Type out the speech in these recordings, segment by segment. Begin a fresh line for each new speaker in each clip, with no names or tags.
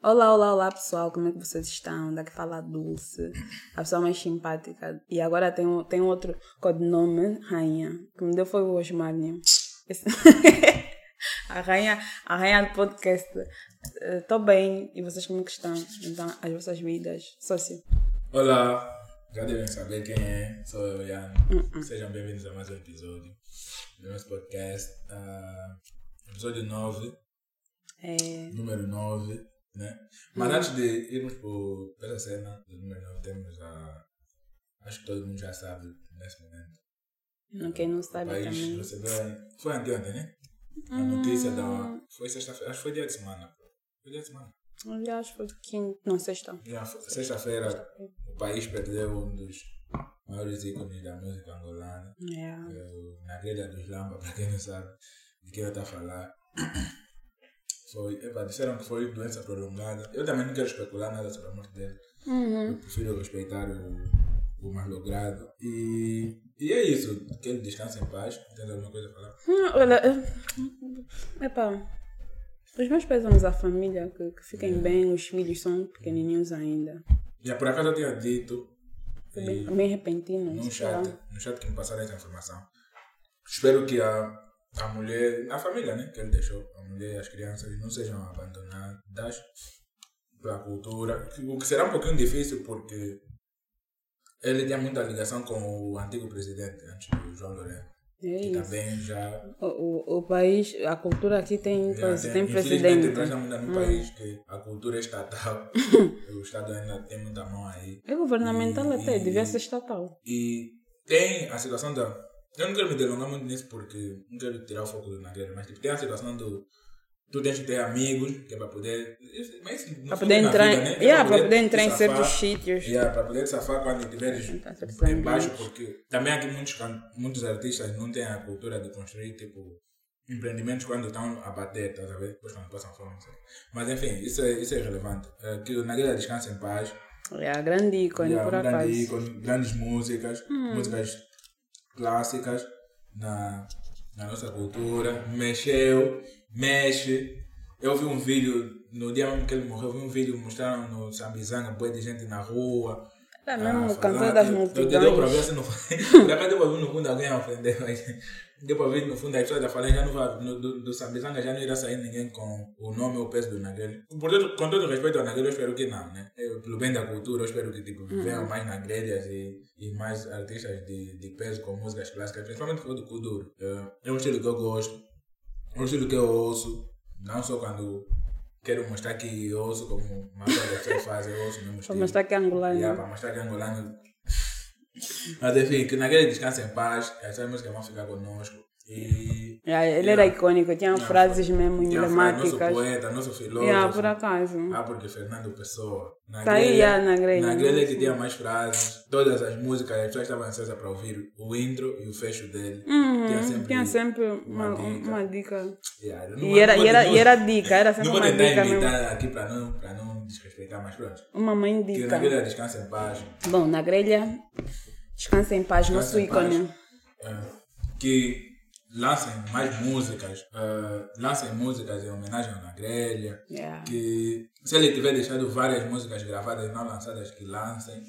Olá, olá, olá pessoal, como é que vocês estão? Daqui fala a Dulce, a pessoa mais simpática. E agora tem outro codinome, Rainha, que me deu foi o Osmarnio. a rainha do podcast. Estou bem, e vocês como é que estão? Então, as vossas vidas, sócio.
Olá, já devem saber quem é, sou eu, Ian. Sejam bem-vindos a mais um episódio do nosso podcast. Episódio 9, número 9, né? Mas antes de irmos para essa cena do número 9, temos acho que todo mundo já sabe nesse momento.
Quem não sabe
o país
também.
Recebeu, foi anteontem, né? A notícia foi sexta-feira, acho que foi dia de semana. Foi dia de semana.
Aliás, foi quinta, não, sexta.
Sexta-feira o país perdeu um dos maiores ícones da música angolana. Na grelha dos Lamba, para quem não sabe de quem eu estou a falar. Disseram que foi doença prolongada. Eu também não quero especular nada sobre a morte dele. Eu prefiro respeitar o mais logrado. E é isso. Que ele descanse em paz. Tem alguma coisa a falar?
Olha, os meus pésamos à família, que fiquem bem, os filhos são pequenininhos ainda.
Por acaso eu tinha dito,
Foi bem repentino.
no chat que me passaram essa informação. Espero que a mulher, a família, né, que ele deixou, a mulher e as crianças não sejam abandonadas pela cultura, o que será um pouquinho difícil porque ele tinha muita ligação com o antigo presidente, antes do João Lourenço. Que também já...
O país, a cultura aqui tem presidente.
Infelizmente, nós estamos num país que a cultura é estatal, o Estado ainda tem muita mão aí.
É governamental até, devia ser estatal.
E tem a situação da... Eu não quero me delongar muito nisso porque não quero tirar o foco do Nagueira, mas tem a situação do... Tu tens que ter amigos, que é para poder...
Para poder entrar,
né?
para poder entrar em certos sítios.
Para poder safar quando estiveres em baixo, porque também aqui muitos artistas não têm a cultura de construir, tipo, empreendimentos quando estão a bater, tá a ver? Depois quando passam fome, não sei. Mas enfim, isso é irrelevante. Que o Nagueira descanse em paz.
É grande ícone, por acaso.
Grande ícone, grandes músicas, músicas clássicas na nossa cultura. Mexe. Eu vi um vídeo, no dia mesmo que ele morreu, eu vi um vídeo mostrando no Sambizanga, boa de gente na rua.
É mesmo o cantor das multidões.
Deu para ver assim no fundo. Por acaso deu para ver no fundo alguém a ofender, mas deu para ver no fundo as pessoas já falando, já não vai, do Sambizanga já não irá sair ninguém com o nome ou o peso do Naguele. Portanto, com todo respeito ao Naguele, eu espero que não, né? Pelo bem da cultura, eu espero que tipo, venham mais Naguelhas e mais artistas de peso com músicas clássicas, principalmente do Kuduro. É um estilo que eu gosto, é um estilo que eu ouço, não só quando quero mostrar que eu ouço como uma coisa que pessoas fazem, eu ouço mesmo estilo.
Para mostrar que é angolano.
Para mostrar que é angolano. Mas enfim, que Naguele descanse em paz, essas músicas vão ficar conosco.
Ele era icônico, tinha frases mesmo emblemáticas.
Nosso poeta, nosso filósofo.
Por acaso.
Porque Fernando Pessoa.
Tá aí na grelha.
Na grelha que tinha mais frases. Todas as músicas, as pessoas estavam ansiosas para ouvir o intro e o fecho dele.
Tinha sempre uma dica.
E
era dica, era sempre
uma dica. Não vou
uma
tentar
dica
imitar
mesmo.
aqui para não desrespeitar, mas pronto.
Uma mãe
Que
dica.
na grelha descansa em paz.
Bom, na grelha, descansa em paz, nosso ícone.
Que lancem mais músicas, lancem músicas em homenagem à grelha, que se ele tiver deixado várias músicas gravadas e não lançadas, que lancem,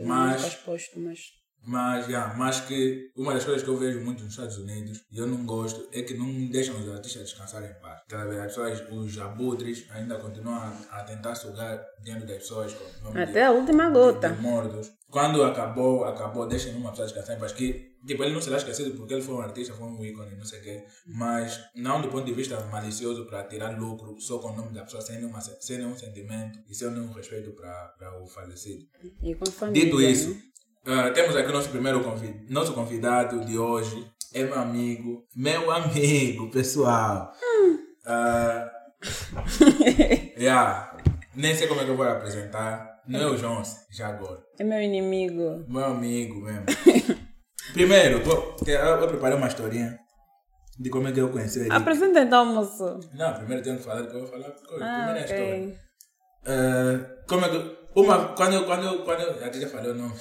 mas que uma das coisas que eu vejo muito nos Estados Unidos e eu não gosto é que não deixam os artistas descansarem em paz. As pessoas, os abutres ainda continuam a tentar sugar dinheiro das pessoas com nome
até a última gota
de mortos. Quando acabou, deixem uma pessoa descansar em paz, que tipo, ele não será esquecido porque ele foi um artista, foi um ícone, não sei o quê, mas não do ponto de vista malicioso para tirar lucro só com o nome da pessoa, sem nenhum sentimento e sem nenhum respeito para o falecido.
E com família,
dito isso, temos aqui nosso convidado de hoje, é meu amigo pessoal. Nem sei como é que eu vou apresentar. Não é o João, já agora.
É meu inimigo.
Meu amigo mesmo. Primeiro, eu preparei uma historinha de como é que eu conheci ele.
Apresenta então, moço.
Não, primeiro tenho que falar do que eu vou falar. Primeiro é a
okay.
História. Como é que... Quando aqui já falei o nome.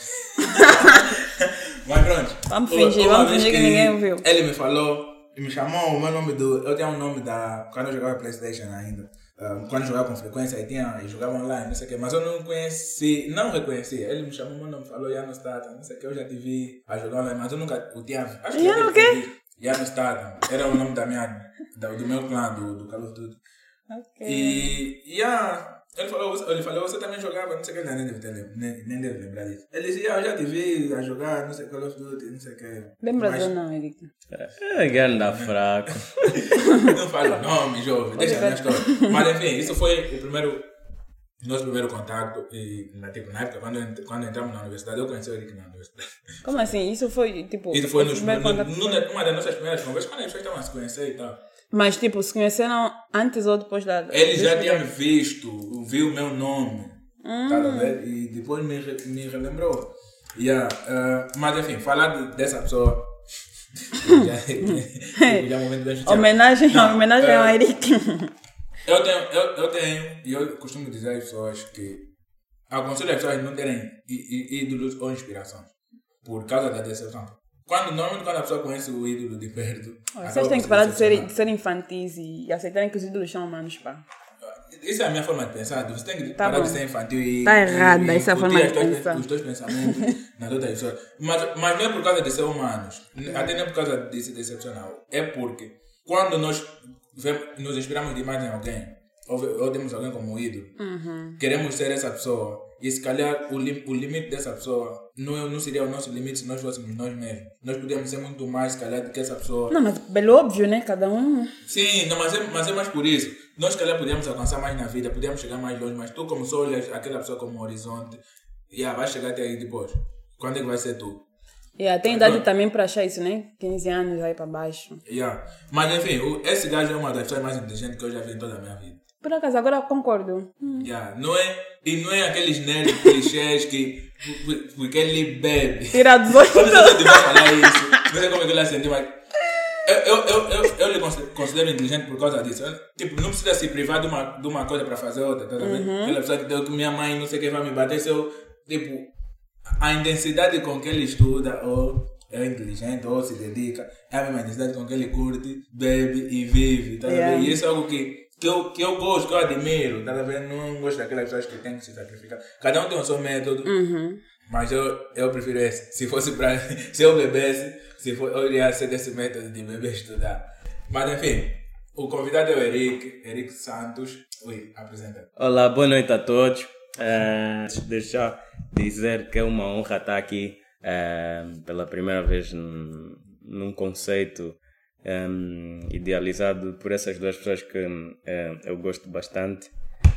Mas pronto.
Vamos fingir que ninguém viu.
Ele me falou, me chamou o meu nome eu tenho um nome quando eu jogava PlayStation ainda. quando jogava com frequência, e jogava online, não sei o quê, mas eu não reconheci. Ele me chamou, meu nome, falou, Jano Statham, não sei o que, eu já te vi a jogar online, mas eu nunca o tinha visto. Acho que
Jano o quê?
Jano Statham, era o nome do meu clã, do Call of Duty.
Ok.
E ele falou, você também jogava, não sei o que, nem deve lembrar disso. Ele disse, eu já te vi a jogar, não sei Call of Duty, não sei o que.
Lembra ou não, Eric?
Ganda fraco.
Não falo nome, jovem, deixa a minha história. Mas enfim, isso foi nosso primeiro contato. E na época, quando entramos na universidade, eu conheci o Eric na universidade.
Como assim? Isso foi tipo.
Isso foi
primeiro contato?
numa das nossas primeiras conversas, quando as pessoas estavam a se conhecer e tal.
Mas tipo, se conheceram antes ou depois da.
Ele já tinha me visto, viu o meu nome, tá a ver? E depois me relembrou. Mas enfim, falar dessa pessoa. já é um momento bem especial.
Homenagem ao Eric.
Eu tenho, e eu costumo dizer às pessoas que aconselho as pessoas não terem ídolos ou inspirações por causa da decepção. Normalmente quando a pessoa conhece o ídolo de perto.
Vocês têm que parar de ser infantis e aceitarem que os ídolos são humanos, pá.
Isso é a minha forma de pensar. Você tem que parar de ser infantil e.
Tá errada essa forma de pensar.
Os teus pensamentos nas outras pessoas. Mas não é por causa de ser humanos. Até não é por causa de se decepcionar. É porque quando nós nos inspiramos demais em alguém, ou temos alguém como ídolo, queremos ser essa pessoa. E se calhar o limite dessa pessoa não seria o nosso limite se nós fôssemos nós mesmos. Nós podíamos ser muito mais, se calhar, do que essa pessoa.
Não, mas pelo óbvio, né? Cada um.
Sim, não, mas é mais por isso. Nós, se calhar, podíamos alcançar mais na vida, podíamos chegar mais longe, mas tu, como só olhas aquela pessoa como um horizonte, vai chegar até aí depois. Quando é que vai ser tu?
Tem idade também para achar isso, né? 15 anos aí para baixo.
Mas enfim, esse gajo é uma das pessoas mais inteligentes que eu já vi em toda a minha vida.
Por acaso, agora concordo.
Não é aqueles nerds clichês que porque ele bebe.
Tira 18.
Eu não sei se eu devia falar isso. Não sei como é que ele sentiu, mas eu lhe considero inteligente por causa disso. Tipo, não precisa se privar de uma coisa para fazer outra, tá vendo? Aquela pessoa que deu que minha mãe não sei o que vai me bater, se eu, tipo, a intensidade com que ele estuda, ou é inteligente, ou se dedica, é a mesma intensidade com que ele curte, bebe e vive, tá vendo? E isso é algo que eu gosto, que eu admiro, tá vendo? Não gosto daquelas pessoas que têm que se sacrificar. Cada um tem o seu método, mas eu prefiro esse. Se eu bebesse, eu iria ser desse método de beber e estudar. Mas enfim, o convidado é o Eric Santos. Oi, apresenta.
Olá, boa noite a todos. Deixa dizer que é uma honra estar aqui pela primeira vez num conceito idealizado por essas duas pessoas que eu gosto bastante.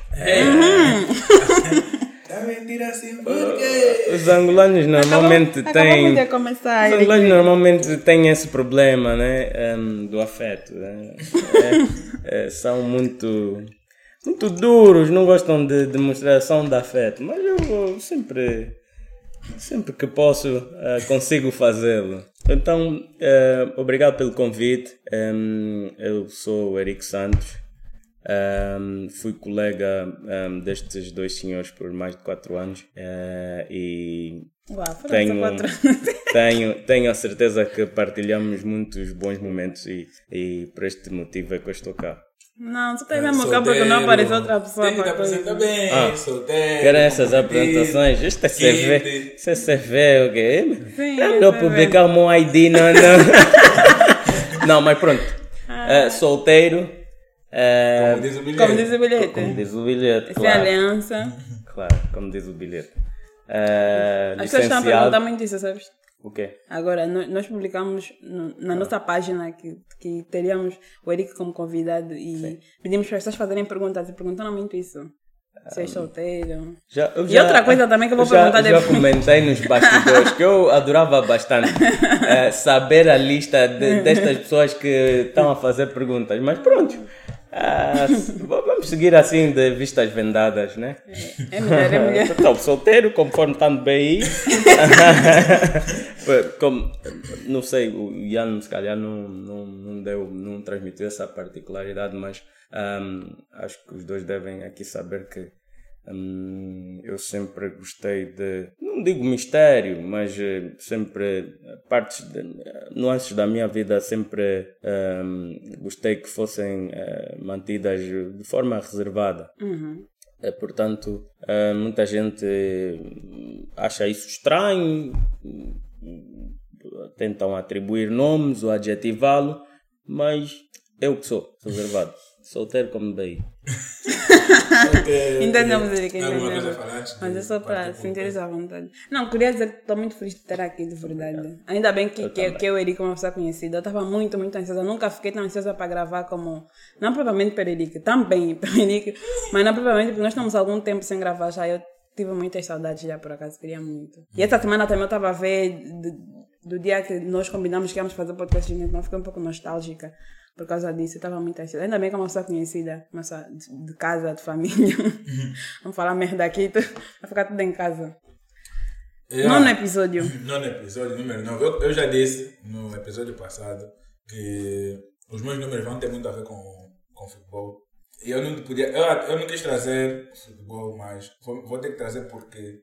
É mentira assim porque
os angolanos normalmente têm. Os angolanos normalmente têm esse problema, né? Do afeto. Né? São muito duros, não gostam de demonstração de afeto, mas eu sempre que posso consigo fazê-lo. Então, obrigado pelo convite. Eu sou o Eric Santos. Fui colega destes dois senhores por mais de 4 anos e tenho a certeza que partilhamos muitos bons momentos e por este motivo é que eu estou cá.
Não, tu tens mesmo cá porque não apareceu outra pessoa.
Tem que te apresentar bem, solteiro.
Querem essas apresentações? Isto é CV. Isso é CV, o quê?
Sim,
eu publicar o meu ID, não. Não, mas pronto. Solteiro.
Como diz o bilhete.
Como diz o bilhete,
claro. Essa é a aliança.
Claro, como diz o bilhete.
As pessoas estão a perguntar muito isso, sabes?
O quê?
Agora, nós publicamos na nossa página que teríamos o Eric como convidado e pedimos para as pessoas fazerem perguntas e perguntaram muito isso. Se é solteiro. E outra coisa também que eu vou perguntar depois.
Já comentei nos bastidores que eu adorava bastante saber a lista destas pessoas que estão a fazer perguntas, mas pronto. Vamos seguir assim de vistas vendadas, né?
É mulher.
Então, solteiro, conforme está no BI. Não sei, o Ian se calhar não transmitiu essa particularidade, mas acho que os dois devem aqui saber que Eu sempre gostei de, não digo mistério, mas sempre partes, nuances da minha vida sempre gostei que fossem mantidas de forma reservada. Portanto, muita gente acha isso estranho, tentam atribuir nomes ou adjetivá-lo, mas eu que sou reservado, solteiro como daí.
Entendemos, Eric, entendemos. Mas é só para sentir à vontade. Não, queria dizer que estou muito feliz de ter aqui, de verdade. Ainda bem que eu e Eric uma pessoa conhecida. Eu estava muito, muito ansiosa. Eu nunca fiquei tão ansiosa para gravar como... Não propriamente para Eric, também para Eric, mas não propriamente porque nós estamos há algum tempo sem gravar já. Eu tive muitas saudades já, por acaso, queria muito. E essa semana também eu estava a ver do dia que nós combinamos que íamos fazer podcast, então fiquei um pouco nostálgica. Por causa disso, eu estava muito ansiosa. Ainda bem que é uma pessoa conhecida, uma pessoa de casa, de família. Vamos falar merda aqui, vai ficar tudo em casa. Nono episódio,
número 9. Eu já disse no episódio passado que os meus números vão ter muito a ver com futebol. E eu não quis trazer futebol, mas vou ter que trazer porque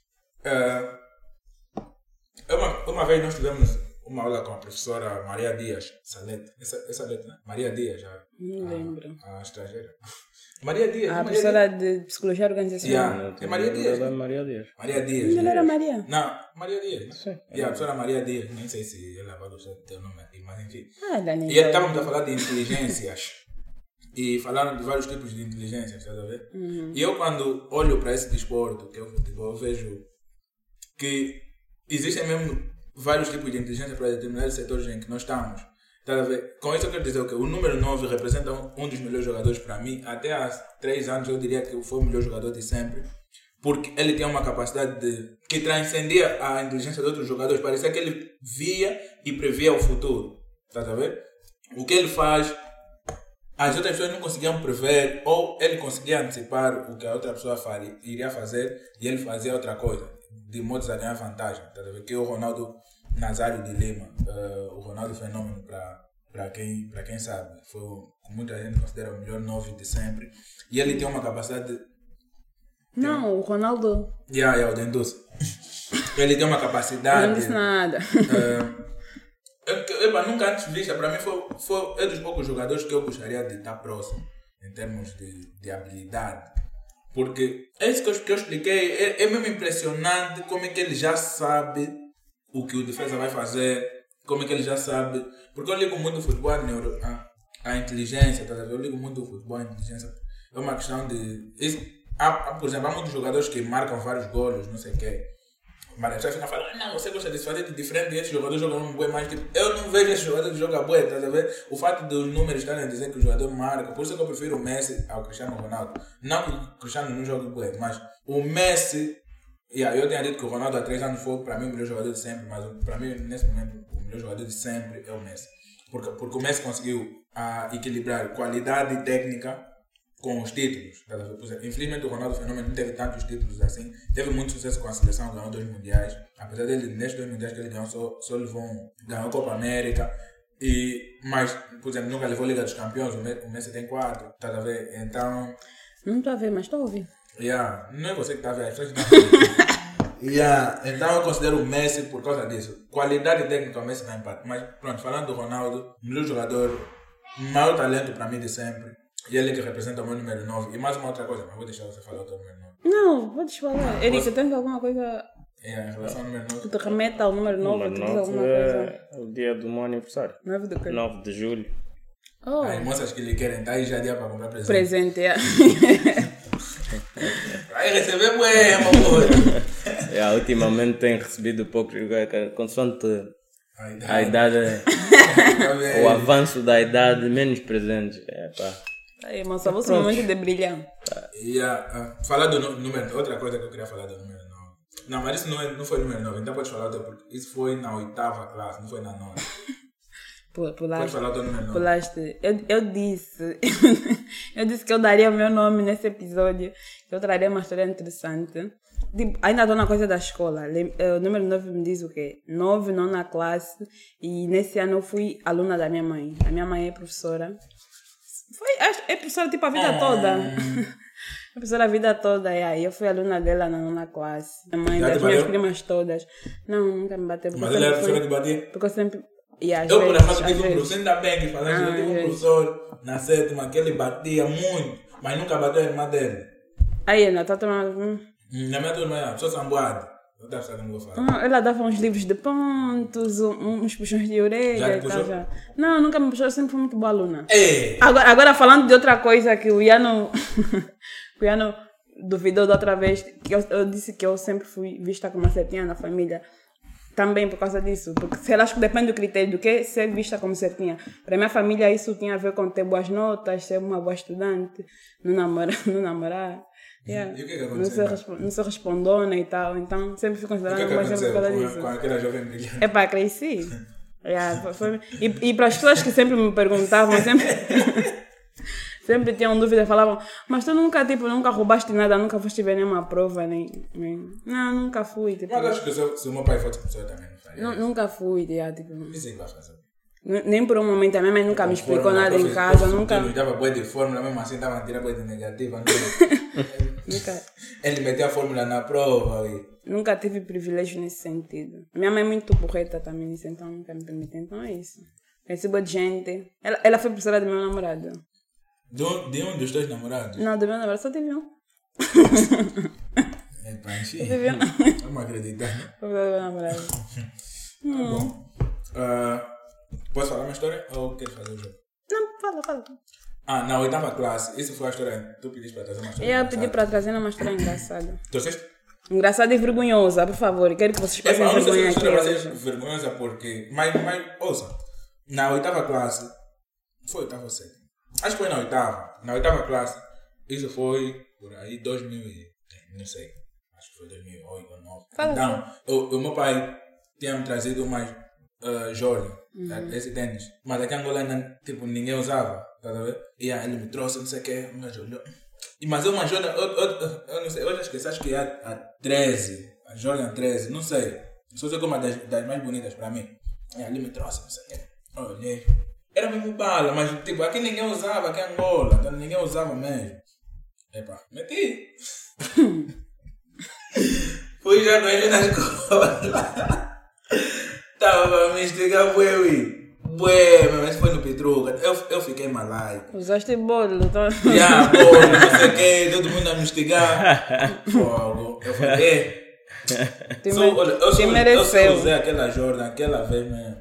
uma vez nós tivemos uma aula com a professora Maria Dias Salete. É Salete, né? Maria Dias, já.
Não lembro.
A estrangeira. Maria Dias.
A professora de Psicologia Organizacional.
É Maria Dias.
Maria Dias.
Maria Dias.
Não era Maria?
Não, Maria Dias.
Sim.
A professora Maria Dias. Nem sei se ela vai gostar do teu nome aqui, mas enfim.
Dani.
E estávamos a falar de inteligências. E falaram de vários tipos de inteligências, estás a ver? E eu, quando olho para esse desporto, que é o futebol, eu vejo que existem mesmo vários tipos de inteligência para determinados setores em que nós estamos. Tá a ver? Com isso eu quero dizer que o número 9 representa um dos melhores jogadores para mim. Até há 3 anos eu diria que foi o melhor jogador de sempre. Porque ele tem uma capacidade que transcendia a inteligência de outros jogadores. Parecia que ele via e previa o futuro. Tá a ver? O que ele faz, as outras pessoas não conseguiam prever, ou ele conseguia antecipar o que a outra pessoa iria fazer e ele fazia outra coisa, de modo a ganhar vantagem. Tá a ver? Que é o Ronaldo Nazário de Lima, o Ronaldo Fenômeno, para quem sabe, foi muita gente considera o melhor 9 de sempre, e ele tem uma capacidade de...
Não, o Ronaldo...
o Denduce. Ele tem uma capacidade...
Não disse nada.
Nunca antes vista, para mim é dos poucos jogadores que eu gostaria de estar próximo, em termos de habilidade. Porque é isso que eu expliquei, é mesmo impressionante como é que ele já sabe o que o defesa vai fazer, como é que ele já sabe. Porque eu ligo muito o futebol à inteligência, tá? Eu ligo muito o futebol à inteligência. É uma questão de... por exemplo, há muitos jogadores que marcam vários golos, não sei o quê. Mas a pessoa fica falando, não, você gosta de fazer de diferente desses jogadores jogam um bué mais tipo... Eu não vejo esse jogador que joga bué, tá a ver? O fato dos números estarem a dizer que o jogador marca, por isso que eu prefiro o Messi ao Cristiano Ronaldo. Não que o Cristiano não jogue bué, mas o Messi... eu tinha dito que o Ronaldo há 3 anos foi para mim o melhor jogador de sempre, mas para mim, nesse momento, o melhor jogador de sempre é o Messi. Porque o Messi conseguiu equilibrar qualidade técnica com os títulos. Infelizmente o Ronaldo Fenômeno não teve tantos títulos assim. Teve muito sucesso com a seleção, ganhou 2 mundiais. Apesar dele, nestes 2 mundiais que ele ganhou, só levou ganhou a Copa América. Mas, por exemplo, nunca levou a Liga dos Campeões. O Messi tem 4. Tá a ver? Então...
Não estou a ver, mas estou a ouvir.
Não é você que está a ver, as pessoas que estão a ver. Então eu considero o Messi por causa disso. Qualidade técnica o Messi não empate. Mas pronto, falando do Ronaldo, melhor jogador, maior talento para mim de sempre. E ele que representa o meu número 9. E mais uma outra coisa, mas vou deixar você falar o teu número 9.
Não, vou te falar. Eric, você tem alguma coisa...
em relação ao número 9?
Tu te remete ao número 9?
O número 9 é o dia do meu aniversário.
9 do quê?
9 de julho.
As moças que lhe querem, tá aí já dia para comprar presente.
Presente,
Vai receber bué, amor.
Ultimamente tenho recebido pouco, consoante a idade, o avanço da idade, menos presentes.
Aí, mas só você momento de brilhar.
Falar do número, outra coisa que eu queria falar do número 9. Não, mas isso não foi número 9, então pode falar outra, porque isso foi na 8ª classe, não foi na 9ª. Pode falar o teu número 9.
Pulaste. Eu disse que eu daria o meu nome nesse episódio, eu traria uma história interessante. Tipo, ainda estou na coisa da escola. O número 9 me diz o quê? 9, 9ª classe. E nesse ano eu fui aluna da minha mãe. A minha mãe é professora. É professora tipo a vida toda. Professora a vida toda, eu fui aluna dela na 9ª classe. A mãe das minhas primas todas. Não, nunca me bateu.
Mas ela era professora que batia?
Porque eu sempre...
Eu, por acaso, tive um professor, ainda bem que falaste, eu tive um professor na 7ª que ele batia muito, mas nunca bateu a irmã dele.
Aí, na tua turma...
Na minha turma, só samboado. Não deve saber o que eu falo.
Ela dava uns livros de pontos, uns puxões de orelha e tal. Já. Não, nunca me puxou, eu sempre fui muito boa aluna. Agora, falando de outra coisa que o Iano duvidou da outra vez, que eu disse que eu sempre fui vista como uma certinha na família. Também por causa disso, porque sei lá, acho que depende do critério do que ser vista como certinha. Para minha família isso tinha a ver com ter boas notas, ser uma boa estudante, não namorar. Yeah.
E o que aconteceu?
Não sou respondona e tal, então sempre fui considerada como exemplo por causa disso.
Com aquela jovem brilhante?
Cresci. E para as pessoas que sempre me perguntavam, sempre tinham dúvida, falavam, mas tu nunca roubaste nada, nunca foste ver nenhuma prova, nem... Não, nunca fui.
Mas acho que se o meu pai fosse professor também não faria.
Nunca fui,
Dizem que vai fazer.
Nem por um momento, a minha mãe nunca me explicou nada em casa, nunca...
Ele dava boa de fórmula, mesmo assim estava a tirar boa de negativa.
Nunca.
Ele metia a fórmula na prova.
Nunca tive privilégio nesse sentido. Minha mãe é muito porreta também nisso, então nunca me permitiu. Então é isso. Recebo de gente. Ela foi professora do meu namorado.
De um dos teus namorados?
Não, do meu namorado só tive um.
É panchi.
Tive um.
Vamos acreditar, né?
Foi do meu namorado.
Bom. Posso falar uma história ou queres fazer o jogo?
Não, fala.
Na 8ª classe, isso foi a história. Tu pediste para trazer uma história?
Eu pedi para trazer uma história engraçada.
Trouxeste?
Engraçada e vergonhosa, por favor. Quero que vocês passem vergonha aqui hoje.
Vergonhosa porque... Mas, ouça. Na 8ª classe... Foi 8ª ou 7ª? Acho que foi na 8ª. Na 8ª classe, isso foi por aí 2000 não sei. Acho que foi 2008 ou 2009. Então, o meu pai tinha me trazido umas Jordan, esse tênis. Mas aqui em Angola ainda, tipo, ninguém usava, tá a ver? E aí ele me trouxe, não sei o que, uma Jordan. Mas é uma Jordan, eu não sei, eu já esqueci, acho que é a 13, a Jordan 13, não sei. Só sei que é uma das mais bonitas para mim. E aí ele me trouxe, não sei o que. Olhei. Era mesmo bala, mas tipo, aqui ninguém usava, aqui em Angola, então ninguém usava mesmo. Epa, meti. Fui já com ele na escola. Tava pra me instigar, mas foi no Petruca. Eu fiquei malaico.
Usaste bolo, então.
Bolo, não sei o que, todo mundo a me instigar. Fogo. Eu falei, eu só usei aquela Jordan, aquela vez mesmo.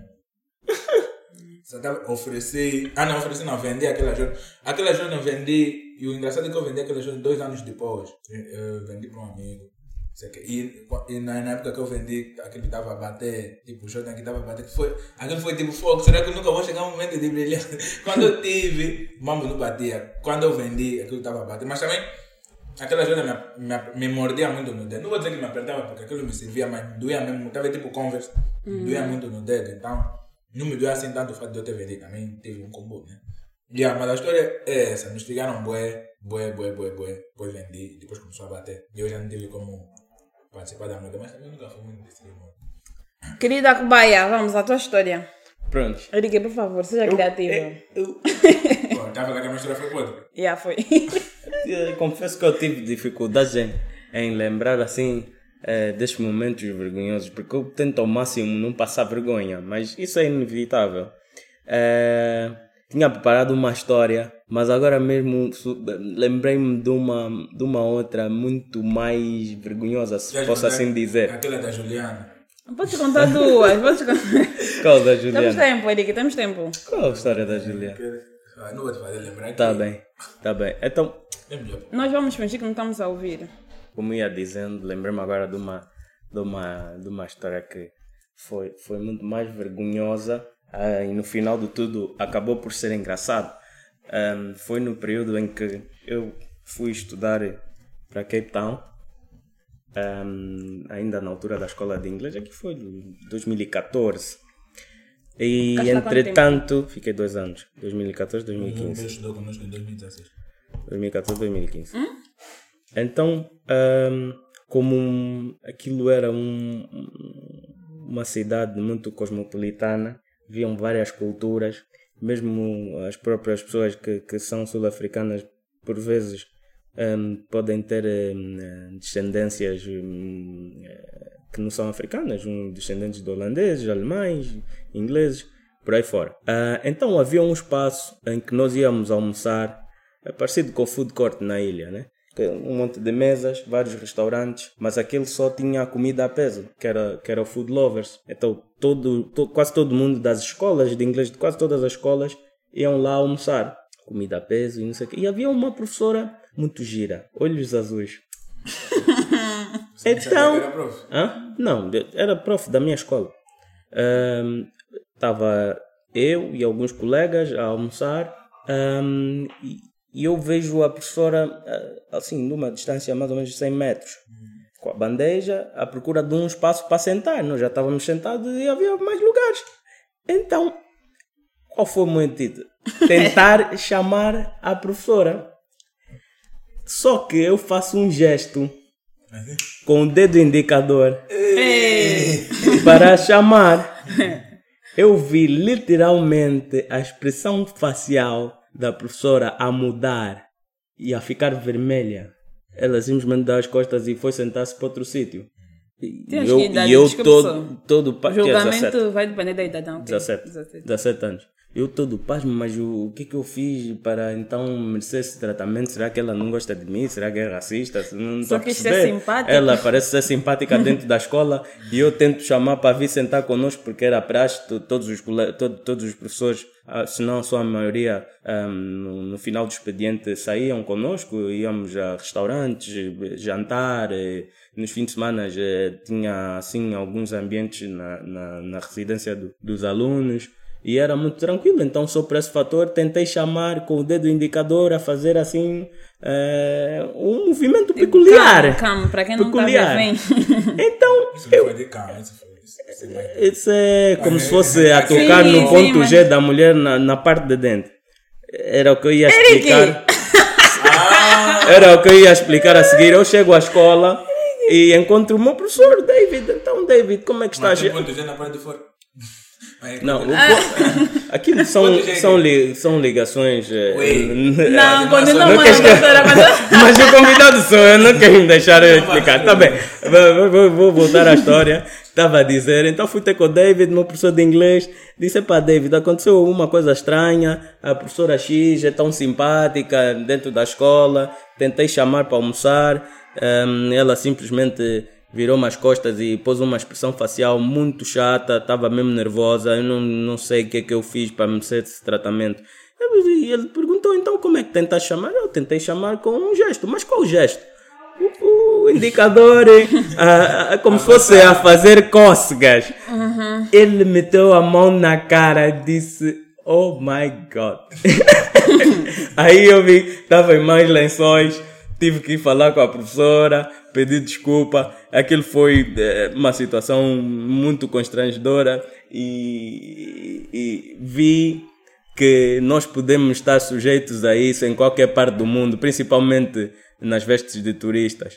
Ofereci, não, vendi aquela Jordan. Aquela Jordan eu vendi, e o engraçado é que eu vendi aquela Jordan 2 anos depois. Eu vendi para um amigo. E na época que eu vendi, aquele que estava a bater, tipo o Jordan que estava a bater, aquele foi tipo fogo, será que eu nunca vou chegar a um momento de brilhar? Quando eu tive, o mambo não batia. Quando eu vendi, aquilo estava a bater. Mas também, aquela Jordan me mordia muito no dedo. Não vou dizer que me apertava, porque aquilo me servia, mas doía mesmo, estava tipo Converse, doía muito no dedo, então... Não me doeu assim tanto o fato de eu ter vendido, também teve um combo, né? Mas a história é essa, nos pegaram depois vendi, depois começou a bater. E eu já não tive como participar da moda, mas também nunca fui muito desse tipo.
Querida Kubaia, vamos à tua história.
Pronto.
Eric, por favor, seja criativa.
Estava lá que a minha história foi podre.
Foi.
Confesso que eu tive dificuldade em lembrar assim... destes momentos vergonhosos, porque eu tento ao máximo não passar vergonha, mas isso é inevitável. Tinha preparado uma história, mas agora mesmo lembrei-me de uma outra muito mais vergonhosa, se posso assim dizer.
Aquela da Juliana.
Podes contar duas,
Qual da Juliana?
Temos tempo, Eric, temos tempo.
Qual a história da Juliana?
Não vou te fazer lembrar aqui.
Tá bem. Então,
nós vamos fingir que não estamos a ouvir.
Como ia dizendo, lembrei-me agora de uma história que foi muito mais vergonhosa e no final de tudo acabou por ser engraçado. Foi no período em que eu fui estudar para Cape Town, ainda na altura da escola de inglês, aqui foi em 2014. E entretanto, fiquei 2 anos, 2014, 2015.
Eu estudou conosco em 2016.
2014, 2015. Então, como aquilo era uma cidade muito cosmopolitana, haviam várias culturas, mesmo as próprias pessoas que são sul-africanas, por vezes, podem ter descendências que não são africanas, descendentes de holandeses, alemães, ingleses, por aí fora. Então havia um espaço em que nós íamos almoçar, parecido com o food court na ilha, né? Um monte de mesas, vários restaurantes, mas aquele só tinha comida a peso, que era o Food Lovers. Então quase todo mundo das escolas de inglês, de quase todas as escolas, iam lá almoçar. Comida a peso e não sei o quê. E havia uma professora muito gira, olhos azuis. Então,
era prof?
Não, era prof da minha escola. Estava eu e alguns colegas a almoçar e eu vejo a professora assim, numa distância mais ou menos de 100 metros, com a bandeja à procura de um espaço para sentar. Nós já estávamos sentados e havia mais lugares. Então, qual foi o meu intuito? Tentar chamar a professora. Só que eu faço um gesto com o dedo indicador para chamar. Eu vi literalmente a expressão facial da professora a mudar e a ficar vermelha. Ela simplesmente deu as costas e foi sentar-se para outro sítio.
E eu
todo
o julgamento vai depender da idade. Não,
17 anos. Eu todo pasmo, mas o que eu fiz para então merecer esse tratamento? Será que ela não gosta de mim? Será que é racista? Não
só quis ser simpática.
Ela parece ser simpática dentro da escola e eu tento chamar para vir sentar connosco porque era praxe, todos os professores, se não a sua maioria, no final do expediente saíam connosco, íamos a restaurantes, jantar, nos fins de semana tinha assim alguns ambientes na residência dos alunos. E era muito tranquilo, então só por esse fator tentei chamar com o dedo indicador a fazer assim um movimento peculiar.
Calma, para quem não está vendo.
Então, isso é como se fosse a tocar no ponto G da mulher na parte de dentro. Era o que eu ia explicar. Era o que eu ia explicar a seguir. Eu chego à escola e encontro o meu professor, David. Então, David, como é que estás?
Ponto G na parte de fora.
Não, aquilo são ligações.
Não, quando não
mas o convidado sou eu, não quero me deixar eu explicar. Tá bem, vou voltar à história. Estava a dizer, então fui ter com o David, meu professor de inglês. Disse: pá, David, aconteceu uma coisa estranha. A professora X é tão simpática dentro da escola. Tentei chamar para almoçar. Ela simplesmente virou-me as costas e pôs uma expressão facial muito chata, estava mesmo nervosa, eu não sei o que é que eu fiz para merecer esse tratamento. E ele perguntou, então como é que tentas chamar? Eu tentei chamar com um gesto, mas qual gesto? O indicador, como se fosse a fazer cócegas. Ele meteu a mão na cara e disse: oh my God. Aí eu vi, estava em mais lençóis. Tive que ir falar com a professora, pedir desculpa. Aquilo foi uma situação muito constrangedora e vi que nós podemos estar sujeitos a isso em qualquer parte do mundo, principalmente nas vestes de turistas.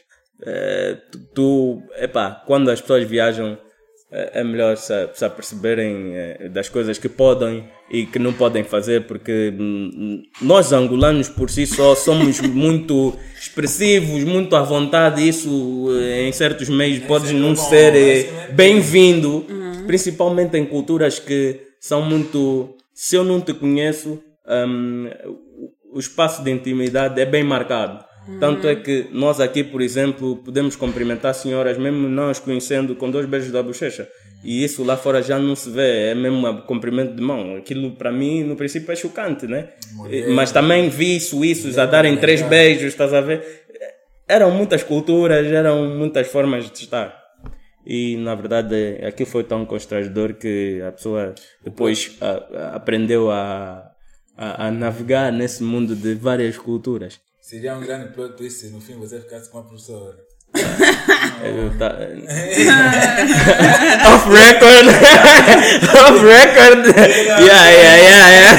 Quando as pessoas viajam, é melhor se aperceberem das coisas que podem e que não podem fazer, porque nós angolanos por si só somos muito expressivos, muito à vontade. Isso em certos meios pode não ser bem-vindo, principalmente em culturas que são muito... Se eu não te conheço, o espaço de intimidade é bem marcado. Tanto é que nós aqui, por exemplo, podemos cumprimentar senhoras, mesmo não as conhecendo, com 2 beijos da bochecha. E isso lá fora já não se vê, é mesmo um cumprimento de mão. Aquilo para mim, no princípio, é chocante, né? Mas também vi suíços a darem 3 beijos, estás a ver? Eram muitas culturas, eram muitas formas de estar. E, na verdade, aquilo foi tão constrangedor que a pessoa depois aprendeu a navegar nesse mundo de várias culturas.
Seria um grande plot twist se no fim você ficasse com a professora.
Off record. Off record. Yeah.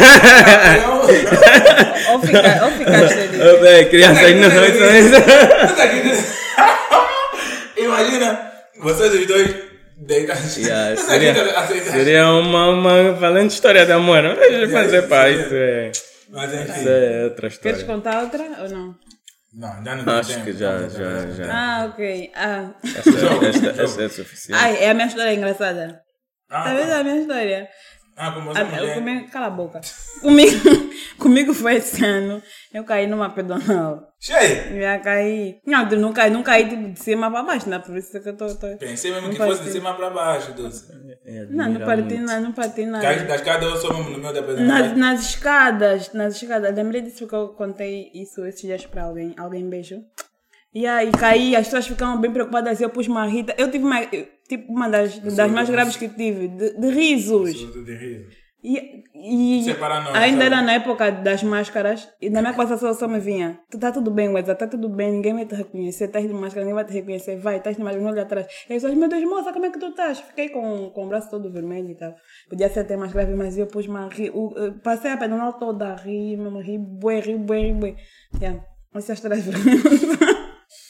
Ou ficaste ali.
Crianças não são isso.
Imagina, vocês os dois deitados.
Seria uma valente história de amor. Não deixa de fazer para isso.
Mas enfim.
Isso é outra história.
Queres contar outra ou não?
Não, já não
acho que já.
Ok.
Essa é suficiente.
Ai, é a minha história engraçada. Talvez é a minha história.
Como você mulher...
Cala a boca. Comigo foi esse ano. Eu caí numa pedonal.
Cheio!
Eu caí. Não caí tipo, de cima para baixo, não é por isso que eu tô...
Pensei mesmo que fosse de cima para baixo, Dulce.
Não parti nada.
Caíste da escada ou só mesmo no meio da pedonal?
Nas escadas. Lembrei disso porque eu contei isso esses dias para alguém. Alguém beijo. E aí caí, as pessoas ficaram bem preocupadas. Eu pus uma rita. Eu tive uma das mais graves que tive, de risos.
De risos.
E ainda era na época das máscaras. E na minha conversação só me vinha: tá tudo bem, Weza, tá tudo bem, ninguém vai te reconhecer. Estás de máscara, ninguém vai te reconhecer. Vai, estás de máscara, não olha atrás. E as pessoas: meu Deus, moça, como é que tu estás? Fiquei com o braço todo vermelho e tal. Podia ser até mais grave, mas eu pus uma rir. Passei a pedonal toda a rir, bué. Yeah. Essa é a história vermelha.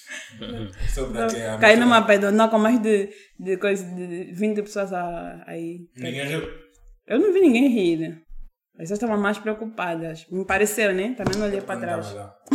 Caí numa pedonal com mais de 20 pessoas aí.
Ninguém riu?
Eu não vi ninguém rir. As pessoas estavam mais preocupadas. Me pareceu, né? Também não olhei para trás.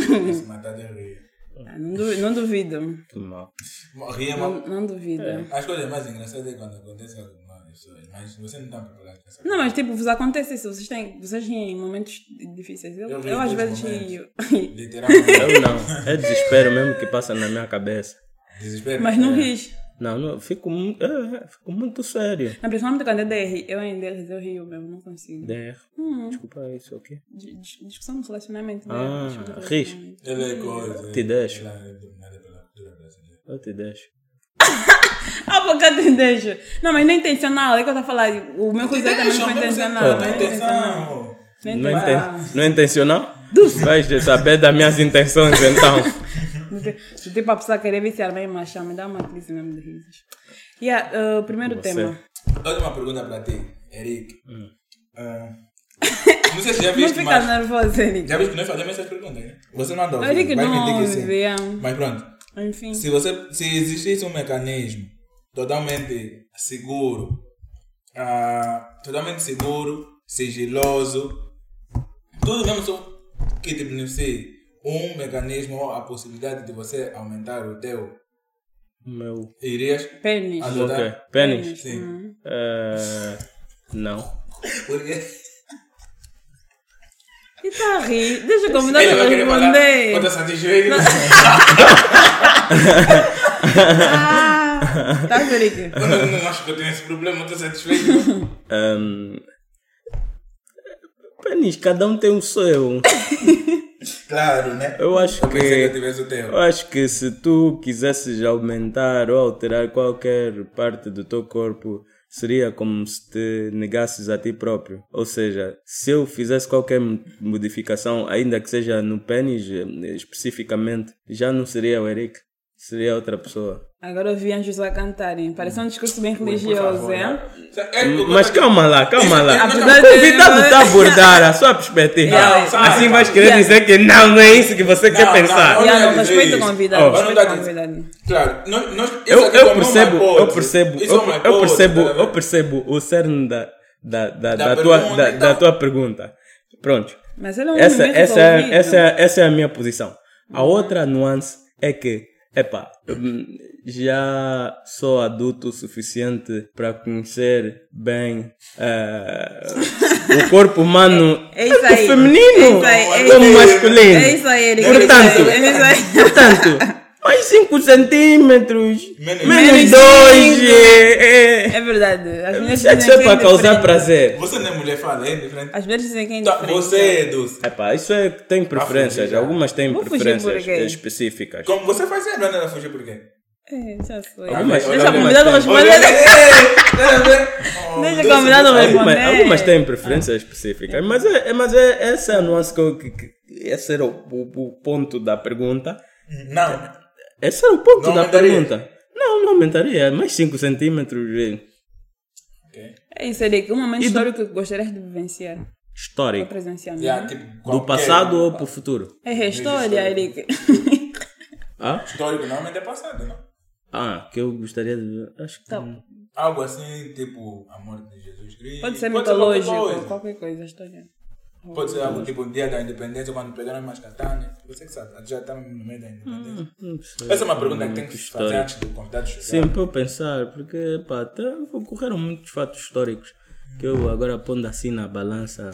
Não duvido.
Que mal.
Não duvido.
As coisas mais engraçadas é quando acontece algo mal, mas você não está preparado para essa coisa.
Não, mas tipo, vos acontece isso. Vocês riem em momentos difíceis. Eu às vezes rio.
Literalmente.
Eu não. É desespero mesmo que passa na minha cabeça.
Desespero? Mas não ris.
Não, fico muito sério.
Não, principalmente quando é DR. Eu ainda rio mesmo, não consigo.
DR? Desculpa, isso é o quê?
Discussão de relacionamento.
Ris.
Ele é coisa.
Te deixo. Eu te deixo.
Porque eu te deixo. Não, mas não é intencional. É que eu estou a falar. O meu coisa também não foi intencional.
Não é intencional? Vais saber das minhas intenções então.
Tipo, a pessoa querer viciar bem, mas me dá uma crise mesmo de risos. Primeiro tema.
Olha uma pergunta para ti, Eric. Não sei se já viste,
não fica nervoso, Eric.
Já viste que nós fazemos essas perguntas, né? Você não andou.
Eric não,
mas pronto.
Enfim.
Se existisse um mecanismo totalmente seguro, sigiloso, tudo mesmo só que te beneficie, um mecanismo ou a possibilidade de você aumentar o teu irias
pênis.
adotar?
Okay. Pênis?
Sim.
Não.
Por quê?
E tá a rir. Deixa eu combinar de responder.
Quanto satisfeito?
Tá, Felipe?
Não acho que eu tenho esse problema, estou satisfeito.
Pênis, cada um tem o seu.
Claro, né?
Eu acho
eu
acho que se tu quisesses aumentar ou alterar qualquer parte do teu corpo, seria como se te negasses a ti próprio. Ou seja, se eu fizesse qualquer modificação, ainda que seja no pênis especificamente, já não seria o Eric, seria outra pessoa.
Agora eu vi anjos a cantarem. Parece um discurso bem religioso, é?
Mas calma lá. O convidado está a abordar a sua perspectiva. Assim vais querer dizer que não é isso que você quer pensar.
Não, respeito o convidado.
Claro,
eu percebo o cerne da tua pergunta. Pronto.
Mas ele é um
essa é a minha posição. A outra nuance é que já sou adulto o suficiente para conhecer bem o corpo humano, tanto feminino como masculino.
É isso aí, Eric.
Portanto, mais 5 centímetros, menos 2.
É verdade. As mulheres
isso é para causar prazer.
Você não é mulher, fala, é diferente.
As mulheres dizem que é diferente.
Você é doce.
Isso tem preferências. Algumas têm preferências específicas.
Como você faz sempre, Ana, fugir por quê?
Já foi.
Deixa
a convidada responder. Deixa a convidada responder.
Algumas têm preferências específicas. Mas essa é a nuance que esse era o ponto da pergunta.
Não.
Esse era o ponto da pergunta. Não aumentaria. Mais 5 centímetros.
Okay.
É isso, Eric. Um momento histórico que gostarias de vivenciar.
Histórico.
Presenciar,
do passado ou para o futuro?
É história, Eric.
Histórico normalmente é passado, não?
Que eu gostaria de... Acho que...
Algo assim, tipo a morte de Jesus Cristo.
Pode ser mitológico, qualquer coisa, história.
Pode ser algo tipo o dia da independência, quando pegaram mais katana. Você que sabe, já está no meio da independência. Essa é uma pergunta que tem que fazer antes do convidado chegar.
Sim, para eu pensar, porque ocorreram muitos fatos históricos que eu agora pondo assim na balança.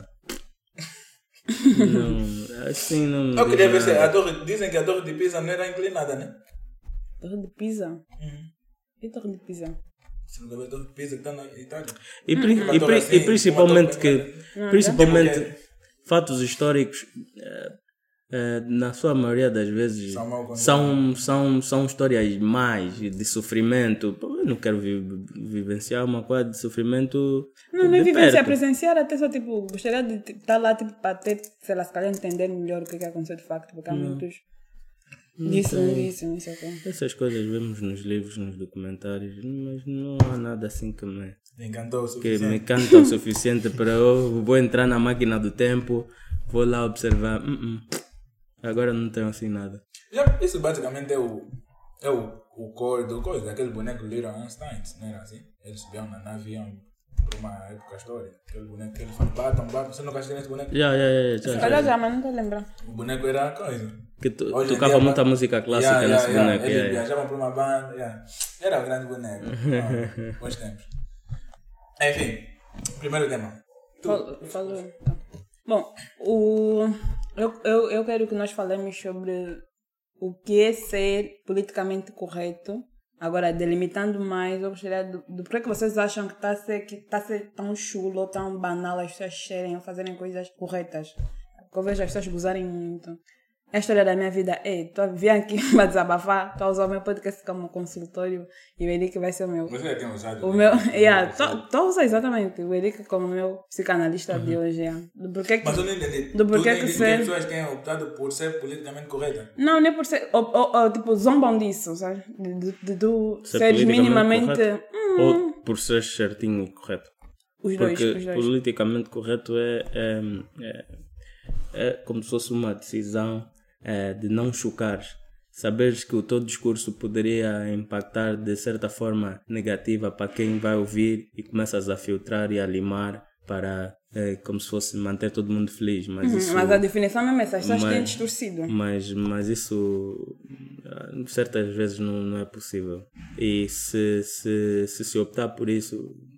Não, assim não.
Eu queria ver se dizem que a Torre de Pisa não era inclinada, né?
Torre de Pisa? E Torre de Pisa?
Se não deve a Torre de Pisa que está na Itália.
E principalmente principalmente fatos históricos, na sua maioria das vezes, são histórias mais de sofrimento. Eu não quero vivenciar uma coisa de sofrimento.
Não é vivenciar, presenciar, até só tipo, gostaria de estar lá tipo, para ter, sei lá, se calhar entender melhor o que aconteceu de facto, porque há muitos. Isso.
Essas coisas vemos nos livros, nos documentários, mas não há nada assim que me
encantou
o suficiente para eu vou entrar na máquina do tempo, vou lá observar. Agora não tenho assim nada.
Isso basicamente é o core do coisa, daquele boneco Little Einstein, não era assim? Eles subiam na nave para uma época histórica. Aquele boneco que ele fala, batam, você nunca assistiu nesse boneco?
Já, mas não estou lembrando.
O boneco era a coisa.
Que tocava muita música clássica nesse boneco.
Eles viajavam para uma banda. Era um grande boneco. Bons tempos. Enfim, primeiro tema.
Falou. Bom, eu quero que nós falemos sobre o que é ser politicamente correto. Agora, delimitando mais, eu gostaria do porquê que vocês acham que está a ser tão chulo ou tão banal as pessoas serem ou fazerem coisas corretas. Porque eu vejo as pessoas gozarem muito. A história da minha vida é, vim aqui para desabafar, estou a usar o meu podcast como consultório e o Henrique vai ser o meu...
Você já tem usado?
O meu, estou a usar exatamente o Henrique como meu psicanalista de hoje.
Mas eu não entendi.
Do porquê que
as pessoas têm optado por ser politicamente correta?
Não, nem por ser... tipo, zombam disso, sabe? De seres minimamente...
Ou por ser certinho e correto.
Os dois.
Politicamente correto é como se fosse uma decisão de não chocar. Saberes que o teu discurso poderia impactar de certa forma negativa para quem vai ouvir e começas a filtrar e a limar para como se fosse manter todo mundo feliz. Mas
a definição mesmo é essa, as pessoas têm distorcido.
Mas isso certas vezes não é possível. E se optar por isso,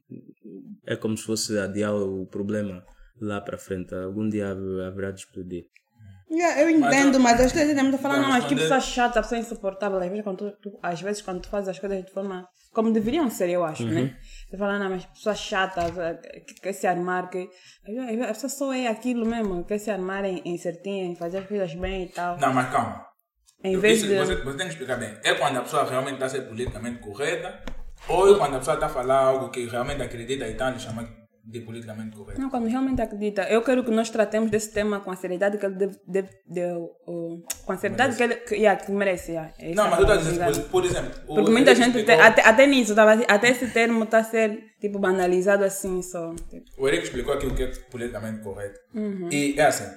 é como se fosse adiar o problema lá para frente. Algum dia haverá de explodir.
Eu entendo, mas as pessoas têm muito a falar, não, mas que pessoa chata, pessoa insuportável. Às vezes quando tu fazes as coisas de forma como deveriam ser, eu acho, né? Você fala, não, mas pessoa chata, que quer se armar, que a pessoa só é aquilo mesmo, quer se armar em certinho, em fazer as coisas bem e tal.
Não, mas calma. Você tem que explicar bem. É quando a pessoa realmente está a ser politicamente correta ou é quando a pessoa está a falar algo que realmente acredita e está a chamar de politicamente correto?
Não, quando realmente acredita. Eu quero que nós tratemos desse tema com a seriedade que ele com a seriedade que merece.
Não, mas eu estou a dizer, por exemplo...
Porque muita gente, até nisso, até esse termo está a ser tipo, banalizado assim só.
O Eric explicou aqui o que é politicamente correto. E é assim,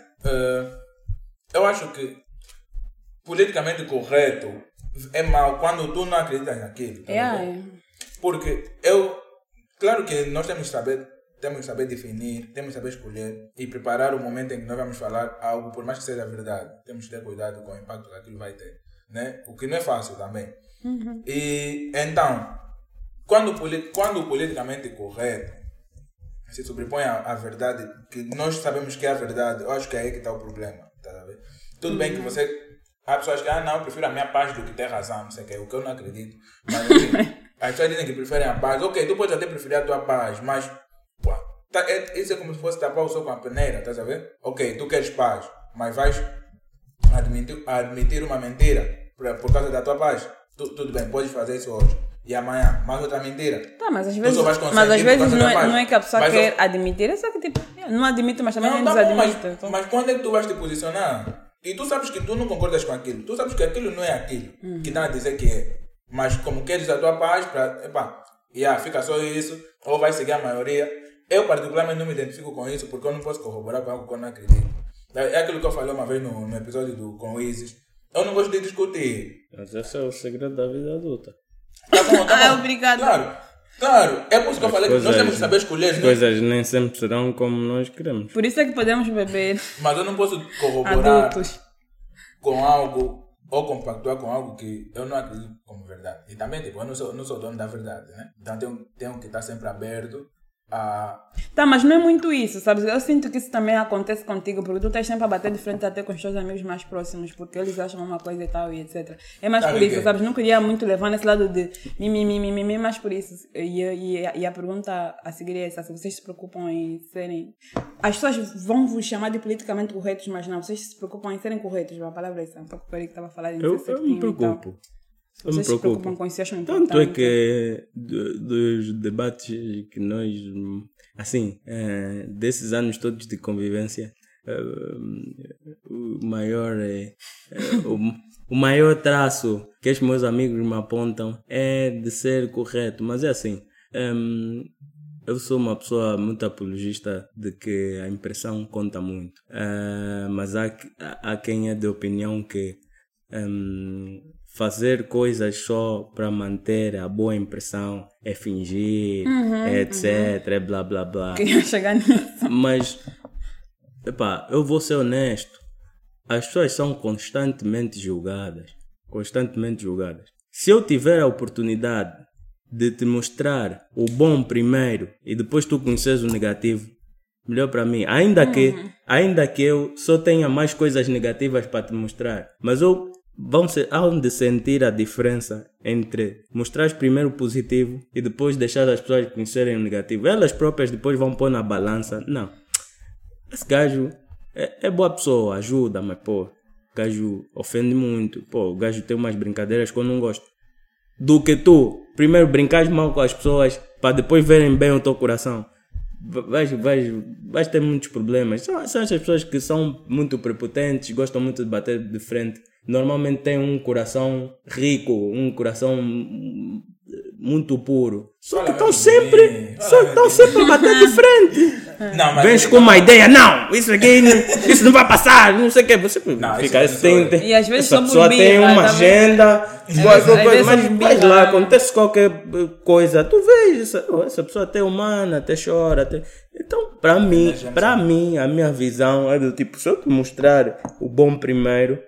eu acho que politicamente correto é mau quando tu não acreditas naquilo. Porque claro que nós temos que saber definir, temos que saber escolher e preparar o momento em que nós vamos falar algo, por mais que seja verdade. Temos que ter cuidado com o impacto que aquilo vai ter, né? O que não é fácil também. E então, quando o politicamente correto se sobrepõe à verdade, que nós sabemos que é a verdade, eu acho que é aí que está o problema. Tá a ver? Tudo bem que você... Há pessoas que, não, eu prefiro a minha paz do que ter razão, não sei o que, o que eu não acredito. Mas assim, as pessoas dizem que preferem a paz. Ok, tu podes até preferir a tua paz, mas... isso é como se fosse tapar o sol com a peneira, estás a ver? Ok, tu queres paz, mas vais admitir uma mentira por causa da tua paz. Tudo bem, podes fazer isso hoje. E amanhã, mais outra mentira.
Tá, mas às vezes não é que a pessoa quer admitir, é só que tipo, não admite, mas também não desadmite.
Mas quando é que tu vais te posicionar? E tu sabes que tu não concordas com aquilo. Tu sabes que aquilo não é aquilo que dá a dizer que é. Mas como queres a tua paz, fica só isso, ou vai seguir a maioria. Eu particularmente não me identifico com isso porque eu não posso corroborar com algo que eu não acredito. É aquilo que eu falei uma vez no episódio com o Isis. Eu não gosto de discutir.
Mas esse é o segredo da vida adulta.
Tá bom.
Obrigado.
Claro. Claro, é por isso que eu falei que nós temos que saber escolher.
As coisas nem sempre serão como nós queremos.
Por isso é que podemos beber.
Mas eu não posso corroborar
adultos
com algo ou compactuar com algo que eu não acredito como verdade. E também, tipo, eu não sou dono da verdade, né? Então tenho que estar sempre aberto a...
Tá, mas não é muito isso, sabes? Eu sinto que isso também acontece contigo, porque tu estás sempre a bater de frente até com os teus amigos mais próximos, porque eles acham uma coisa e tal, e etc. É mais por isso, sabes? Não queria muito levar nesse lado de mimimi, mas por isso. E a pergunta a seguir é essa: se vocês se preocupam em serem... As pessoas vão vos chamar de politicamente corretos, mas não, vocês se preocupam em serem corretos, a palavra é essa, um pouco que o Eric estava a falar.
Eu me preocupo.
Vocês se preocupam com isso, acham importante.
Tanto é que dos debates que nós, assim, desses anos todos de convivência, o maior traço que os meus amigos me apontam é de ser correto. Mas é assim, eu sou uma pessoa muito apologista de que a impressão conta muito. Mas há quem é de opinião que... fazer coisas só para manter a boa impressão é fingir, etc, é blá blá blá.
Queria chegar nisso.
Mas, eu vou ser honesto. As pessoas são constantemente julgadas. Se eu tiver a oportunidade de te mostrar o bom primeiro e depois tu conheces o negativo, melhor para mim. Ainda que eu só tenha mais coisas negativas para te mostrar, mas hão de sentir a diferença entre mostrar primeiro o positivo e depois deixar as pessoas conhecerem o negativo. Elas próprias depois vão pôr na balança. Não, esse gajo é boa pessoa, ajuda, mas o gajo ofende muito. O gajo tem umas brincadeiras que eu não gosto. Do que tu primeiro brincares mal com as pessoas para depois verem bem o teu coração. Vais ter muitos problemas. São essas pessoas que são muito prepotentes, gostam muito de bater de frente. Normalmente têm um coração rico, um coração muito puro. Só que estão sempre a bater de frente. Vens com uma ideia, não, isso aqui isso não vai passar, não sei o que. Você fica assim.
E às vezes
essa pessoa tem uma agenda, mas vais lá, acontece qualquer coisa, tu vês, essa pessoa até humana, até chora. Então, para mim, a minha visão é do tipo, se eu te mostrar o bom primeiro,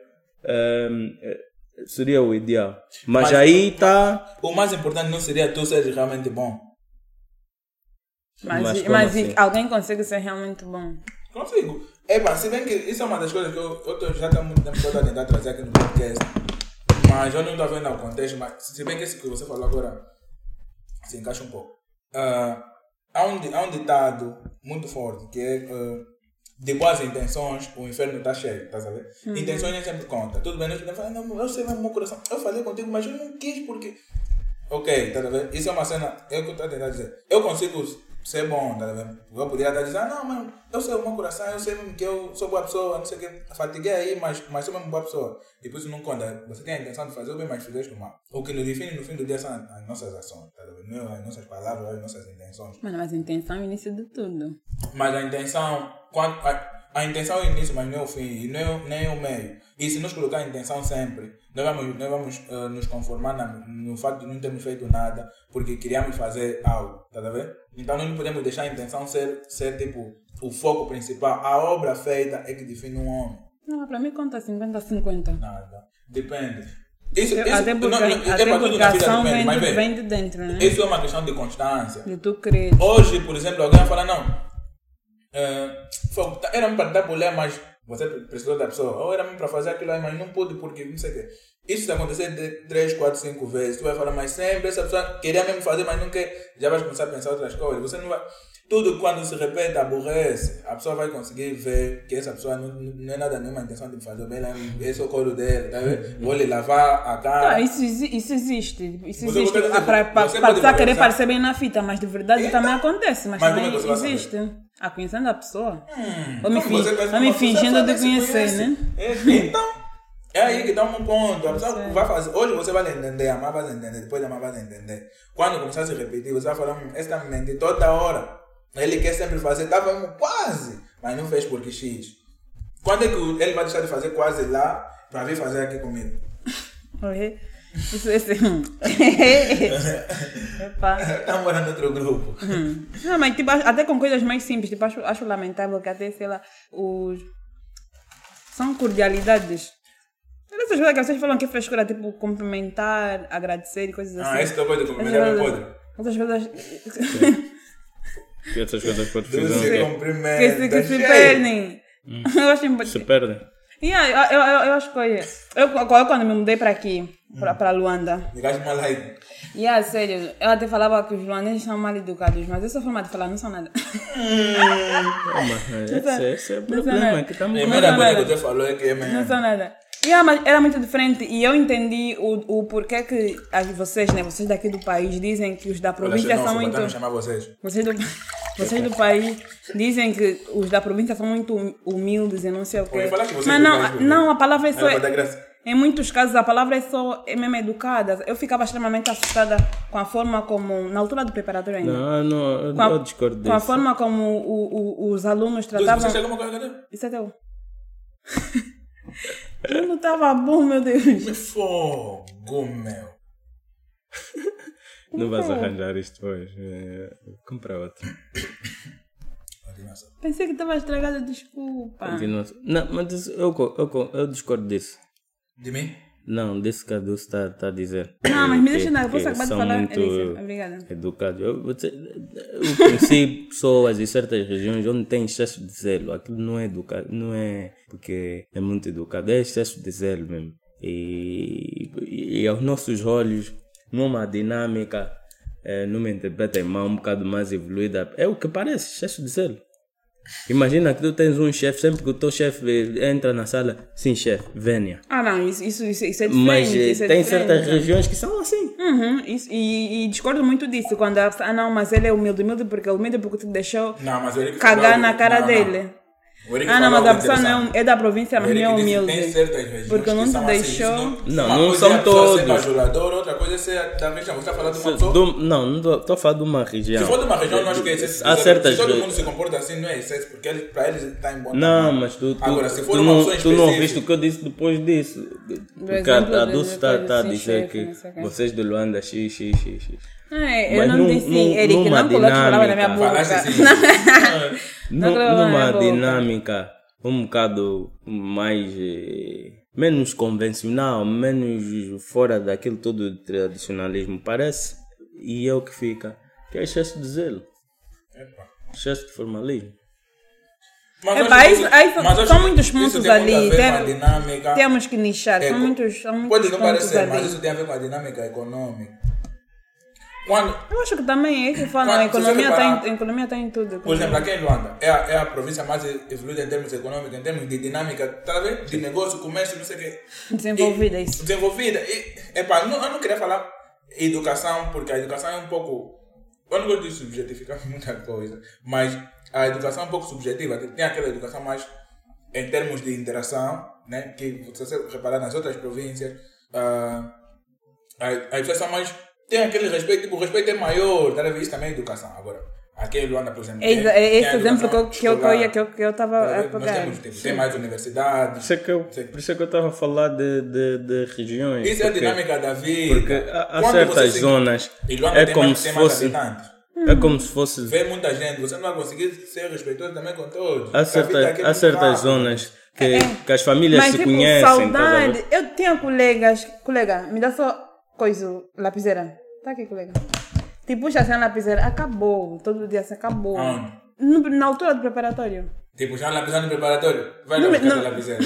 seria o ideal. Mas aí está...
O mais importante não seria tu seres realmente bom.
Mas assim? Alguém consegue ser realmente bom?
Consigo. Se bem que isso é uma das coisas que eu já estou muito tempo a tentar trazer aqui no podcast, mas eu não estou vendo o contexto, mas se bem que isso que você falou agora se encaixa um pouco. Há um ditado muito forte que é de boas intenções o inferno está cheio, estás a ver? Intenções nem sempre conta. Tudo bem, nós podemos falar, não, eu sei mesmo meu coração, eu falei contigo, mas eu não quis porque... Ok, estás a ver? Isso é uma cena, é o que eu estou a tentar dizer. Eu consigo ser bom, tá vendo? Eu poderia estar dizendo, não, mano, eu sei o meu coração, eu sei mesmo que eu sou boa pessoa, não sei o que, fatiguei aí, mas sou mesmo boa pessoa. E por isso não conta, você tem a intenção de fazer o bem, mas fizeste o mal. O que nos define no fim do dia são as nossas ações, tá vendo? Não as nossas palavras, as nossas intenções.
Mas a intenção é o início de tudo.
Mas a intenção, a intenção é o início, mas não é o fim, e nem é o meio. E se nós colocar a intenção sempre, nós vamos nos conformar no fato de não termos feito nada porque queríamos fazer algo, tá a ver? Então nós não podemos deixar a intenção ser tipo o foco principal. A obra feita é que define um homem.
Não, para mim conta 50-50.
Nada, depende.
Até porque a ação vem de dentro, né?
Isso é uma questão de constância.
De tu crer.
Hoje, por exemplo, alguém fala, não, era para dar mulher, mas você precisou da pessoa, ou era para fazer aquilo aí, mas não pude porque não sei o quê. Isso se acontecer de 3, 4, 5 vezes, tu vai falar, mas sempre essa pessoa queria mesmo fazer, mas não quer, já vai começar a pensar outras coisas. Você não vai... Tudo quando se repete, aborrece. A pessoa vai conseguir ver que essa pessoa não é nada, nenhuma intenção de fazer bem, esse é o colo dele, tá vendo? Vou lhe lavar a cara.
Isso existe. Isso existe. Para pessoa querer parecer bem na fita, mas de verdade então, também acontece, mas também existe. Conhecendo a pessoa. Ou me fingindo de conhecer, né?
Então, é aí que dá um ponto. A pessoa vai fazer. Hoje você vai entender, amar vai entender, depois de amar vai entender. Quando começar a se repetir, você vai falar, esse tá me mentindo toda hora. Ele quer sempre fazer, estava quase, mas não fez porque X. Quando é que ele vai deixar de fazer quase lá para vir fazer aqui comigo?
Isso.
Estão morando em outro grupo.
Não, mas tipo, até com coisas mais simples, tipo, acho lamentável que até, sei lá, são cordialidades. Essas coisas que vocês falam que é frescura, tipo, cumprimentar, agradecer e coisas assim.
Esse trabalho de cumprimentar é podre.
Essas coisas...
Que essas coisas podem
fazer.
Que se perdem. Eu acho importante.
Se perdem.
Yeah, eu acho que eu quando me mudei para aqui, para Luanda.
Ligaste mal aí.
Sério, eu até falava que os luandeses são mal educados, mas essa forma de falar não são nada.
Esse é o problema que estamos
com. A primeira coisa que você falou é que é
mesmo. Não são nada. Mas era muito diferente e eu entendi o porquê que vocês daqui do país dizem que os da província são muito...
Não chamar vocês.
Vocês do país dizem que os da província são muito humildes e não sei o quê.
Mas
não, a palavra é só... Em muitos casos a palavra é mesmo educada. Eu ficava extremamente assustada com a forma como... Na altura do preparatório ainda.
Não, eu discordo disso.
Com a forma como os alunos tratavam...
Você chegou uma coisa?
Isso é teu. Não estava bom, meu Deus.
Que fogo, meu.
Não vais arranjar isto hoje. Compra outro.
Pensei que estava estragado, desculpa.
Não, mas eu discordo disso.
De mim?
Não, desse que a Dulce está a dizer.
Não, mas me deixa não, você acabou de falar.
Muito
obrigada.
Educado. Eu conheci pessoas em certas regiões onde tem excesso de zelo. Aquilo não é educado, não é porque é muito educado, é excesso de zelo mesmo. E aos nossos olhos, numa dinâmica, numa interpretação um bocado mais evoluída, é o que parece, excesso de zelo. Imagina que tu tens um chefe, sempre que o teu chefe entra na sala, sim, chefe, venha.
Não, isso é diferente.
Mas tem certas regiões que são assim.
E discordo muito disso, quando não, mas ele é humilde porque te deixou
cagar
na cara dele. Não, mas a pessoa não é da província, mas não é humilde.
Tem certas regiões
porque não te deixou.
Assim,
não são todos.
Outra coisa é ser da região. Você está falando de uma pessoa?
Não estou a falar de uma região.
Se for de uma região, não acho que é excesso.
Há certas
se todo mundo se comporta assim, não é excesso, porque para eles está em bom tamanho.
Não, mas tu não ouviste o que eu disse depois disso. Porque a Dulce está a dizer que vocês de Luanda, x.
Eu não disse, Eric, não coloque palavras na minha boca.
Numa dinâmica um bocado mais menos convencional, menos fora daquele todo de tradicionalismo, parece, e é o que fica, que é excesso de zelo, excesso de formalismo.
Mas são muitos pontos ali, temos que nichar, são muitos
pode não parecer,
ali.
Mas isso tem a ver com a dinâmica econômica.
Eu acho que também é que falam, a economia está em tudo.
Por exemplo, aqui em Luanda, é a província mais evoluída em termos econômicos, em termos de dinâmica, tá vendo? De negócio, comércio, não sei o quê.
Desenvolvida.
Eu não queria falar educação, porque a educação é um pouco... Eu não gosto de subjetificar muita coisa, mas a educação é um pouco subjetiva. Tem aquela educação mais em termos de interação, né? Que se você reparar nas outras províncias, a educação mais... Tem aquele respeito, tipo, o respeito é maior, tá vendo? Isso também é educação. Agora, aqui em Luanda, por exemplo...
Esse exemplo que eu estava a pegar.
Tem mais universidades...
Por isso é que eu estava a falar de regiões.
Isso é a dinâmica da vida.
Porque há certas zonas... É como se fosse... É como se fosse...
Vê muita gente, você não vai conseguir ser respeitoso também com todos.
Há certas zonas que as famílias se
tipo,
conhecem.
Saudade. Eu tinha colegas... Colega, me dá só... lapiseira. Tá aqui, colega. Te puxa assim a lapiseira. Acabou. Todo dia assim, acabou. Na altura do preparatório.
Te puxar a lapiseira no preparatório? Vai lá buscar a lapiseira.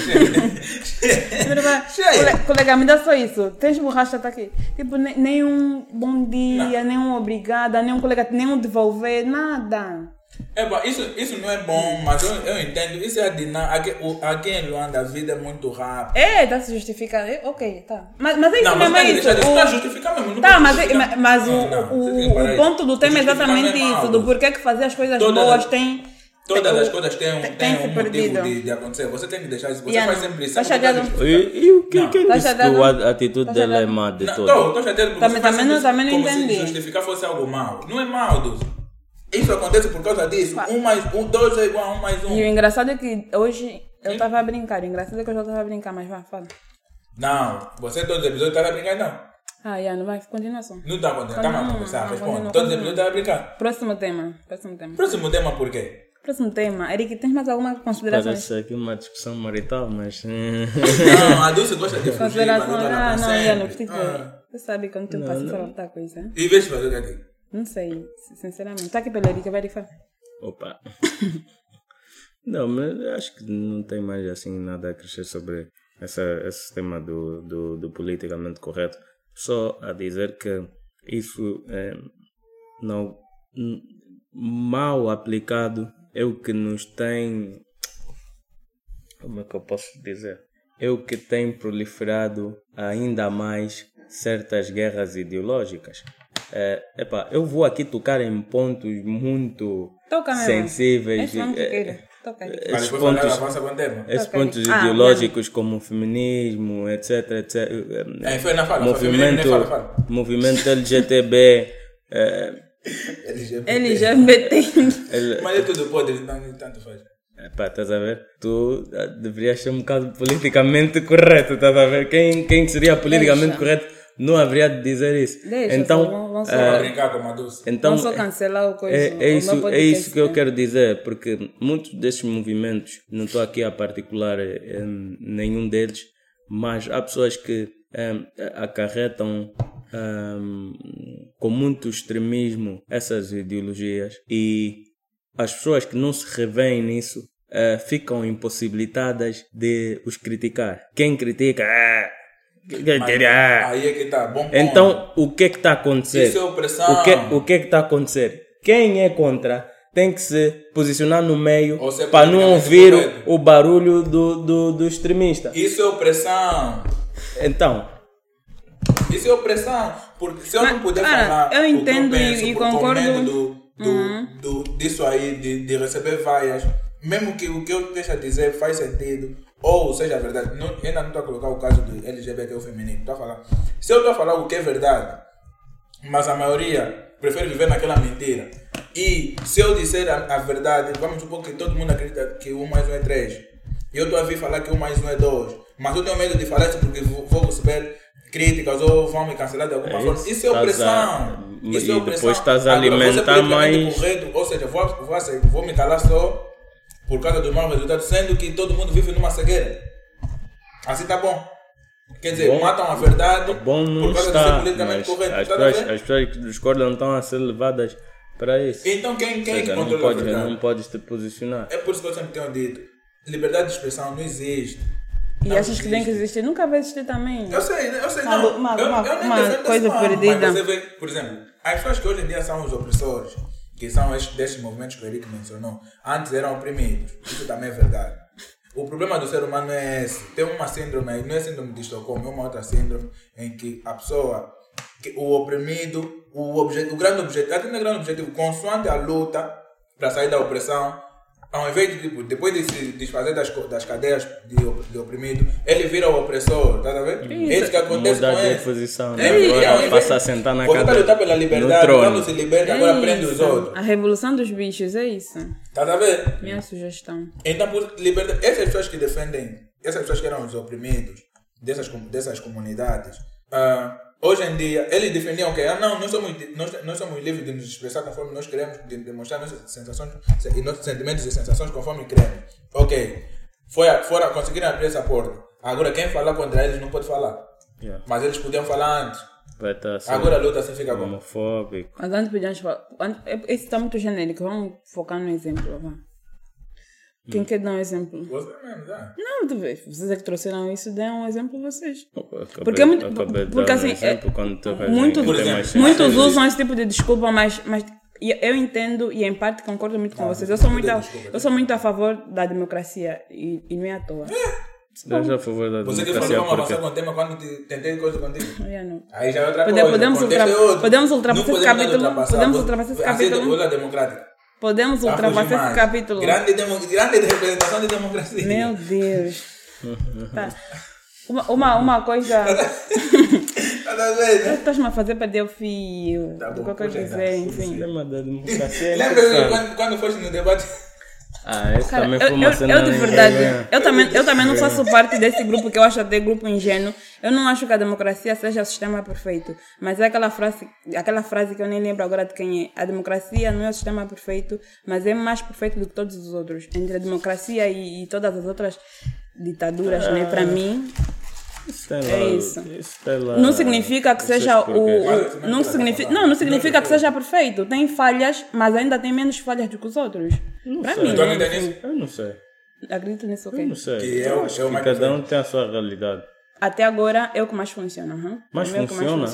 Colega, me dá só isso. Tens borracha, tá aqui. Tipo, nenhum bom dia, nenhum obrigada, nenhum colega, nenhum devolver, nada.
Isso não é bom, mas eu entendo. Isso é a dinâmica. Aqui em Luanda a vida é muito rápida.
Está se justificando. Ok, tá. Mas é isso mesmo.
Está justificando mesmo.
Tá, mas o ponto do tema é exatamente isso. Do porquê que fazer as coisas boas tem...
Todas as coisas têm um motivo de acontecer. Você tem que deixar isso. Você faz sempre isso.
E o que disse que a atitude dela é má de todo?
Estou chateado porque
também não entendi.
Se justificar fosse algo mau. Não é mau, Dulce. Isso acontece por causa disso. 1 mais 1, 2 é igual a 1 mais 1.
E o engraçado é que hoje eu estava a brincar. Mas fala.
Não, você todos os episódios estava a brincar, não.
Não vai, continuação.
Não está a continuar, está mal a começar, responde. Todos os episódios estão a brincar.
Próximo tema.
Próximo tema por quê?
Próximo tema. Eric, tens mais alguma consideração?
Parece aqui uma discussão marital, mas...
Não, a Dulce gosta de fugir.
Consideração, não precisa. Você sabe quando tu passa a outra coisa.
E vês fazer o que aqui?
Não sei, sinceramente. Está aqui pelo Eric, vai falar.
Opa. Não, mas acho que não tem mais assim nada a acrescentar sobre esse tema do politicamente correto. Só a dizer que isso não mal aplicado é o que nos tem, como é que eu posso dizer? É o que tem proliferado ainda mais certas guerras ideológicas. Eu vou aqui tocar em pontos muito sensíveis. Esses pontos ideológicos como o feminismo, etc. Movimento LGTB.
LGBT.
Mas é tudo podre, então tanto faz.
Estás a ver? Tu deverias ser um bocado politicamente correto, estás a ver? Quem seria politicamente correto não haveria de dizer isso.
Vamos só
brincar com a Dulce.
Vamos só cancelar o coisa.
É isso que eu quero dizer, porque muitos desses movimentos, não estou aqui a particular nenhum deles, mas há pessoas que acarretam com muito extremismo essas ideologias, e as pessoas que não se revêem nisso ficam impossibilitadas de os criticar. Quem critica
aí é que está bom.
Então o que é que está a acontecer?
Isso é opressão.
O que é que está a acontecer? Quem é contra tem que se posicionar no meio para não ouvir o barulho do extremista.
Isso é opressão.
Então
isso é opressão, porque se eu não puder falar,
eu entendo e concordo
disso aí, de receber vaias, mesmo que o que eu esteja a dizer faz sentido, ou seja verdade, ainda não estou a colocar o caso do LGBT ou feminino, estou a falar. Se eu estou a falar o que é verdade, mas a maioria prefere viver naquela mentira, e se eu disser a verdade, vamos supor que todo mundo acredita que 1 mais 1 é 3, e eu estou a vir falar que 1 mais 1 é 2, mas eu tenho medo de falar isso porque vou receber críticas ou vão me cancelar de alguma forma. Isso é opressão. Isso é opressão.
Depois estás a alimentar mais.
Correto, ou seja, vou me calar só por causa dos maus resultados, sendo que todo mundo vive numa cegueira. Assim tá bom. Quer dizer, matam a verdade
por causa de ser politicamente correto. As pessoas que discordam não estão a ser levadas para isso.
Então quem controla a verdade?
Não podes te posicionar.
É por isso que eu sempre tenho dito, liberdade de expressão não existe.
E achas que tem que existir? Nunca vai existir também.
Eu sei, não.
Uma coisa perdida.
Mas você vê, por exemplo, as pessoas que hoje em dia são os opressores, que são destes movimentos que o Eric mencionou, antes eram oprimidos. Isso também é verdade. O problema do ser humano é esse. Tem uma síndrome, não é síndrome de Estocolmo, é uma outra síndrome em que a pessoa, o oprimido, o grande objetivo, até não é grande objetivo, consoante a luta para sair da opressão, ao invés de, depois de se desfazer das cadeias de oprimido, ele vira o opressor, tá a ver? É isso que acontece com ele.
Muda de posição, né? Agora passa a sentar na cadeira.
Você lutar pela liberdade, quando se liberta, agora prende os outros.
A revolução dos bichos, é isso.
Tá a ver?
Minha sugestão.
Então, por liberdade, essas pessoas que defendem, essas pessoas que eram os oprimidos dessas comunidades, hoje em dia, eles defendiam que nós somos livres de nos expressar conforme nós queremos, de demonstrar nossas sensações e nossos sentimentos e sensações conforme queremos. Ok, conseguiram abrir essa porta. Agora, quem falar contra eles não pode falar. Yeah. Mas eles podiam falar antes. Agora a luta assim fica como
homofóbico.
Mas antes podíamos falar. Esse está muito genérico, vamos focar no exemplo. Quem quer dar um exemplo?
Você mesmo, já.
Não, tu vês, vocês é que trouxeram isso, dêem um exemplo vocês. Porque é muito. Porque assim, muitos usam esse tipo de desculpa, mas eu entendo e em parte concordo muito com vocês. Eu sou muito a favor da democracia e não é à toa.
Eu sou a favor da
democracia. Você que falou como avançar com o tema quando tentei coisa contigo?
Aí
já é outra coisa.
Podemos ultrapassar esse capítulo. Podemos ultrapassar esse capítulo. Podemos ultrapassar esse capítulo.
Grande representação de democracia.
Meu Deus. Tá. Uma coisa. Estás-me a fazer perder o fio.
Tá bom,
do que eu quero dizer, enfim.
O sistema da democracia é
lembra quando foste no debate?
Esse também foi uma cena.
Eu de verdade, eu também não faço parte desse grupo que eu acho até grupo ingênuo. Eu não acho que a democracia seja o sistema perfeito. Mas é aquela frase que eu nem lembro agora de quem é. A democracia não é o sistema perfeito, mas é mais perfeito do que todos os outros. Entre a democracia e todas as outras ditaduras, né? Para mim, isso. Não significa que seja não significa que seja perfeito. Tem falhas, mas ainda tem menos falhas do que os outros. Para mim.
Eu não sei.
Acredito nisso, ok?
Eu não sei. Que cada um tem a sua realidade.
Até agora é o que mais funciona.
Mais funciona?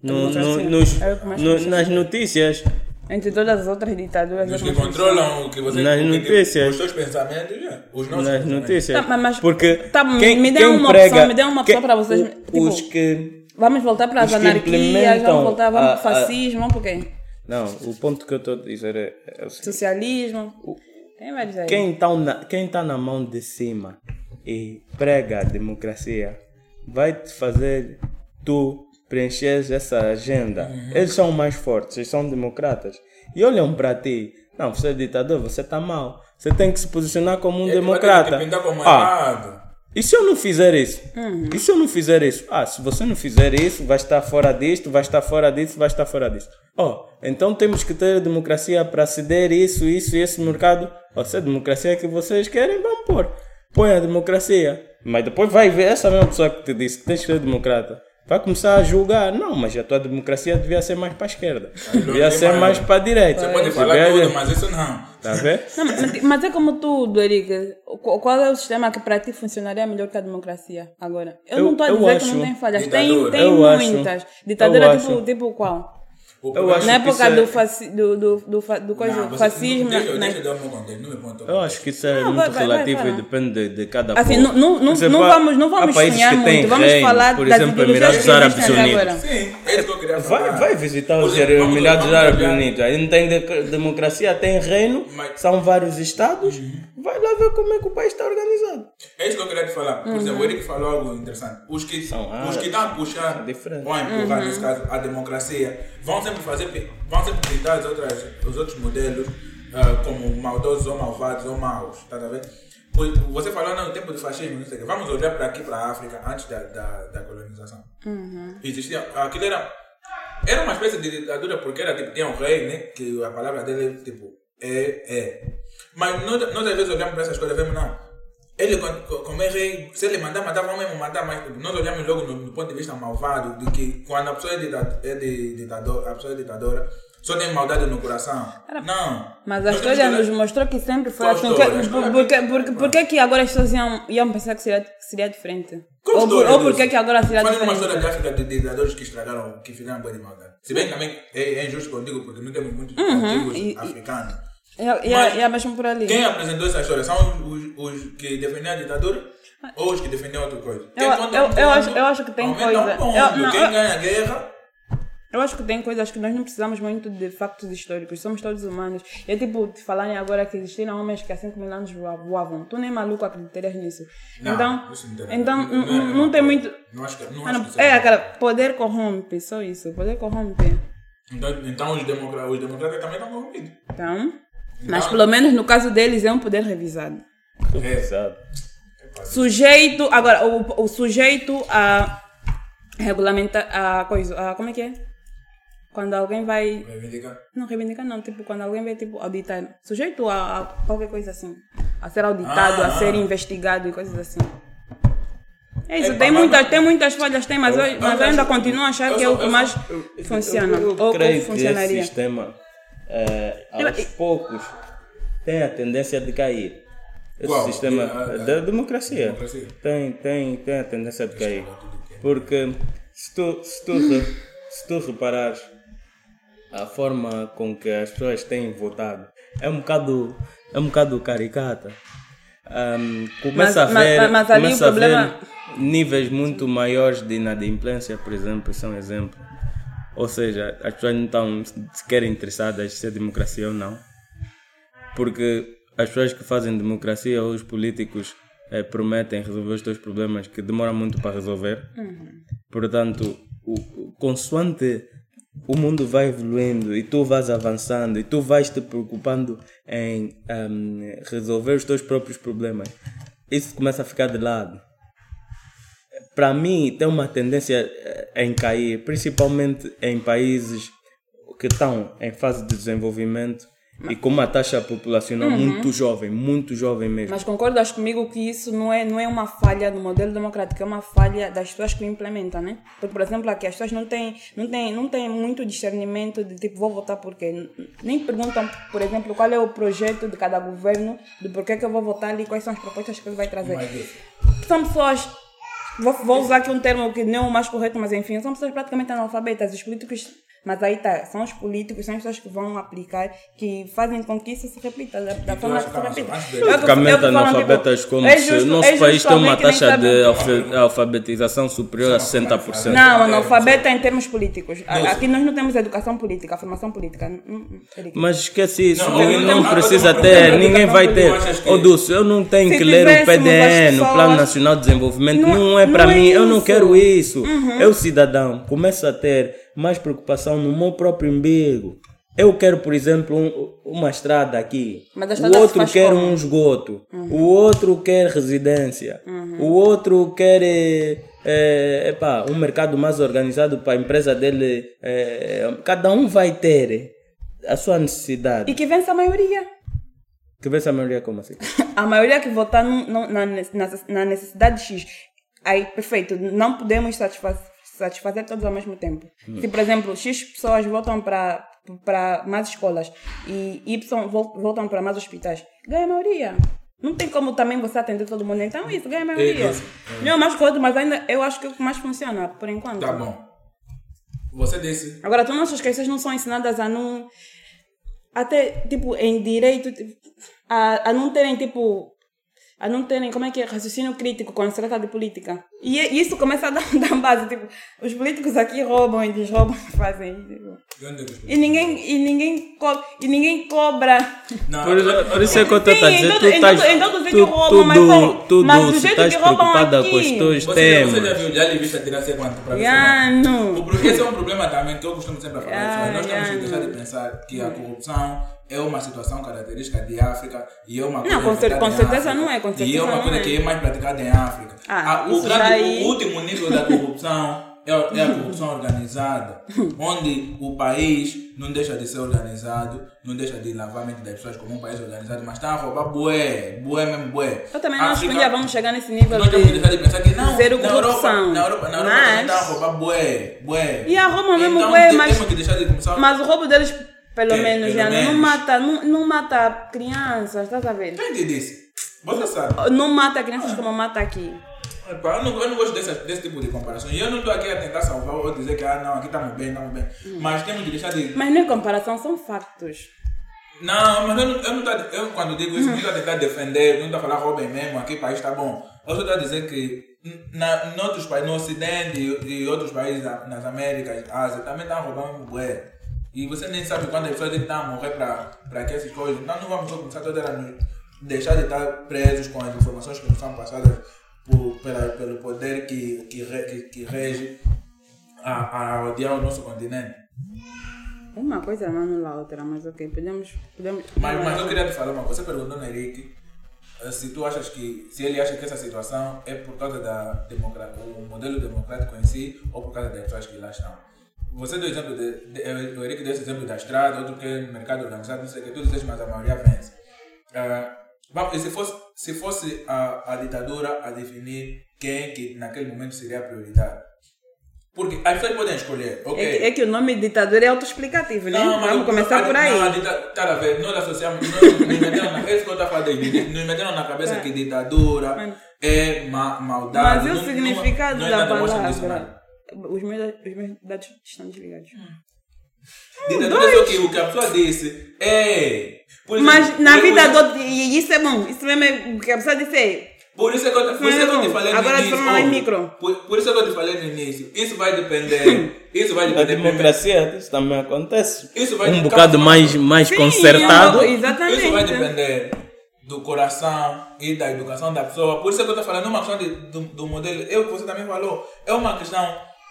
Nas notícias.
Entre todas as outras ditaduras.
Os que controlam o que você...
Nas notícias.
Os seus pensamentos, os nossos
nas notícias.
Mas
porque
me dê uma opção para vocês.
Os que...
Vamos voltar para as anarquias, vamos para o fascismo, vamos por quê?
Não, o ponto que eu estou a dizer é o seguinte.
Socialismo. Quem vai dizer?
Quem está na mão de cima e prega a democracia vai te fazer tu preencher essa agenda. Eles são mais fortes, eles são democratas. E olham para ti. Não, você é ditador, você está mal. Você tem que se posicionar como um democrata. E se eu não fizer isso? E se eu não fizer isso? Se você não fizer isso, vai estar fora disto, vai estar fora disso, vai estar fora disso. Então temos que ter democracia para ceder isso e esse mercado. Se é a democracia que vocês querem, vamos pôr. Põe a democracia. Mas depois vai ver essa mesma pessoa que te disse que tens que ser democrata. Vai começar a julgar. Não, mas a tua democracia devia ser mais para a esquerda. Devia ser mais para a direita.
Você pode falar tudo, mas isso não.
Tá vendo?
Mas é como tudo, Eric. Qual é o sistema que para ti funcionaria melhor que a democracia agora? Eu não estou a dizer que não tem falhas. Tem muitas. Ditadura tipo qual? Na época do fascismo.
Deixa eu dar o meu contexto, não me ponto.
Eu acho que isso é muito relativo e depende de cada
assim,
povo.
Não vamos sonhar muito, vamos falar
por exemplo, Emirados Árabes Unidos.
Sim, é isso que eu queria falar.
Vai visitar os Emirados Árabes Unidos. Aí não tem democracia, tem reino, são vários estados. Vai lá ver como é que o país está organizado.
É isso que eu queria te falar. Por exemplo, o Eric falou algo interessante. Os que estão a puxar, ou a empurrar, nesse caso, a democracia, vão sempre pintar os outros modelos como maldosos ou malvados ou maus. Tá a ver? Você falou no tempo do fascismo, não sei o que. Vamos olhar para aqui, para a África, antes da colonização. Existia, aquilo era uma espécie de ditadura, porque era tipo, tinha um rei, né? Que a palavra dele tipo, Mas nós às vezes olhamos para essas coisas e vemos, não. Ele, como é rei, se ele matar, vamos mesmo matar, mas nós olhamos logo no ponto de vista malvado, de que quando a pessoa a pessoa é ditadora, só tem maldade no coração. Não.
Mas a história nos mostrou que sempre foi assim. Por que agora as pessoas iam pensar que seria diferente? Ou por que agora seria diferente?
Faz uma história de África de ditadores que estragaram, que fizeram boa de maldade. Se bem que também é injusto contigo, porque não temos muitos antigos africanos.
É mesmo por ali.
Quem apresentou essa história? São os que defendiam a ditadura ou os que defendiam outra coisa?
Eu acho que tem coisa.
Quem ganha a guerra?
Eu acho que tem coisas que nós não precisamos muito de factos históricos. Somos todos humanos. É tipo, te falarem agora que existiram homens que há 5 mil anos voavam. Tu nem maluco acreditarias nisso. Então não tem muito...
Não acho que
cara, poder corrompe. Só isso. Poder corrompe.
Então os democratas também estão corrompidos.
Mas pelo menos no caso deles é um poder revisado.
Revisado.
Sujeito... Agora, o sujeito a regulamentar a coisa... como é que é? Quando alguém vai...
Reivindicar?
Não, reivindicar não. Tipo, quando alguém vai tipo, auditar. Sujeito a qualquer coisa assim. A ser auditado, a ser investigado e coisas assim. É isso. Tem muitas falhas, mas eu ainda continuo a achar que é o que mais funciona.
Eu creio que esse sistema, aos poucos, tem a tendência de cair. Esse sistema da democracia tem a tendência de cair. Porque se tu reparares a forma com que as pessoas têm votado, é um bocado caricata. Começa a ver níveis muito maiores de inadimplência, por exemplo, isso é um exemplo. Ou seja, as pessoas não estão sequer interessadas se é democracia ou não. Porque as pessoas que fazem democracia ou os políticos prometem resolver os teus problemas que demoram muito para resolver. Portanto, consoante o mundo vai evoluindo e tu vais avançando e tu vais te preocupando em resolver os teus próprios problemas, isso começa a ficar de lado. Para mim, tem uma tendência em cair, principalmente em países que estão em fase de desenvolvimento e com uma taxa populacional muito jovem mesmo.
Mas concordas comigo que isso não é uma falha do modelo democrático, é uma falha das pessoas que o implementam, né? Porque, por exemplo, aqui as pessoas não têm muito discernimento de tipo, vou votar por quê? Nem perguntam, por exemplo, qual é o projeto de cada governo, de porquê que eu vou votar ali, quais são as propostas que ele vai trazer. São pessoas, vou usar aqui um termo que não é o mais correto, mas enfim, são pessoas praticamente analfabetas. Os políticos... Mas aí tá, são os políticos, são as pessoas que vão aplicar, que fazem com que isso se repita, da forma que se repita.
Praticamente analfabetas, como se o nosso país tem uma taxa de alfabetização superior a 60%.
Não, analfabeta em termos políticos. Aqui nós não temos educação política, formação política.
Mas esquece isso, não precisa ter, ninguém vai ter. Dulce, eu não tenho que ler o PDN, o Plano Nacional de Desenvolvimento, não é para mim, eu não quero isso. Eu, cidadão, começo a ter mais preocupação no meu próprio umbigo. Eu quero, por exemplo, uma estrada aqui. O outro quer um esgoto. O outro quer residência. O outro quer um mercado mais organizado para a empresa dele. Cada um vai ter a sua necessidade.
E que vence a maioria.
Que vence a maioria como assim?
A maioria que votar na necessidade X. Aí, perfeito. Não podemos satisfazer todos ao mesmo tempo. Se, por exemplo, X pessoas voltam para mais escolas e Y voltam para mais hospitais, ganha a maioria. Não tem como também você atender todo mundo. Então, isso, ganha a maioria. Não é o mais correto, mas ainda eu acho que é o que mais funciona, por enquanto.
Tá bom. Você disse...
Agora, tu não achas que essas não são ensinadas a não... Até, tipo, em direito, a não terem, tipo... A não terem, raciocínio crítico quando se trata de política. E isso começa a dar base, tipo, os políticos aqui roubam e desroubam e fazem. Tipo. E ninguém cobra.
Não, por isso é que eu estou a dizer, tu estás preocupada com os teus temas.
Você já lhe viste tirar quanto para
não.
Porque esse é um problema também que eu costumo sempre falar. Nós temos que deixar de pensar que a corrupção é uma situação característica de África e é uma coisa
com certeza não é.
E é uma coisa que é mais praticada em África. O último nível da corrupção é a corrupção organizada, onde o país não deixa de ser organizado, não deixa de lavar a mente das pessoas como um país organizado, mas está a roubar bué.
Eu também não acho que já vamos chegar nesse nível
nós temos que deixar de pensar que não,
zero corrupção.
Na Europa também está a roubar bué.
E a rouba mesmo
então,
bué, mas o roubo deles... Pelo menos, não mata crianças, estás a ver?
Quem te disse? Você sabe.
Não mata crianças como mata aqui.
Eu não gosto desse tipo de comparação. E eu não estou aqui a tentar salvar ou dizer que aqui estamos bem. Mas temos de deixar de...
Mas não é comparação, são factos.
Não, mas eu quando digo isso, não estou a tentar defender, não estou a falar roubem mesmo, aqui o país está bom. Eu só estou a dizer que em outros países, no Ocidente e outros países nas Américas, Ásia, também estão roubando bué. E você nem sabe quando as pessoas estão a morrer para que essas coisas. Então não vamos começar toda a deixar de estar presos com as informações que nos são passadas pelo poder que rege a odiar o nosso continente.
Uma coisa não anula a outra, mas ok, podemos...
Mas eu queria te falar uma coisa. Você perguntou no Henrique se ele acha que essa situação é por causa do modelo democrático em si ou por causa das pessoas que lá estão. Você deu exemplo o Henrique deu esse exemplo da estrada, outro que é no mercado organizado, não sei o que, tu dizes, mas a maioria vence. E se fosse a ditadura a definir quem que naquele momento seria a prioridade? Porque as pessoas podem escolher, ok?
É que o nome ditadura é autoexplicativo, né? Vamos começar por aí.
Tá a ver, nós associamos, nos meteram na cabeça que eu estava falando, nos meteram na cabeça que ditadura é maldade.
Mas e o significado da palavra? Os meus dados estão desligados.
Ditadura é só o que a pessoa disse.
Mas na vida do outro, e isso é bom. Isso mesmo é o que a pessoa disse.
Por isso é que eu te falei no início.
Agora de forma mais micro.
Por isso é que eu te falei no início. Isso vai depender.
Na democracia isso também acontece.
Isso vai
um bocado mais consertado.
Exatamente.
Isso vai depender do coração e da educação da pessoa. Por isso é que eu estou falando uma questão do modelo. É o que você também falou. É uma questão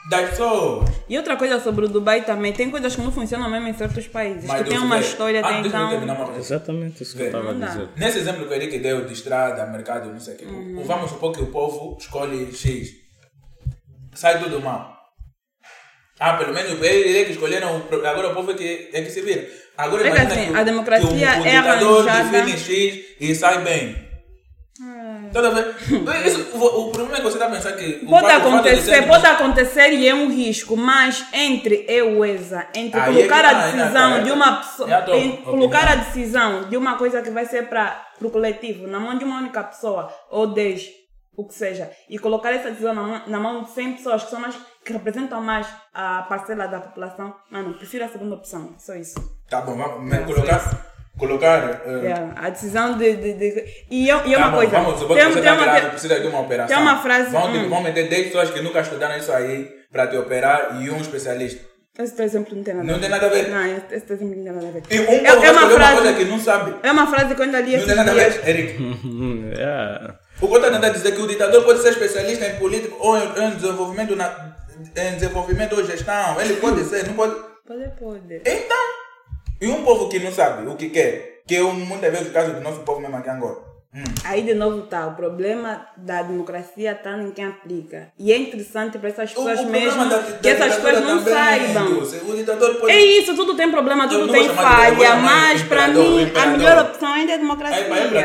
das pessoas.
E outra coisa sobre o Dubai também, tem coisas que não funcionam mesmo em certos países.
Mas
que tem uma história até então.
Exatamente isso que eu estava a dizer.
Nesse exemplo que o Eric deu de estrada, mercado, não sei o quê, vamos supor que o povo escolhe X. Sai tudo mal. Pelo menos ele que escolheram, agora o povo é que se vira. Agora imagina
assim,
que
a democracia
que o
é
ditador
arranjada.
define X e sai bem. Toda vez. O problema é que você está pensando que
pode acontecer e é um risco, mas entre colocar a decisão de uma pessoa, colocar a decisão de uma coisa que vai ser para o coletivo na mão de uma única pessoa ou 10, o que seja, e colocar essa decisão na mão de 100 pessoas que representam mais a parcela da população, mano, prefiro a segunda opção, só isso.
Tá bom, vamos colocar
a decisão de e é uma coisa.
Vamos supor que você está grave, precisa de uma operação.
Tem uma frase.
Vamos meter 10 pessoas que nunca estudaram isso aí para te operar e um especialista.
Esse exemplo não tem nada a ver.
Não tem nada a ver?
Não, esse exemplo não tem nada a ver.
E uma coisa que não sabe.
É uma frase que eu ainda li
Não tem nada a ver, Eric. O que eu estou tentando dizer é que o ditador pode ser especialista em política ou em desenvolvimento ou gestão. Ele pode ser, não pode?
Pode.
Então, e um povo que não sabe o que quer, que é muitas vezes o caso do nosso povo mesmo aqui em Angola.
Aí de novo está, o problema da democracia está em quem aplica. E é interessante para essas pessoas mesmo que essas pessoas não saibam.
É
isso, tudo tem problema, tudo tem falha, mas para mim a melhor opção ainda é a democracia.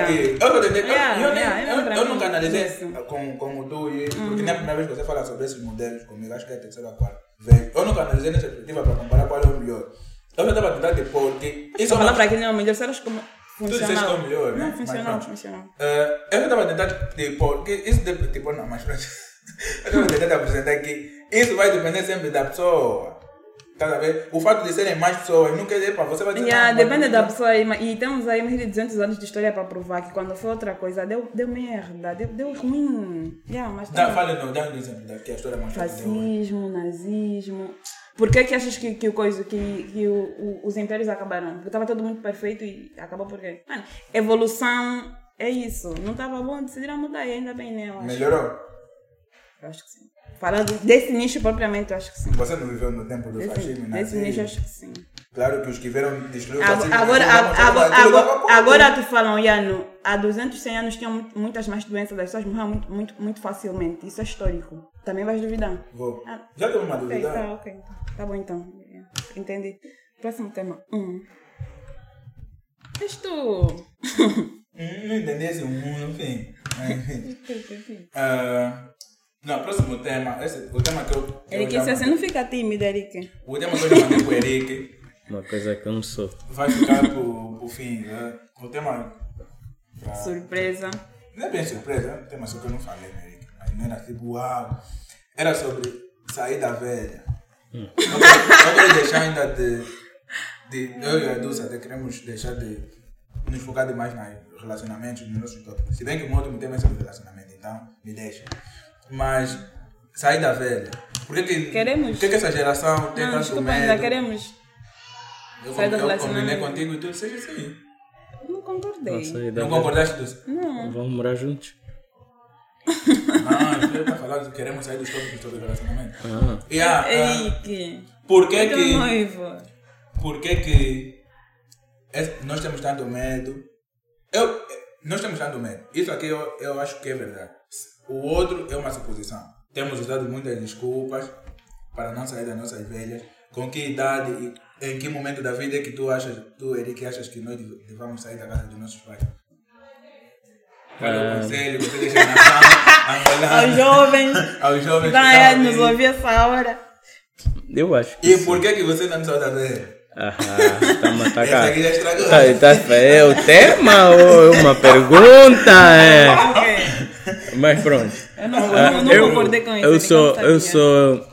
Eu nunca analisei como tu, porque não é a primeira vez que você fala sobre esses modelos comigo, acho que é a terceira ou a quarta vez. Eu nunca analisei nessa perspectiva para comparar qual é o melhor. Eu já estava a tentar depor que...
Isso falar para quem não é o melhor, será que
tudo disseste que é o melhor, né?
Não, funcionou.
Eu já estava a tentar depor, que isso depor não, mas... Eu estava a tentar apresentar que isso vai depender sempre da pessoa. Tá a ver? O fato de serem mais pessoas não quer dizer para você vai dizer...
depende da pessoa e temos aí mais de 200 anos de história para provar que quando foi outra coisa deu merda, deu ruim.
Fale não, dá um exemplo que a história mais
fascismo, nazismo... Por que achas que os impérios acabaram? Porque estava tudo muito perfeito e acabou por quê? Mano, evolução é isso. Não estava bom, decidiram mudar e ainda bem, né?
Melhorou?
Eu acho que sim. Falando desse nicho propriamente, eu acho que sim.
Você não viveu no tempo do fascismo, né?
Desse nicho, eu acho que sim.
Claro que os que viram destruir o fascismo...
Agora te falam, Iano, há 200, 100 anos tinham muitas mais doenças, as pessoas morreram muito facilmente. Isso é histórico. Também vais duvidar?
Vou. Já teve uma dúvida?
Ok. Tá bom então. Entendi. Próximo tema. És tu.
Não entendi esse enfim. Não, próximo tema. O tema que eu...
Eric, você não fica tímido, Eric.
O tema que eu já mandei para o Eric...
Uma coisa que eu não sou.
Vai ficar pro fim. O tema...
Surpresa.
Não é bem surpresa, é um tema só que eu não falei, né, Eric? Mas não era tipo, uau. Era sobre sair da velha. Eu quero deixar ainda de eu e a Dulce até queremos deixar de nos focar demais nos relacionamentos, nos nossos tópicos. Se bem que o meu último tema é sobre relacionamento, então me deixa. Mas sair da velha. Por que essa geração tem tanto medo?
Ainda queremos sair do relacionamento.
Eu combinei contigo e tu disseste assim.
Não concordei.
Não concordaste, Dulce?
Não.
Vamos morar juntos.
Não, eu estou falando que queremos sair dos tópicos do relacionamento.
Henrique.
Por que nós temos tanto medo? Nós temos tanto medo. Isso aqui eu acho que é verdade. O outro é uma suposição. Temos usado muitas desculpas para não sair das nossas velhas. Com que idade e em que momento da vida é que tu, Eric, achas que nós devamos sair da casa dos nossos pais? Qual é o conselho que você deixa na sala? Aos jovens
que nos ouvir essa hora.
Eu acho que
e por que você não saiu da velha?
Está a matar
essa aqui já estragou.
É o tema ou uma pergunta? Mas pronto.
Eu não concordei com isso.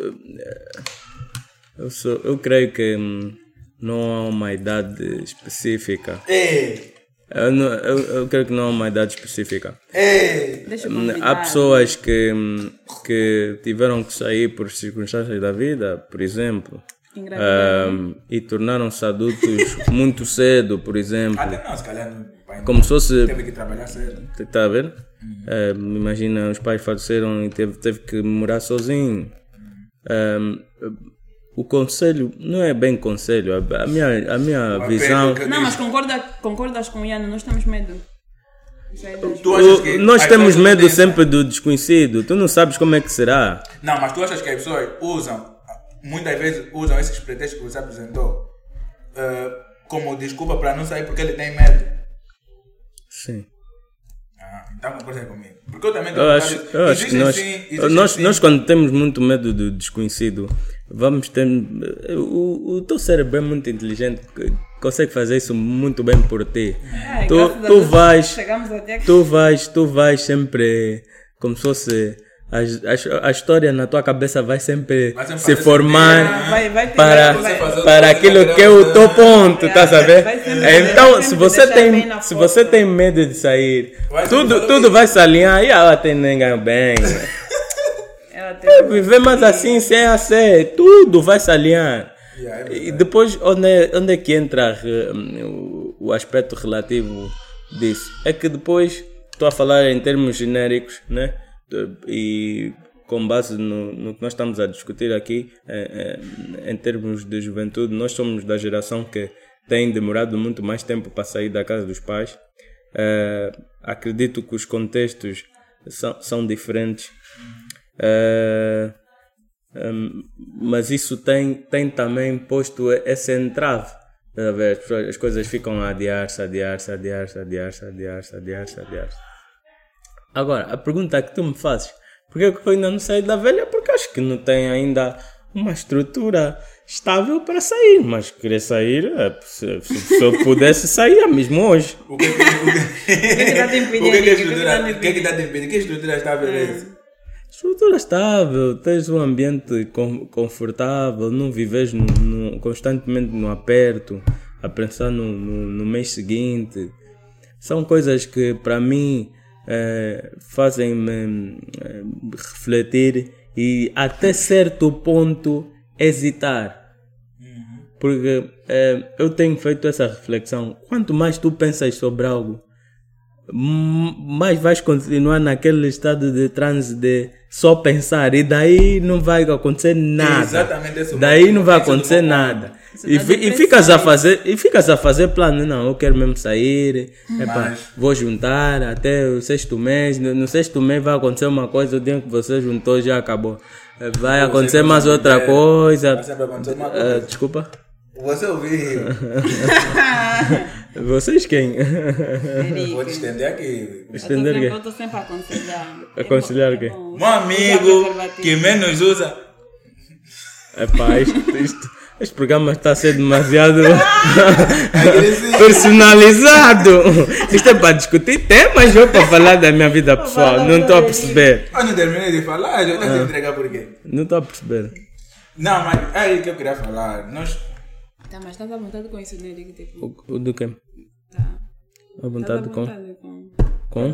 Eu creio que não há uma idade específica. Eu creio que não há uma idade específica. Há pessoas que tiveram que sair por circunstâncias da vida, por exemplo, e tornaram-se adultos muito cedo, por exemplo.
Até não, se calhar
como se fosse...
Teve que trabalhar cedo.
Está a ver? Imagina, os pais faleceram e teve que morar sozinho. o conselho não é bem conselho, a minha visão...
Não, mas concordas com o Ian, nós temos medo.
Nós temos medo sempre do desconhecido, tu não sabes como é que será.
Não, mas tu achas que as pessoas muitas vezes usam esses pretextos que você apresentou como desculpa para não sair porque ele tem medo?
Sim.
Então concorda comigo. Porque eu também
eu acho que nós quando temos muito medo do desconhecido, vamos ter... O teu cérebro é muito inteligente, consegue fazer isso muito bem por ti. Tu vais sempre como se fosse... A história na tua cabeça vai sempre se formar para aquilo que é o teu ponto, tá sabendo? Então, se você tem medo de sair, tudo vai se alinhar e ela tem ninguém bem. Viver mais assim, sem a ser, tudo vai se alinhar. E depois, onde é que entra o aspecto relativo disso? É que depois, estou a falar em termos genéricos, né? E com base no que nós estamos a discutir aqui, em termos de juventude, nós somos da geração que tem demorado muito mais tempo para sair da casa dos pais. Acredito que os contextos são diferentes, mas isso tem também posto essa entrave. As coisas ficam a adiar-se. Agora, a pergunta que tu me fazes, porque eu ainda não saí da velha? Porque acho que não tem ainda uma estrutura estável para sair, mas querer sair, se eu pudesse sair mesmo hoje.
O que está te impedindo? Que estrutura estável é essa?
Estrutura estável, tens um ambiente confortável, não vives constantemente no aperto, a pensar no mês seguinte. São coisas que para mim fazem-me refletir e até certo ponto hesitar. Porque eu tenho feito essa reflexão. Quanto mais tu pensas sobre algo, mais vais continuar naquele estado de transe de só pensar, e daí não vai acontecer nada.
Exatamente.
Daí não vai acontecer nada. E ficas a fazer plano. Não, eu quero mesmo sair, vou juntar até o 6º mês. No 6º mês vai acontecer uma coisa, o dia que você juntou já acabou. Vai acontecer mais outra coisa. Desculpa.
Você ouviu?
Vocês quem?
Vou te estender aqui.
Estender o quê?
Eu estou sempre a aconselhar.
Aconselhar o quê?
Um amigo que menos usa.
Este programa está a ser demasiado personalizado. Isto é para discutir temas ou para falar da minha vida pessoal? Não estou a perceber.
Eu não terminei de falar, já tenho que entregar por quê?
Não estou a perceber.
Não, mas é aí que eu queria falar.
Tá, mas estás à vontade com isso, né?
O do quê?
Tá.
À vontade com?
Com?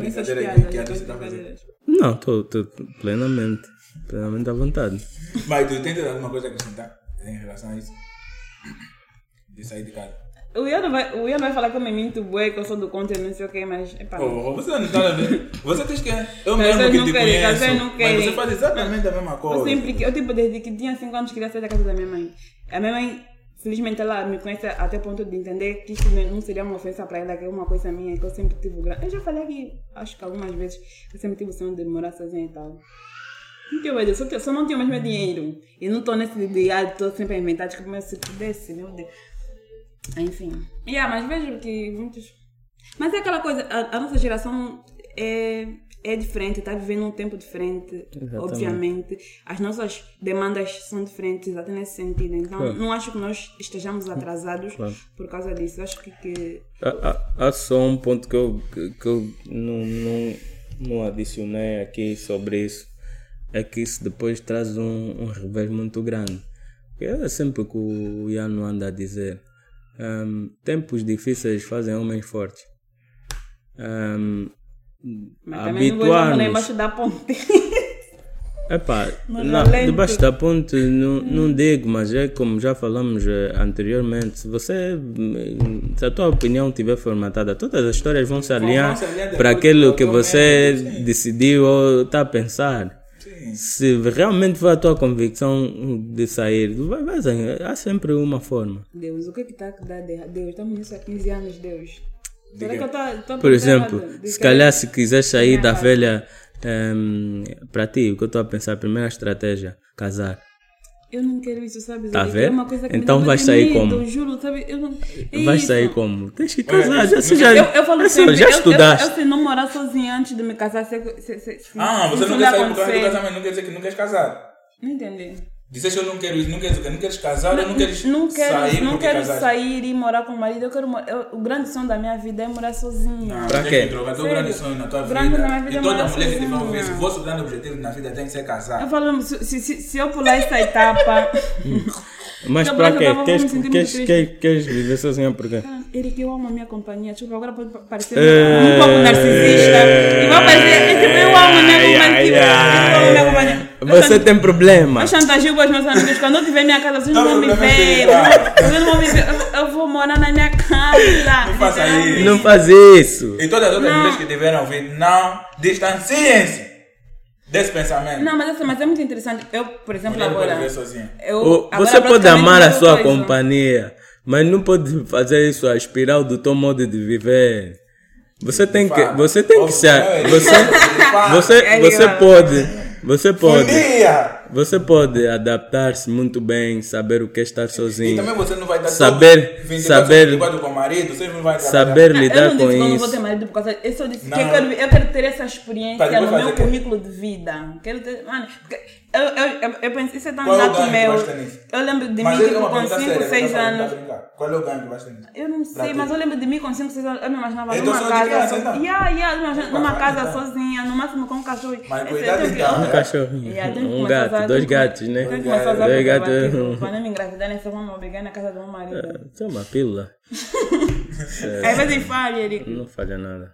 Não, estou plenamente à vontade.
Mas tu tens alguma coisa a acrescentar em relação a isso? De sair de casa?
O Ian vai falar que eu me minto bué, que eu sou do contra, não sei o que, mas...
você não está a ver. Você diz que eu mesmo que te conheço, mas você faz exatamente a mesma coisa.
Desde que tinha 5 anos, queria sair da casa da minha mãe. A minha mãe, felizmente, ela me conhece até o ponto de entender que isso não seria uma ofensa para ela, que é uma coisa minha, que eu sempre tive... Eu já falei aqui, acho que algumas vezes, eu sempre tive o sonho de morar sozinha e tal. Não tinha medo, só não tinha mais meu dinheiro. E não estou nesse ideal, estou sempre a inventar, que como se pudesse, meu Deus. Enfim. Mas vejo que muitos... Mas é aquela coisa, a nossa geração é diferente, está vivendo um tempo diferente. Exatamente. Obviamente. As nossas demandas são diferentes, até nesse sentido. Então, não acho que nós estejamos atrasados por causa disso. Acho que...
Há só um ponto que eu não adicionei aqui sobre isso. É que isso depois traz um revés muito grande. É sempre o que o Ian anda a dizer. Tempos difíceis fazem homens fortes.
Mas também não vou nem embaixo da ponte.
Debaixo da ponte não digo, mas é como já falamos anteriormente. Se a tua opinião estiver formatada, todas as histórias vão se alinhar para aquilo que você decidiu ou está a pensar. Se realmente for a tua convicção de sair, há sempre uma forma.
Deus, o que está a dar de errado? Deus, estamos nisso há 15 anos, Deus. Será que eu estou
por exemplo, se calhar se quiser sair da velha, para ti, o que eu estou a pensar, a primeira estratégia, casar.
Eu não quero isso, sabe?
Tá vendo?
É uma coisa que
então vais sair como?
Eu juro, sabe? Eu não...
Vais sair como? Tens que casar.
Eu falo sempre,
já estudaste.
Eu se não morar sozinha antes de me casar,
você não quer sair por causa do casamento, não quer dizer que não queres casar.
Não entendi.
Disseste eu não quero isso, não queres casar ou não queres sair?
Não quero sair e morar com o marido. Eu quero o grande sonho da minha vida é morar sozinha.
Pra quê?
O grande sonho na tua vida. E toda mulher que tiver ouvir, o vosso grande objetivo na vida tem que ser casar.
Eu falo, se eu pular essa etapa.
Mas pra quê? Queres viver sozinha por quê?
Eric, eu amo a minha companhia. Tipo, agora pode parecer um pouco narcisista. E vai parecer, eu amo a minha companhia.
Você tem problema.
Eu chantageio com os meus amigos. Quando eu tiver minha casa, vocês não vão me ver. Vocês não vão me ver. Eu vou morar na minha casa.
Não faça isso.
Não faz isso.
E todas as outras mulheres que tiveram ouvir, não distanciem-se desse pensamento.
Não, mas é muito interessante. Eu, por exemplo, agora...
Você pode amar a sua companhia, mas não pode fazer isso a espiral do teu modo de viver. Você tem que ser... Você pode adaptar-se muito bem, saber o que é estar sozinho.
E também você não vai estar
saber
com o marido, você não vai
saber lidar com isso.
Eu não vou ter marido por causa disso. Eu disse que eu quero ter essa experiência no meu currículo de vida. Quero ter, mano, eu pensei, isso é tão nato meu. Eu lembro de mim tipo, com 5, 6 anos.
Qual é o ganho que vais ter?
Eu não sei, mas eu lembro de mim com 5, 6 anos. Eu me imaginava numa casa. Numa casa sozinha, no máximo com um cachorro.
Mas cuidado então.
Um cachorrinho. Um gato, 2 gatos, né?
Tem que começar a usar 2 gatos. Para não me engravidar, nem só vamos me obrigar na casa do meu marido.
Isso é uma pílula.
Aí vai dizer falha, Eric.
Não falha nada.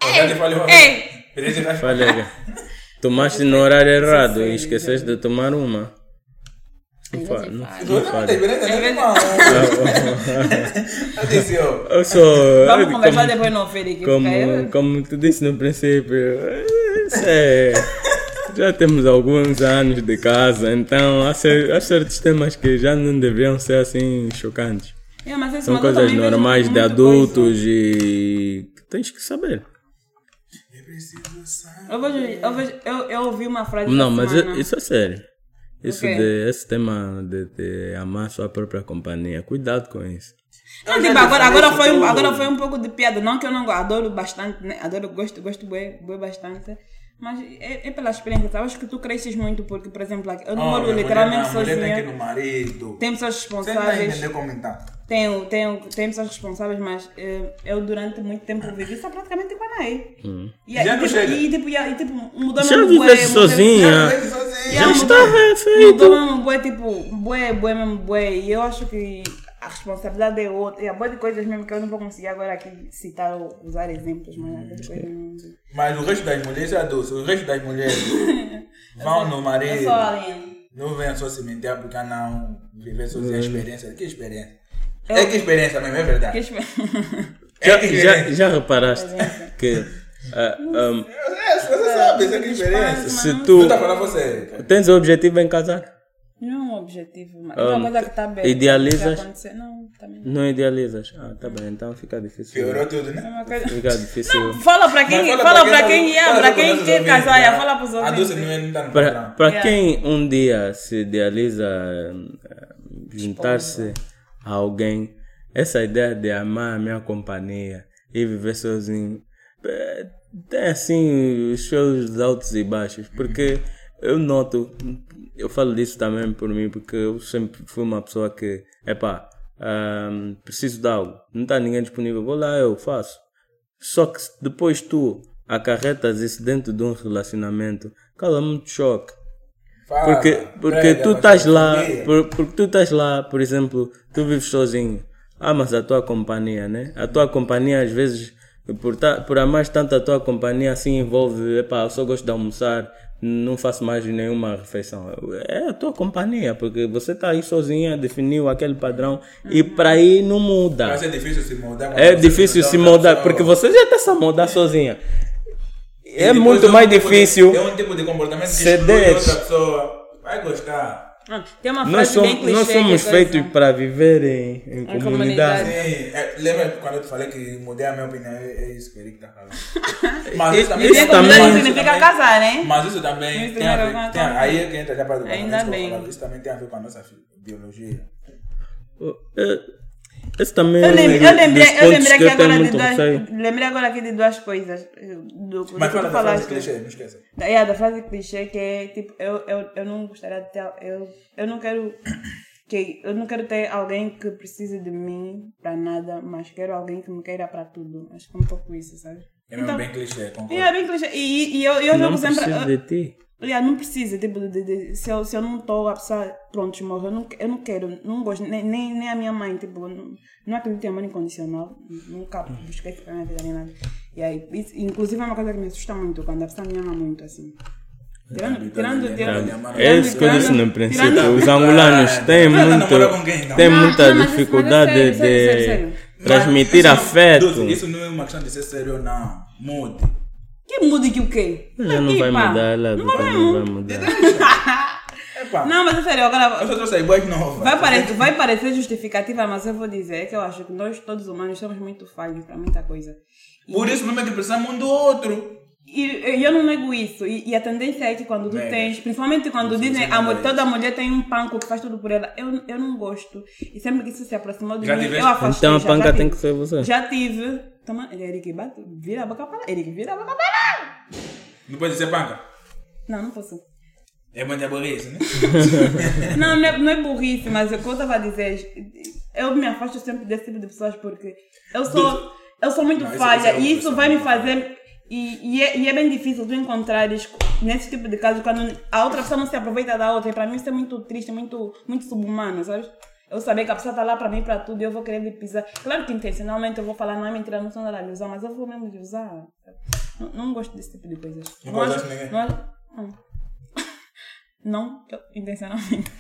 Ei!
Falha. Tomaste no horário errado e esqueceste de tomar uma. Não falha.
Vamos conversar depois no Felipe.
Como tu disse no princípio, já temos alguns anos de casa, então há certos temas que já não deveriam ser assim chocantes. São coisas normais de adultos e tens que saber.
Eu ouvi uma frase.
Não, mas isso é sério. Esse tema de amar sua própria companhia. Cuidado com isso.
Não, tipo, agora foi um pouco de piada. Não que eu não adoro bastante, né? Gosto bastante. Mas é pela experiência, sabe? Acho que tu cresces muito porque, por exemplo, eu não moro literalmente sozinha.
Tem que ir no marido.
Tem pessoas responsáveis.
Você não entender comentar.
Tem pessoas responsáveis, mas eu durante muito tempo vivi só praticamente com a Ney. E mudou
já
meu
vivesse sozinha. Já estava feito.
Mudou meu bué, tipo, bué mesmo. E eu acho que a responsabilidade é outra. E há boa de coisas mesmo que eu não vou conseguir agora aqui citar ou usar exemplos,
mas o resto das mulheres é doce. O resto das mulheres vão no marido.
Eu sou alien.
Não venham só se mentir porque não viver sozinha a experiência. Que experiência? Que experiência mesmo, é verdade.
Já reparaste que...
você sabe, isso é que experiência.
Se tu
você
tens o objetivo em casar.
Não é um objetivo, mas é uma coisa que está bem.
Idealizas?
Não, também.
Não idealizas? Tá bem, então fica difícil.
Piorou tudo, né?
Fica difícil.
Não, fala para quem quer casar, fala para os outros.
Para quem um dia se idealiza juntar-se a alguém, essa ideia de amar a minha companhia e viver sozinho, tem assim os seus altos e baixos, porque eu noto, eu falo disso também por mim, porque eu sempre fui uma pessoa que, preciso de algo, não está ninguém disponível, vou lá, eu faço. Só que depois tu acarretas isso dentro de um relacionamento, causa muito choque. Porque tu estás lá, porque tu estás lá, por exemplo, tu vives sozinho, amas a tua companhia, né? A tua companhia às vezes, por amar tanto a tua companhia, assim envolve, eu só gosto de almoçar, não faço mais nenhuma refeição. É a tua companhia, porque você está aí sozinha, definiu aquele padrão e para aí não muda.
Mas é difícil se moldar.
É difícil se moldar, porque você já está se moldar sozinha. é muito mais difícil.
É um tipo de comportamento que
ceder.
outra pessoa vai gostar.
Tem uma frase bem clichê.
Nós somos feitos para viver em comunidade.
Sim, lembra quando eu te falei que mudei a minha opinião? É isso que o Eric está falando. Mas
isso também significa casar, né?
Mas isso também tem a ver. Aí é que entra já para o
ainda bem.
Isso também tem a ver com a nossa biologia.
Esse também
eu lembrei agora aqui de duas coisas.
Mas fala da frase clichê, não esqueça.
Da frase clichê que é tipo, eu não gostaria de ter. Eu não quero ter alguém que precise de mim para nada, mas quero alguém que me queira para tudo. Acho que é um pouco isso, sabe?
É mesmo bem clichê, concordo.
É bem clichê. E eu
não
jogo sempre.
Precisa de ti.
Não precisa, tipo, se eu não estou, a pessoa, pronto, morre. Eu não quero, não gosto, nem a minha mãe, tipo, não acredito em amor incondicional, nunca busquei isso pra minha vida nem nada. E aí, isso, inclusive é uma coisa que me assusta muito, quando a pessoa me ama muito, assim.
É isso que eu disse no princípio, os angolanos têm muita dificuldade de transmitir afeto.
Isso não é uma questão de ser sério, não, mude.
Que mude que o quê?
Ela não vai mudar, ela não vai mudar.
Não, mas é sério, agora.
Eu só trouxe aí boas novas.
Vai parecer justificativa, mas eu vou dizer que eu acho que nós, todos humanos, somos muito falhos para muita coisa.
Por isso mesmo é que precisamos um do outro.
E eu não nego isso. E a tendência é que quando tu tens, principalmente quando dizem toda mulher tem um panco que faz tudo por ela, eu não gosto. E sempre que isso se aproximou de mim, eu afastei.
Então a panca tem que ser você.
Já tive. Toma, Eric, vira a boca para lá. Eric, vira a boca para lá.
Não pode ser panca?
Não posso.
É muita burrice, né?
Não é burrice, mas o que eu estava a dizer, eu me afasto sempre desse tipo de pessoas porque eu sou muito falha e isso vai me fazer. E é bem difícil tu encontrares nesse tipo de casos quando a outra pessoa não se aproveita da outra. E para mim isso é muito triste, muito subhumano, sabes? Eu saber que a pessoa está lá para mim, para tudo, e eu vou querer lhe pisar. Claro que intencionalmente eu vou falar, não é mentira, não sou nada de usar, mas eu vou mesmo lhe usar. Não gosto desse tipo de coisas.
Não gosto de ninguém?
Não, intencionalmente.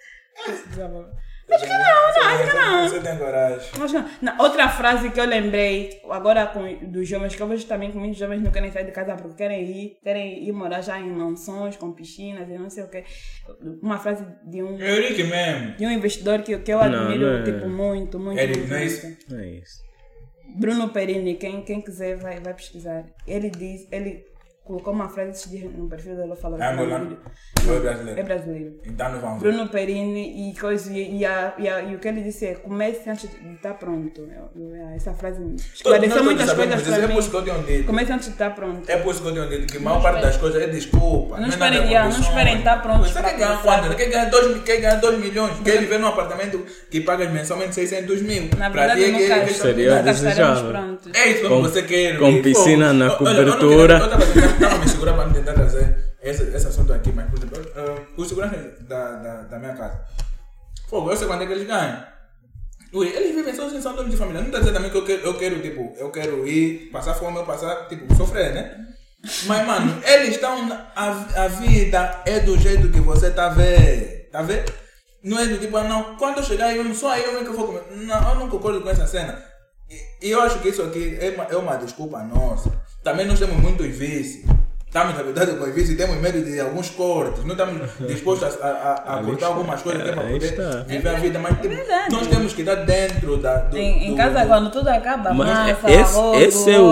Acho que não. Você tem coragem.
Não, outra frase que eu lembrei, agora dos jovens, que eu vejo também que muitos jovens não querem sair de casa porque querem ir morar já em mansões, com piscinas e não sei o quê. Uma frase de um investidor que eu admiro tipo, muito.
Eric, não é
isso? Não é isso.
Bruno Perini, quem quiser vai pesquisar. Ele colocou uma frase esses dias no perfil dele, falou
é angolano? Ou é brasileiro?
É brasileiro.
Então não vamos.
Bruno Perini e o que ele disse é comece antes de estar pronto. Essa frase esclareceu muitas coisas para mim. Comece antes de estar pronto.
É por isso que eu tenho dito que a maior parte das coisas é desculpa.
Não esperem estar prontos.
Você quer ganhar quanto? Quer ganhar 2 milhões? Quer viver num apartamento que pagas mensalmente 600 mil?
Na verdade, nunca estaremos prontos.
É isso que você quer.
Com piscina na cobertura.
Estava me segurando para tentar trazer esse assunto aqui, mas por exemplo, os seguranças da minha casa, eu sei quanto é que eles ganham. Eles vivem só são donos de família. Não está dizendo também que eu quero ir passar fome ou passar, tipo, sofrer, né? Mas, mano, eles estão. A vida é do jeito que você tá vendo. Tá vendo? Não é do tipo, não, quando eu chegar, só eu mesmo que eu vou comer. Não, eu não concordo com essa cena. E eu acho que isso aqui é uma desculpa nossa. Também nós temos muitos vícios. Estamos habituados com os vícios e temos medo de alguns cortes. Não estamos dispostos a cortar algumas coisas para poder viver a vida. Mas nós temos que estar dentro
em casa, quando tudo acaba, massa,
esse é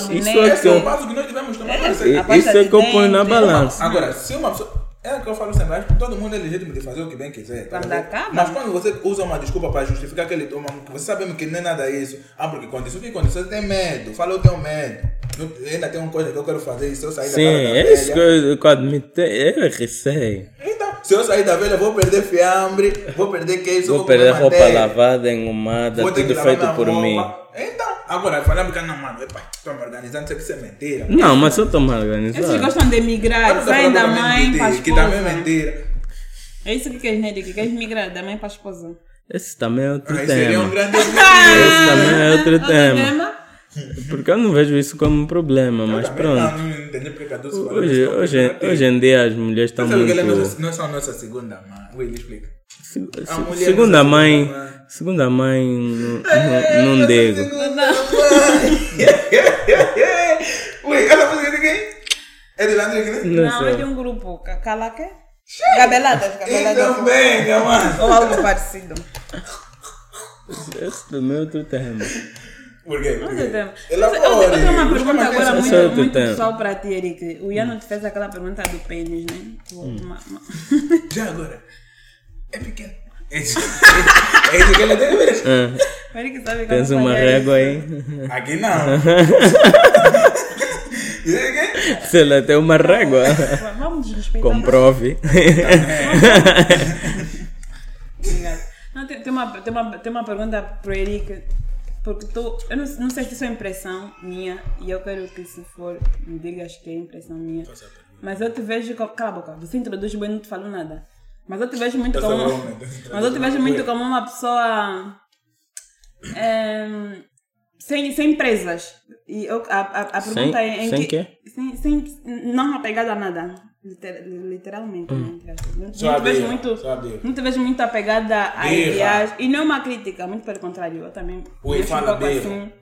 o
passo que nós devemos tomar.
Isso é que eu ponho na balança.
Agora, se uma pessoa... É o que eu falo sempre, todo mundo é legítimo de fazer o que bem quiser.
Quando acaba.
Mas quando você usa uma desculpa para justificar que ele toma, você sabe que nem nada isso. Porque quando isso você tem medo. Fala, eu tenho medo. Ainda tem uma coisa que eu quero fazer. Se eu sair da casa da velha...
Sim, é isso que eu admito. É receio.
Então, se eu sair da velha, vou perder fiambre, vou perder queijo,
vou perder roupa lavada, engomada, tudo feito por mim.
Então, agora, falando que não, mano, estou me organizando, isso aqui isso é mentira.
Não, mas eu estou me organizando.
Eles gostam de emigrar, saem da mãe para a esposa.
Que também é mentira.
É isso que queres, né? Que queres migrar da mãe para a esposa.
Esse também é outro tema.
Seria um grande
Esse também é outro tema. Porque eu não vejo isso como um problema, mas pronto.
Não entendi porque a Dulce falou
hoje em dia as mulheres estão muito...
Não é só a nossa segunda mãe. Ui, explica.
Segunda mãe não digo.
Ui, essa música de quem? É de Landrick, né?
Não, é de um grupo. Calaque? Gabeladas.
Também, mano.
Ou algo parecido.
Esse do meu outro tema.
Por quê?
Eu tenho uma pergunta agora muito pessoal para ti, Eric. O Ian te fez aquela pergunta do pênis, né?
Já agora. É pequeno. É isso que ele deve ver.
O Eric sabe que
tens uma régua aí?
Aqui não.
Se ela tem uma régua,
vamos desrespeitar.
comprove.
Não, tem uma pergunta para o Eric. Porque eu não sei se isso é impressão minha. E eu quero que, se for, me digas que é impressão minha. Mas eu te vejo como... Cala a boca, você introduz bem e não te falo nada. Mas eu te vejo muito como uma pessoa sem presas. E a pergunta é em que... Sem não apegada a nada. Literalmente. Não te vejo muito apegada a ideais. E não é uma crítica, muito pelo contrário. Eu também vejo um pouco assim.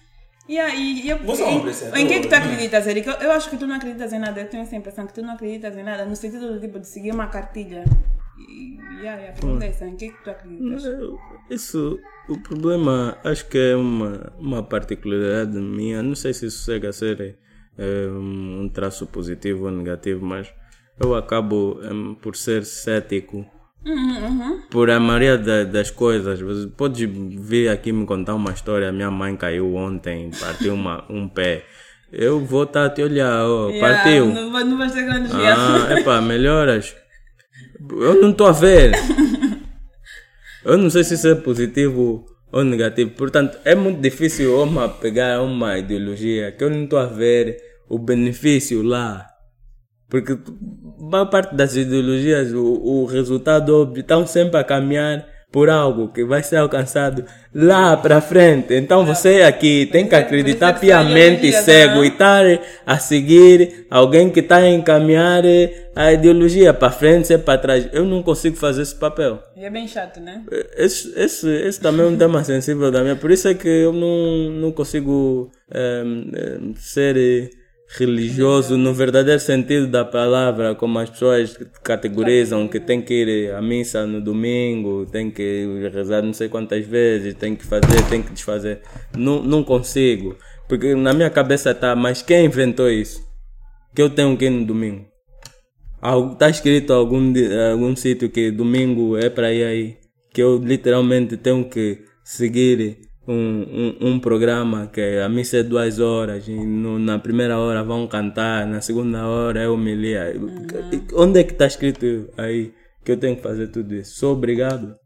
Em que tu acreditas, Eric? Eu acho que tu não acreditas em nada. Eu tenho essa impressão que tu não acreditas em nada, no sentido do tipo de seguir uma cartilha. E a pergunta é essa: em que tu acreditas?
Isso, o problema, acho que é uma particularidade minha. Não sei se isso chega a ser um traço positivo ou negativo, mas eu acabo por ser cético. Por a maioria das coisas. Você pode vir aqui me contar uma história. Minha mãe caiu ontem, partiu um pé. Eu vou estar a te olhar, partiu.
Não vai ter grande jeito.
Melhoras. Eu não estou a ver. Eu não sei se isso é positivo ou negativo. Portanto, é muito difícil eu me pegar uma ideologia que eu não estou a ver o benefício lá. Porque a maior parte das ideologias, o resultado óbvio, estão sempre a caminhar por algo que vai ser alcançado lá para frente. Então você aqui tem que acreditar piamente e cego e estar a seguir alguém que está a encaminhar a ideologia para frente e para trás. Eu não consigo fazer esse papel.
E é bem chato, né?
Esse também é um tema sensível da minha. Por isso é que eu não consigo ser religioso no verdadeiro sentido da palavra, como as pessoas categorizam, que tem que ir à missa no domingo, tem que rezar não sei quantas vezes, tem que fazer, tem que desfazer. Não consigo, porque na minha cabeça está, mas quem inventou isso? Que eu tenho que ir no domingo? Está escrito em algum sítio que domingo é para ir aí, que eu literalmente tenho que seguir um programa que a missa é 2 horas e na primeira hora vão cantar, na segunda hora é homilia. Onde é que está escrito aí que eu tenho que fazer tudo isso? Sou obrigado?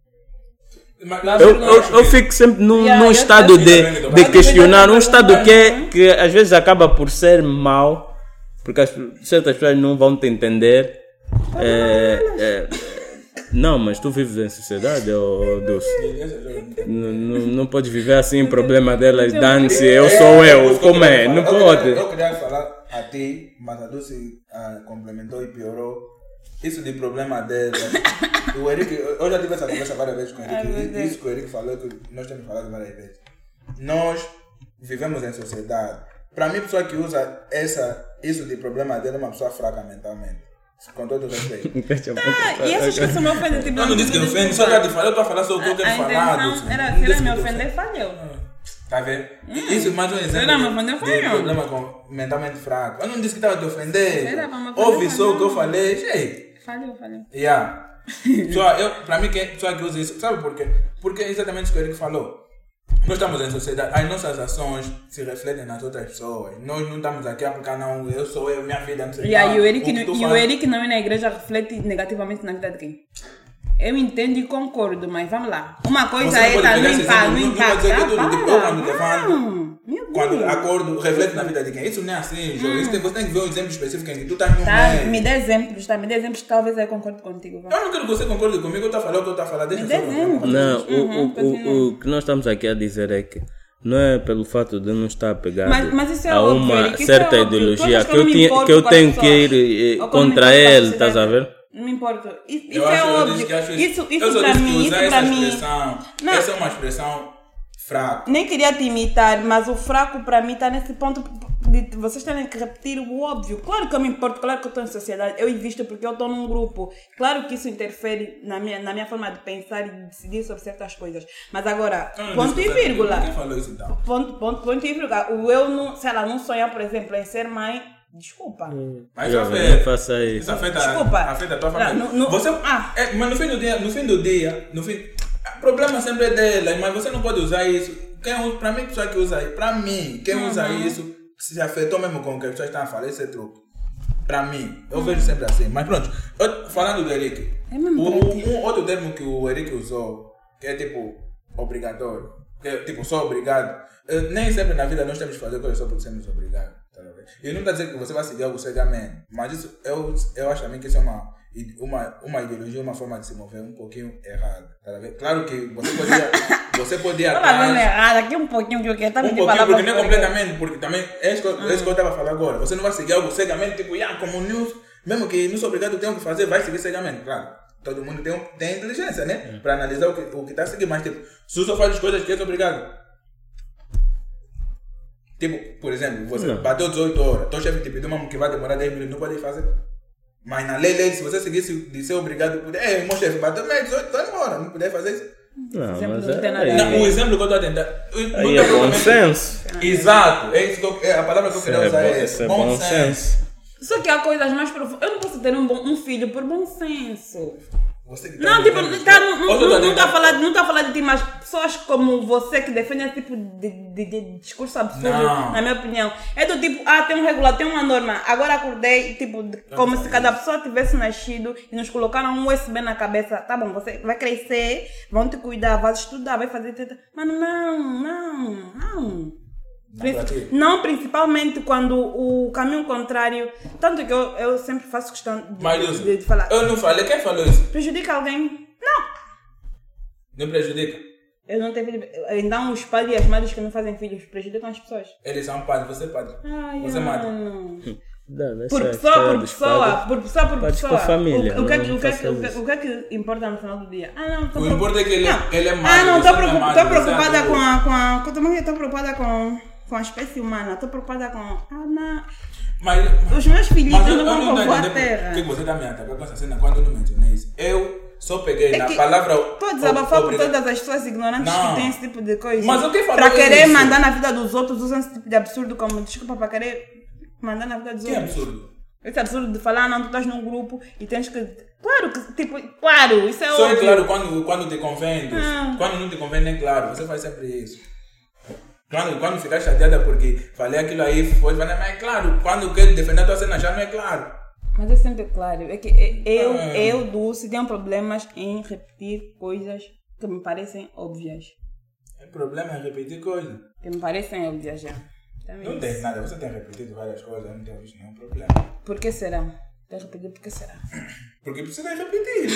Eu fico sempre num estado de questionar, um estado que às vezes acaba por ser mau, porque certas pessoas não vão te entender. Não, mas tu vives em sociedade, Dulce? Não podes viver assim, problema delas, dane-se, eu sou eu, como é? Não pode.
Eu queria falar a ti, mas a Dulce complementou e piorou. Isso de problema delas. O Eric, eu já tive essa conversa várias vezes com o Eric, isso que o Eric falou, que nós temos falado várias vezes. Nós vivemos em sociedade. Para mim, a pessoa que usa isso de problema dela é uma pessoa fraca mentalmente. Com todo respeito.
E essas coisas me ofendem. Tipo,
eu não disse que ofende, só já te falei, eu estou a falar sobre o que eu quero falar.
Se ele me ofender, falhou.
Tá vendo? Isso é mais um exemplo de problema com mentalmente fraco. Eu não disse que estava te ofender. Ouve só o que eu falei.
Falhou.
Para mim, quem só que usa isso, sabe por quê? Porque é exatamente isso que o Eric falou. Nós estamos em sociedade, as nossas ações se refletem nas outras pessoas. Nós não estamos aqui a porque não, eu sou eu, minha vida, não sei o que.
E o Eric não ir na igreja reflete negativamente na vida de quem? Eu entendo e concordo, mas vamos lá. Uma coisa é estar no impacto. Quando acordo reflete na vida de quem? Isso não é assim, João. Você tem que ver um exemplo específico em que tu estás no meio. Me dê exemplos, que talvez eu concorde contigo.
Eu não quero que você concorde comigo, eu estou a falar o que eu estou a falar. Deixa eu
exemplos. Não, o que nós estamos aqui a dizer é que não é pelo fato de não estar apegado a uma certa ideologia que eu tenho que ir contra ele, estás a ver?
Não me importa. Isso é óbvio. Isso para mim.
Essa é uma expressão fraca.
Nem queria te imitar, mas o fraco para mim está nesse ponto. de vocês terem que repetir o óbvio. Claro que eu me importo, claro que eu estou em sociedade, eu existo porque eu estou num grupo. Claro que isso interfere na minha forma de pensar e de decidir sobre certas coisas. Mas agora, ponto e vírgula.
Quem falou isso então?
Ponto e vírgula. O eu não, sei lá, não sonhar, por exemplo, em ser mãe. Desculpa.
Mas isso
isso
afeta a tua família. Mas no fim do dia, o problema sempre é dela, mas você não pode usar isso. Para mim, pessoa que usa isso, para mim, quem usa isso se afetou mesmo com o que as pessoas estão a falar, esse é truque. Para mim, eu vejo sempre assim. Mas pronto, falando do Eric, um outro termo que o Eric usou, que é tipo obrigatório, que é tipo só obrigado. Nem sempre na vida nós temos que fazer coisas só porque somos obrigados. E não está dizendo que você vai seguir algo cegamente, mas isso, eu acho também que isso é uma ideologia, uma forma de se mover um pouquinho errada. Tá? Claro que você podia
estar errada aqui um pouquinho, que eu quero
porque não é completamente, porque também é isso que eu estava a falar agora. Você não vai seguir algo cegamente, tipo, como news, mesmo que não sou obrigado, tenho que fazer, vai seguir cegamente. Claro, todo mundo tem inteligência, né? Para analisar o que está a seguir, mas tipo, se você faz as coisas que é obrigado. Tipo, por exemplo, você bateu 18 horas, teu chefe te pediu uma que vai demorar 10 minutos, não pode fazer. Mas na lei, se você seguisse de ser obrigado, meu chefe bateu meio 18 horas, não puder fazer isso.
Não,
o exemplo que eu estou a tentar.
Aí é bom senso.
Exato, a palavra que eu queria usar é bom senso.
Só que há coisas mais profundas. Eu não posso ter um filho por bom senso.
Não
está a falar de ti, mas pessoas como você que defendem esse tipo de discurso absurdo, na minha opinião. É do tipo, tem um regular, tem uma norma. Agora acordei, tipo, como se cada pessoa tivesse nascido e nos colocaram um USB na cabeça. Tá bom, você vai crescer, vão te cuidar, vai estudar, vai fazer... Mas não, principalmente quando o caminho contrário. Tanto que eu sempre faço questão de falar.
Eu não falei, quem falou isso?
Prejudica alguém?
Não prejudica?
Eu não tenho filho. Então os pais e as madres que não fazem filhos prejudicam as pessoas.
Eles são padres, você é padre. Você mata.
Por pessoa.
Com a família.
O que é que importa no final do dia?
O que importa é que ele é madre.
Estou preocupada estou preocupada com a espécie humana. Estou preocupada com...
Mas
os meus filhinhos não vão povoar a terra.
Por que você está me atacando com essa cena quando eu não mencionei isso? Eu só peguei na palavra...
Estou a desabafar por todas as pessoas ignorantes que têm esse tipo de coisa.
Mas o que falou
para querer mandar na vida dos outros, usam esse tipo de absurdo como desculpa para querer mandar na vida dos outros.
Que absurdo?
Esse absurdo de falar, tu estás num grupo e tens que... Claro, isso é
só
óbvio.
Só é claro quando te convém. Quando não te convém, nem claro. Você faz sempre isso. Quando ficar chateada porque falei aquilo aí, mas é claro. Quando quer defender a tua cena já não é claro.
Mas é sempre claro. É que eu Dulce, tenho problemas em repetir coisas que me parecem óbvias.
O problema é repetir coisas
que me parecem óbvias já.
Também não tem nada, você tem repetido várias coisas, não tem visto nenhum problema.
Por que será? Tem repetido por que será?
Porque precisa repetir.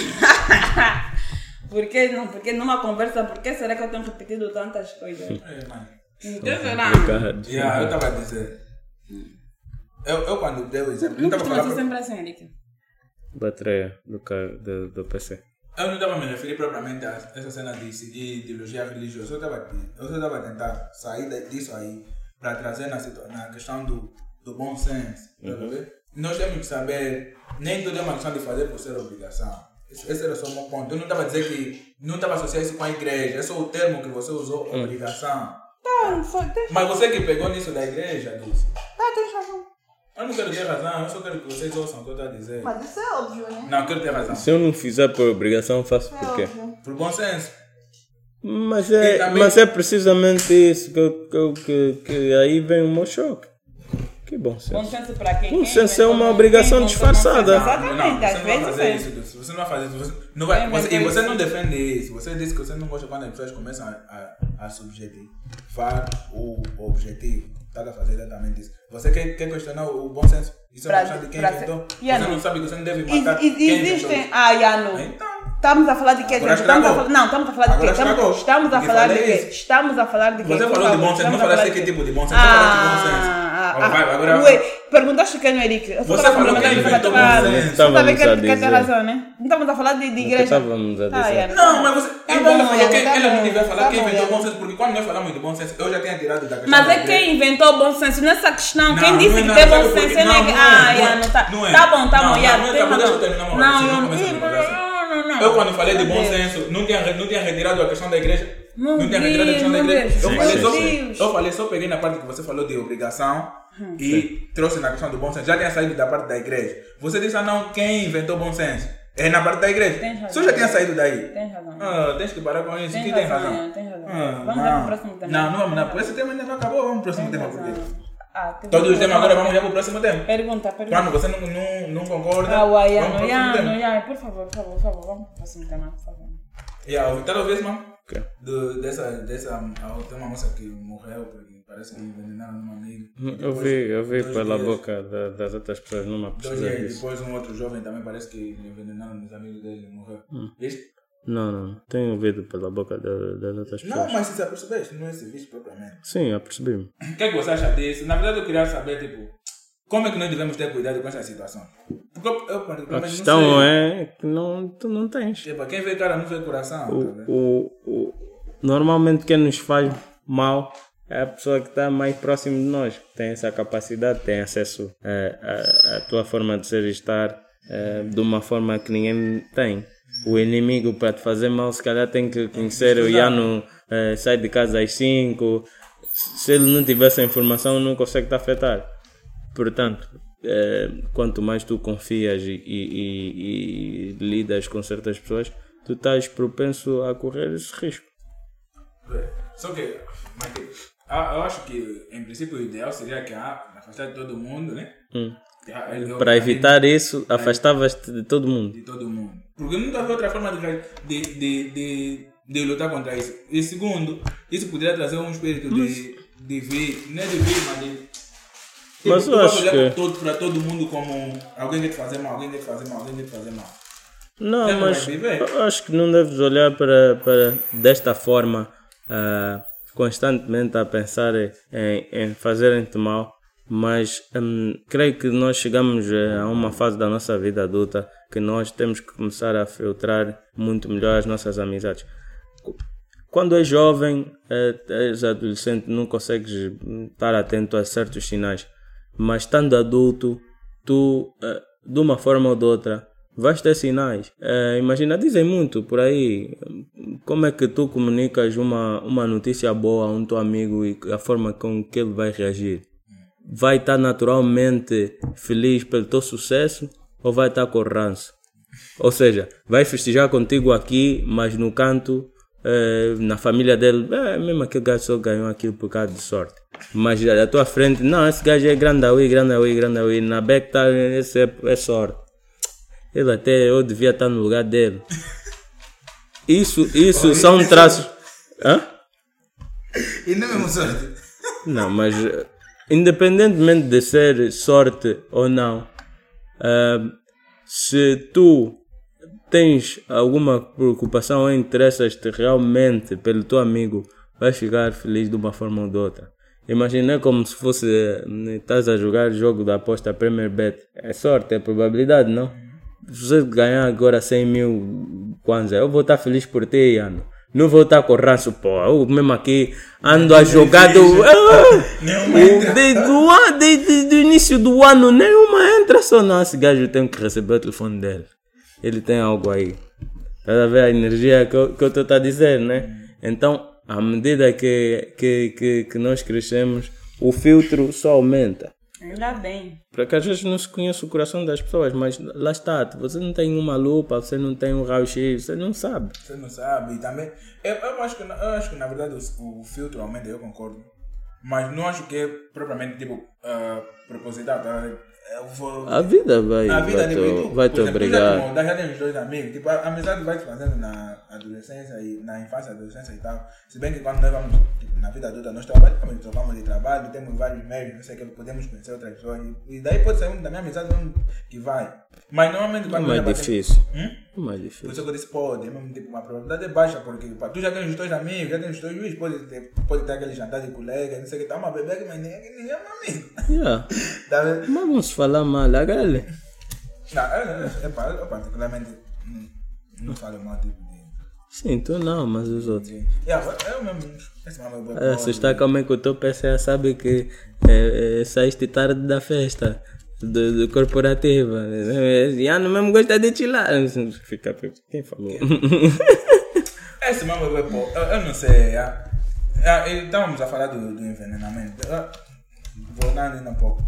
Porque numa conversa, por que será que eu tenho repetido tantas coisas?
Mano.
Então será?
Eu estava a dizer. Eu quando dei o exemplo.
Não costuma ser sempre assim, Eric.
Bateria do PC.
Eu não estava a me referir propriamente a essa cena de seguir ideologia religiosa. Eu só estava a tentar sair disso aí para trazer na questão do bom senso. Nós temos que saber, nem tudo é uma questão de fazer por ser obrigação. Esse era só o meu ponto. Eu não estava a dizer que não estava associado isso com a igreja. É só o termo que você usou, obrigação. Mas você que pegou nisso da igreja, disse.
Tens razão.
Eu não quero ter razão, eu só quero que vocês ouçam o que eu estou a dizer.
Mas isso é óbvio, né?
Não, eu quero ter razão.
Se eu não fizer por obrigação, faço por quê?
Por bom senso.
Mas é precisamente isso que aí vem o meu choque. Que bom senso.
Bom senso para quem?
Bom senso é uma obrigação disfarçada.
Exatamente, às vezes
isso. Você não vai fazer isso. Não vai, e você não defende isso. Você disse que você não gosta quando as pessoas começam a subjetivar o objetivo. Está a fazer exatamente isso. Você quer questionar o bom senso? Isso é uma questão de quem inventou. Você não sabe que você não deve matar quem
existem... Yano.
Então...
Estamos a falar de quê? Estamos a falar de quê? Estamos a falar de quê?
Você falou de bom senso, não falaste que tipo de bom senso. Agora...
Perguntaste quem é Eric?
Você falou que inventou bom senso.
Você que tem razão, né? Não estamos a falar de igreja.
Estávamos a dizer.
Não, mas você... Ela falou que ela não devia falar quem inventou bom senso, porque quando nós falamos de bom senso, eu já tinha tirado da questão.
Mas é quem inventou bom senso nessa questão. Quem disse que tem bom senso é que... não tá. Tá bom, não.
Eu quando falei de bom senso, não tinha retirado a questão da igreja. Não tinha retirado a questão da igreja. Eu falei só peguei na parte que você falou de obrigação e trouxe na questão do bom senso. Já tinha saído da parte da igreja. Você disse, não, quem inventou bom senso? É na parte da igreja. Se eu já tinha saído daí.
Tem razão.
Tens que parar com isso. Tem razão.
Vamos para o próximo tema.
Não vamos não. Esse tema ainda não acabou. Vamos para o próximo tema. Todos os temas agora vamos já para o próximo tema.
Pergunta.
Quando você não concorda,
vamos para o próximo tema. Por favor, vamos para o próximo tema, por favor.
Está a ver, irmão? Dessa tem uma moça que morreu porque parece que envenenaram um amigo.
Eu vi pela boca das outras pessoas numa pesquisa.
2 dias depois um outro jovem também parece que envenenaram os amigos dele e morreu. Viste?
Não. Tenho ouvido pela boca das outras pessoas.
Não, mas se apercebeste, não é serviço propriamente.
Sim, apercebi-me.
O que é que você acha disso? Na verdade eu queria saber, como é que nós devemos ter cuidado com essa situação? Porque eu particularmente
a questão é que tu não tens.
Quem vê cara não vê coração.
Normalmente quem nos faz mal é a pessoa que está mais próximo de nós, que tem essa capacidade, tem acesso à tua forma de ser e estar de uma forma que ninguém tem. O inimigo para te fazer mal, se calhar tem que conhecer o Iano, sai de casa às 5. Se ele não tiver essa informação, não consegue te afetar. Portanto, quanto mais tu confias e lidas com certas pessoas, tu estás propenso a correr esse risco.
Só que, eu acho que, em princípio, o ideal seria que afastar de todo mundo, né?
Para evitar isso, afastavas-te de todo mundo.
De todo mundo. Porque não havia outra forma de lutar contra isso. E segundo, isso poderia trazer um espírito de vir, não é de vir, mas de...
Mas eu acho que...
para todo mundo como alguém quer te fazer mal.
Não, mas eu acho que não deves olhar para desta forma constantemente a pensar em fazerem-te mal, mas creio que nós chegamos a uma fase da nossa vida adulta que nós temos que começar a filtrar muito melhor as nossas amizades. Quando és jovem, és adolescente, não consegues estar atento a certos sinais. Mas estando adulto, tu, de uma forma ou de outra, vais ter sinais. Imagina, dizem muito por aí, como é que tu comunicas uma notícia boa a um teu amigo e a forma com que ele vai reagir. Vai estar naturalmente feliz pelo teu sucesso ou vai estar com ranço? Ou seja, vai festejar contigo aqui, mas no canto, na família dele, mesmo aquele gajo só ganhou aquilo por causa de sorte. Mas à tua frente, não, esse gajo é grandaui, na beca tá, esse é sorte. Ele até, eu devia estar no lugar dele. Isso são traços...
E não é mesmo sorte?
Não, mas independentemente de ser sorte ou não, se tu tens alguma preocupação ou interessas-te realmente pelo teu amigo, vais ficar feliz de uma forma ou de outra. Imagina como se fosse, estás a jogar jogo da aposta Premier Bet. É sorte, é probabilidade, não? Se você ganhar agora 100 mil kwanza, eu vou estar feliz por ti, Iano. Não vou estar com ranço, pô. Eu mesmo aqui ando a jogar do início do ano, nenhuma entra só. Não, esse gajo tem que receber o telefone dele. Ele tem algo aí. Estás a ver a energia que eu estou a dizer, né? Então, à medida que nós crescemos, o filtro só aumenta.
Ainda bem.
Porque às vezes não se conhece o coração das pessoas, mas lá está, você não tem uma lupa, você não tem um raio-x, você não sabe.
Você não sabe. E também, eu acho que na verdade o filtro aumenta, eu concordo. Mas não acho que é propriamente tipo proposital. Tá?
A vida vai te obrigar.
Já temos 2 amigos. Tipo, a amizade vai te fazendo na adolescência e na infância, adolescência e tal. Se bem que quando nós vamos, tipo, na vida adulta, nós trabalhamos, trocamos de trabalho, temos vários meios, não sei o que, podemos conhecer outras pessoas. E daí pode ser da minha amizade que vai. Mas normalmente quando
é mais difícil. Mais difícil.
Por isso que eu disse pode, é mesmo tipo, uma probabilidade é baixa, porque tu já tens os 2 amigos, já tens os 2 juízes, pode ter aquele jantar de colega, não sei o que, tá uma bebê, mas ninguém é meu amigo.
Yeah. Tá, mas vamos falar mal, aquele.
Não, eu particularmente não falo mal tipo de...
Sim, tu não, mas os outros.
Eu mesmo,
se está como que o teu PCA sabe que saíste tarde da festa. Do corporativa. Iano mesmo gosta de chilar. Fica, quem falou?
Esse mesmo eu não sei. Estávamos a falar do envenenamento. Vou dar ainda um pouco.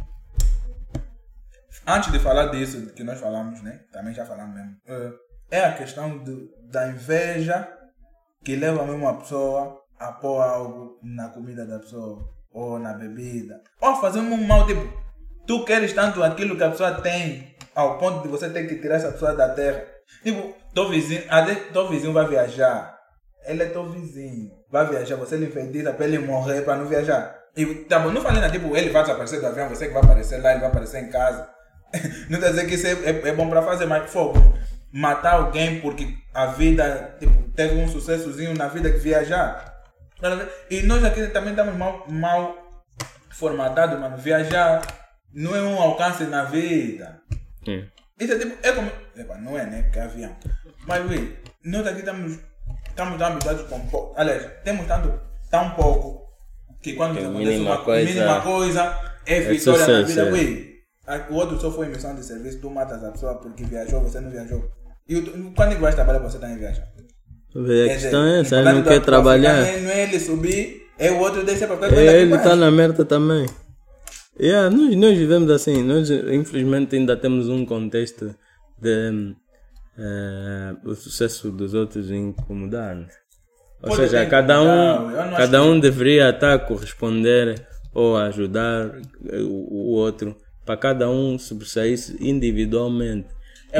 Antes de falar disso que nós falamos, né? Também já falamos mesmo. É a questão da inveja que leva mesmo a pessoa a pôr algo na comida da pessoa ou na bebida. Ou fazer um mal tipo. Tu queres tanto aquilo que a pessoa tem, ao ponto de você ter que tirar essa pessoa da terra. Tipo, teu vizinho vai viajar. Ele é teu vizinho. Vai viajar, você lhe enfeitiça para ele morrer, para não viajar. E tá bom, não falei nada, tipo, ele vai desaparecer do avião, você que vai aparecer lá, ele vai aparecer em casa. Não quer dizer que isso é bom para fazer, mas fogo. Matar alguém porque a vida, tipo, teve um sucessozinho na vida que viajar. E nós aqui também estamos mal formatados, mano. Viajar não é um alcance na vida. Isso é tipo, não é, né? Porque é avião. Mas, nós aqui estamos habituados com pouco. Aliás, temos tão pouco que quando acontece uma mínima coisa, é vitória na vida. O outro só foi em missão de serviço, tu matas a pessoa porque viajou, você não viajou. E quando ele vai trabalhar, você também viaja.
A questão é essa, ele não quer trabalhar.
Não é ele subir, é o outro descer para
ficar ele está na merda também. Nós vivemos assim, nós infelizmente ainda temos um contexto de o sucesso dos outros incomodar-nos. Ou seja, cada um deveria estar a corresponder ou a ajudar o outro para cada um sobressair individualmente.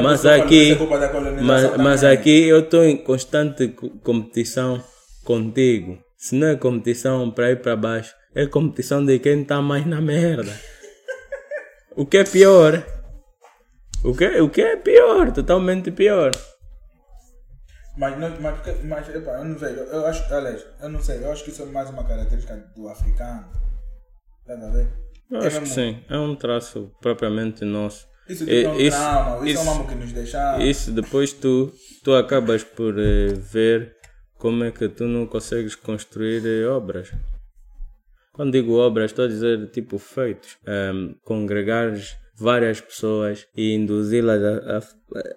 Mas aqui eu estou em constante competição contigo. Se não é competição para ir para baixo, é competição de quem está mais na merda. O que é pior? O que é pior? Totalmente pior.
Mas epa, eu não vejo. Eu acho, aliás, eu não sei. Eu acho que isso é mais uma característica do africano. Dá pra ver?
Eu acho que sim. É um traço propriamente nosso.
Isso é um trauma. Isso é um mamo que nos deixa.
Isso depois tu acabas por ver como é que tu não consegues construir obras. Quando digo obras, estou a dizer tipo feitos. Congregares várias pessoas e induzi-las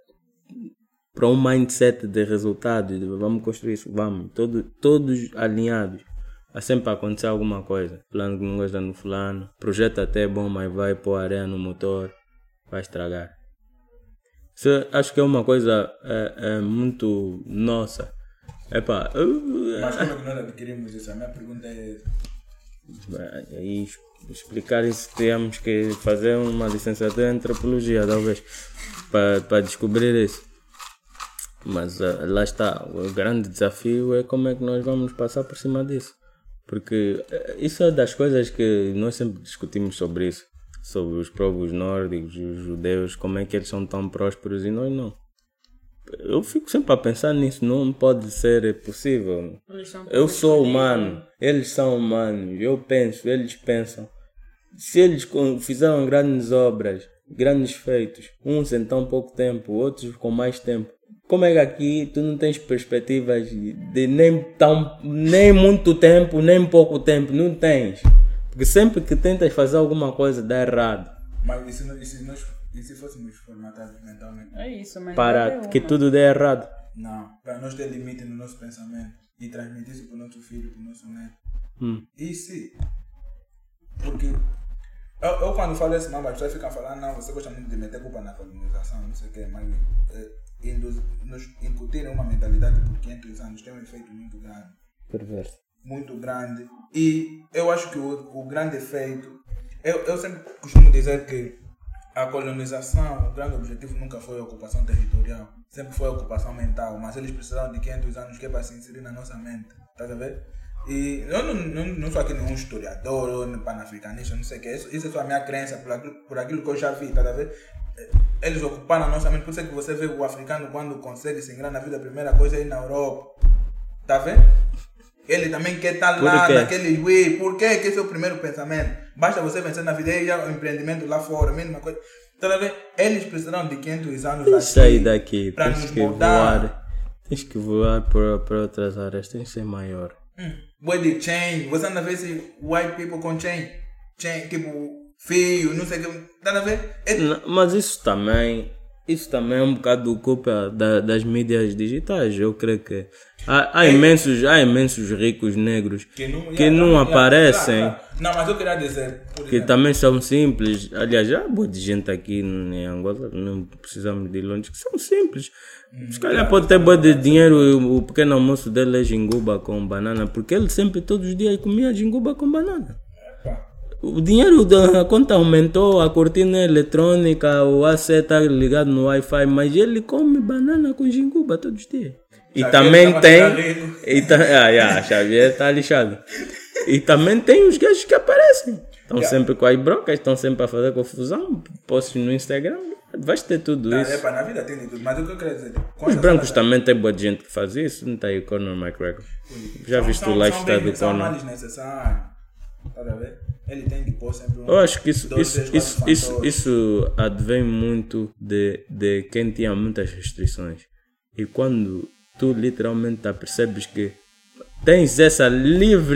para um mindset de resultado. Vamos construir isso, vamos. Todos alinhados. Há sempre a acontecer alguma coisa. Plano que não gosta no fulano. Projeto até é bom, mas vai pôr areia no motor. Vai estragar. Isso, acho que é uma coisa muito nossa.
Mas como é que nós adquirimos isso? A minha pergunta é...
Aí, explicar isso, temos que fazer uma licenciatura em antropologia, talvez, para descobrir isso. Mas lá está, o grande desafio é como é que nós vamos passar por cima disso. Porque isso é das coisas que nós sempre discutimos sobre isso. Sobre os povos nórdicos, os judeus, como é que eles são tão prósperos e nós não. Eu fico sempre a pensar nisso, não pode ser possível. Eu sou humano, eles são humanos, eu penso, eles pensam. Se eles fizeram grandes obras, grandes feitos, uns em tão pouco tempo, outros com mais tempo, como é que aqui tu não tens perspectivas de nem muito tempo, nem pouco tempo, não tens? Porque sempre que tentas fazer alguma coisa dá errado.
Mas e se fôssemos formatados mentalmente?
É isso, mas
para que tudo dê errado.
Não, para nós ter limite no nosso pensamento e transmitir isso para o nosso filho, para o nosso neto. E se? Porque eu quando falo esse nome, as pessoas ficam falando, não, você gosta muito de meter culpa na colonização, não sei o que, mas nos incutirem uma mentalidade por 500 anos tem um efeito muito grande.
Perverso.
Muito grande. E eu acho que o grande efeito, eu sempre costumo dizer que a colonização, o grande objetivo nunca foi a ocupação territorial, sempre foi a ocupação mental, mas eles precisaram de 500 anos que é para se inserir na nossa mente, estás a ver? E eu não sou aqui nenhum historiador ou panafricanista, não sei o que, isso é só a minha crença, por aquilo que eu já vi, estás a ver? Eles ocuparam a nossa mente, por isso é que você vê o africano quando consegue se ingrar na vida, a primeira coisa é ir na Europa, tá vendo? Ele também quer estar lá naquele way. Por quê? Que esse é o primeiro pensamento. Basta você vencer na vida e já o empreendimento lá fora, a mesma coisa. Então, eles precisaram de 500 anos
sair daqui
para nos mudar.
Tens que voar para outras áreas, tens que ser maior.
Way de change. Você anda a ver se white people com change, tipo fio, não sei o que. Tá a ver?
Mas isso também é um bocado culpa das mídias digitais. Eu creio que há imensos ricos negros que não aparecem.
Claro. Não, mas eu queria dizer
que também são simples. Aliás, já há boa de gente aqui em Angola, não precisamos de ir longe, que são simples. Se calhar pode ter boa de dinheiro, o pequeno almoço dele é jinguba com banana, porque ele sempre, todos os dias, comia jinguba com banana. O dinheiro da conta aumentou, a cortina eletrônica, o AC está ligado no Wi-Fi, mas ele come banana com jinguba todos os dias. E Xavier também tem. Xavier está lixado. E também tem os gajos que aparecem. Estão sempre com as brocas, estão sempre a fazer confusão. Postos no Instagram, vais ter tudo isso.
Na vida tem de tudo, mas o que eu quero dizer.
Os brancos também tem boa gente que faz isso, não está aí o Conor McGregor. Já viste o lifestyle do Conor?
São mais necessários. Tá a ver? Ele tem que pôr sempre
eu acho que isso advém muito de quem tinha muitas restrições. E quando tu literalmente percebes que tens essa livre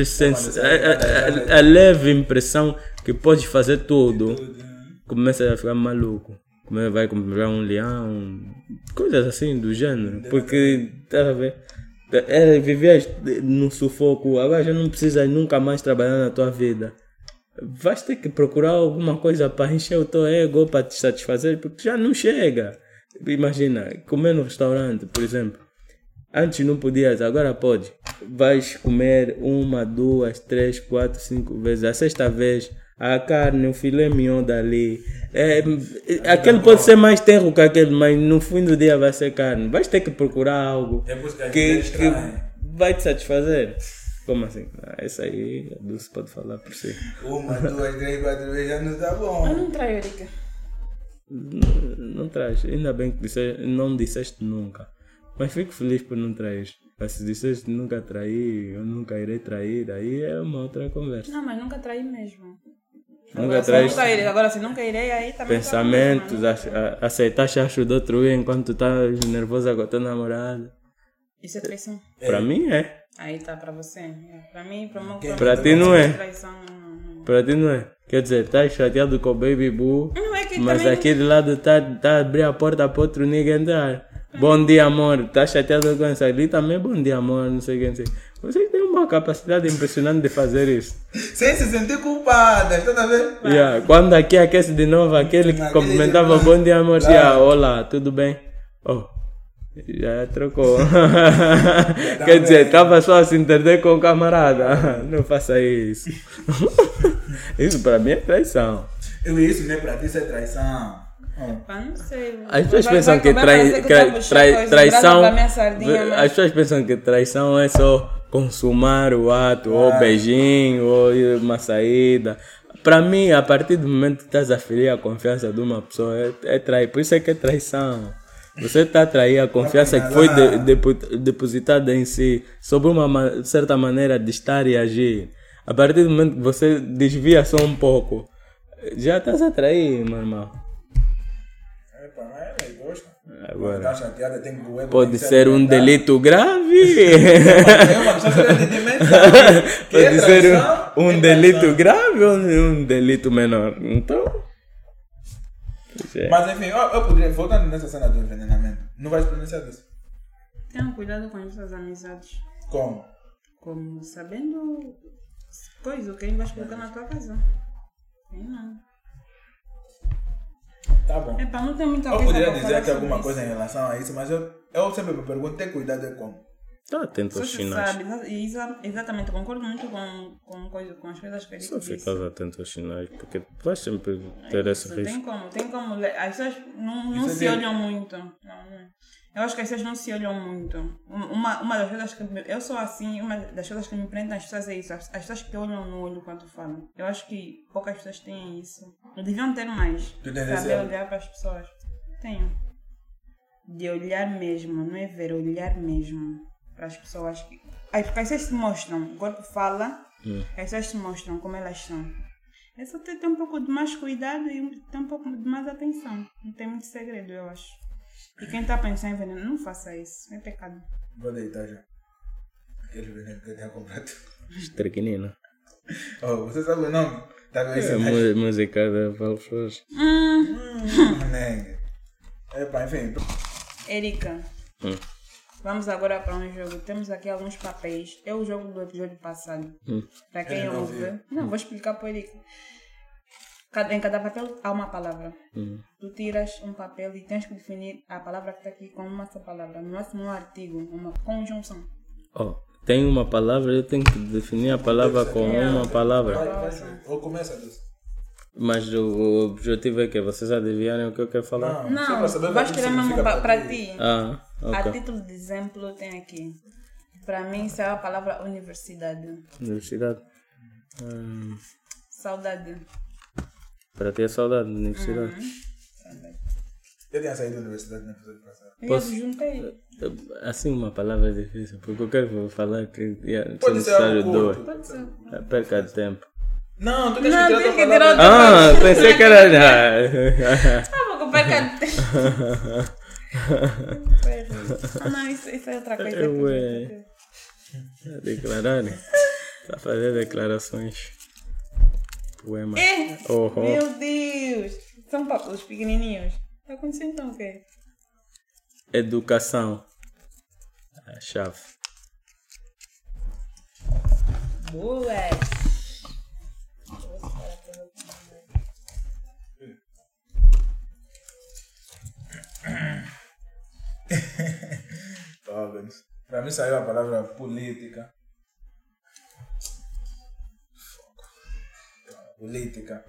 a leve impressão que podes fazer tudo, começa a ficar maluco. Vai comprar um leão, coisas assim do gênero. Porque, tá a ver? Viver no sufoco, agora já não precisas nunca mais trabalhar na tua vida. Vais ter que procurar alguma coisa para encher o teu ego, para te satisfazer, porque já não chega. Imagina, comer no restaurante, por exemplo. Antes não podias, agora pode. Vais comer 1, 2, 3, 4, 5 vezes. A sexta vez, a carne, o filé mignon dali. Aquele pode ser mais tenro que aquele, mas no fim do dia vai ser carne. Vais ter que procurar algo que vai te satisfazer. Como assim? Essa aí, a Dulce pode falar por si.
1, 2, 3, 4 vezes já não está bom.
Eu não traio, Erika.
Não traz. Ainda bem que não disseste nunca. Mas fico feliz por não trair. Mas se disseste nunca traí, eu nunca irei trair, aí é uma outra conversa.
Não, mas nunca traí mesmo.
Agora
se nunca irei, aí também.
Pensamentos, aceitar chacho do outro enquanto tu estás nervosa com a tua namorada.
Isso é traição?
Pra mim é.
Aí tá pra você. Pra mim,
pra ti não é. Pra ti não é. Quer dizer, tá chateado com o baby boo, mas também... aqui do lado tá a abrir a porta para outro nigga entrar. Bom dia, amor. Tá chateado com isso ali também? Bom dia, amor. Não sei quem sei. Você tem uma capacidade impressionante de fazer isso.
Sem se sentir culpada, está a ver?
Quando aqui aquece de novo, aquele que cumprimentava bom dia, amor. Olá, tudo bem? Já trocou. Quer dizer, estava só a se entender com o camarada. Não faça isso. Isso para mim é traição.
Isso não é para ti, isso é traição.
Não sei.
As pessoas pensam que traição. As pessoas pensam que traição é só consumar o ato, ou beijinho, ou uma saída. Para mim, a partir do momento que estás a ferir a confiança de uma pessoa, é trair. Por isso é que é traição. Você está a trair a confiança que foi depositada em si sobre uma certa maneira de estar e agir. A partir do momento que você desvia só um pouco, já estás a trair, meu irmão. Agora, pode ser um delito grave. Pode ser um delito grave ou um delito menor. Então...
Mas enfim, eu poderia, voltando nessa cena do envenenamento, não vais pronunciar disso?
Tenham cuidado com essas amizades.
Como?
Como sabendo coisa, o que vais colocar na tua casa. Não.
Tá bom.
Não tem muita
coisa. Eu poderia dizer aqui alguma coisa em relação a isso, mas eu sempre me pergunto, ter cuidado é como?
Está atento aos sinais.
Sabe, exatamente, concordo muito com as coisas que ele disse.
Só ficas atento aos sinais, porque vais sempre ter esse risco.
Tem como. As pessoas não se olham muito. Eu acho que as pessoas não se olham muito. Uma das coisas que eu sou assim, uma das coisas que me prendem as pessoas é isso. As pessoas que olham no olho quando falam. Eu acho que poucas pessoas têm isso. Deviam ter mais. Saber olhar para as pessoas. Tenho. De olhar mesmo, não é ver, olhar mesmo para as pessoas. Porque as pessoas se mostram, o corpo fala, as pessoas se mostram como elas são. É só ter um pouco de mais cuidado e ter um pouco de mais atenção. Não tem muito segredo, eu acho. E quem está pensando em veneno, não faça isso. É pecado.
Vou deitar já. Aquele veneno que eu tinha comprado.
Estrequinino.
Oh, você sabe o nome?
É música da Valfros.
Enfim.
Erika, vamos agora para um jogo. Temos aqui alguns papéis. É o jogo do episódio passado. Para quem ouve. Não, vou explicar para o Erika. Em cada papel há uma palavra. Tu tiras um papel e tens que definir a palavra que está aqui com uma só palavra. No máximo um artigo, uma conjunção.
Tem uma palavra, eu tenho que definir a palavra com uma palavra.
Ou começa disso.
Mas o objetivo é que vocês adivinharem o que eu quero falar?
Não, vais tirar mesmo para ti.
Okay.
A título de exemplo tem aqui. Para mim isso é a palavra universidade.
Universidade?
Saudade.
Para ter saudade da universidade.
Eu tinha saído da universidade no episódio passado.
Eu juntei.
Assim uma palavra é difícil, porque eu quero falar que
pode ser algo curto.
Pode ser.
Perca de tempo.
Não, tu tens que tirar a palavra.
Pensei que era...
Vou perca de tempo. Não, isso é outra coisa.
Declarar. Está a fazer declarações. Poema.
Meu Deus! São papéis pequenininhos. Está acontecendo então o quê?
Educação. A chave.
Boa!
Para mim saiu a palavra política. Política.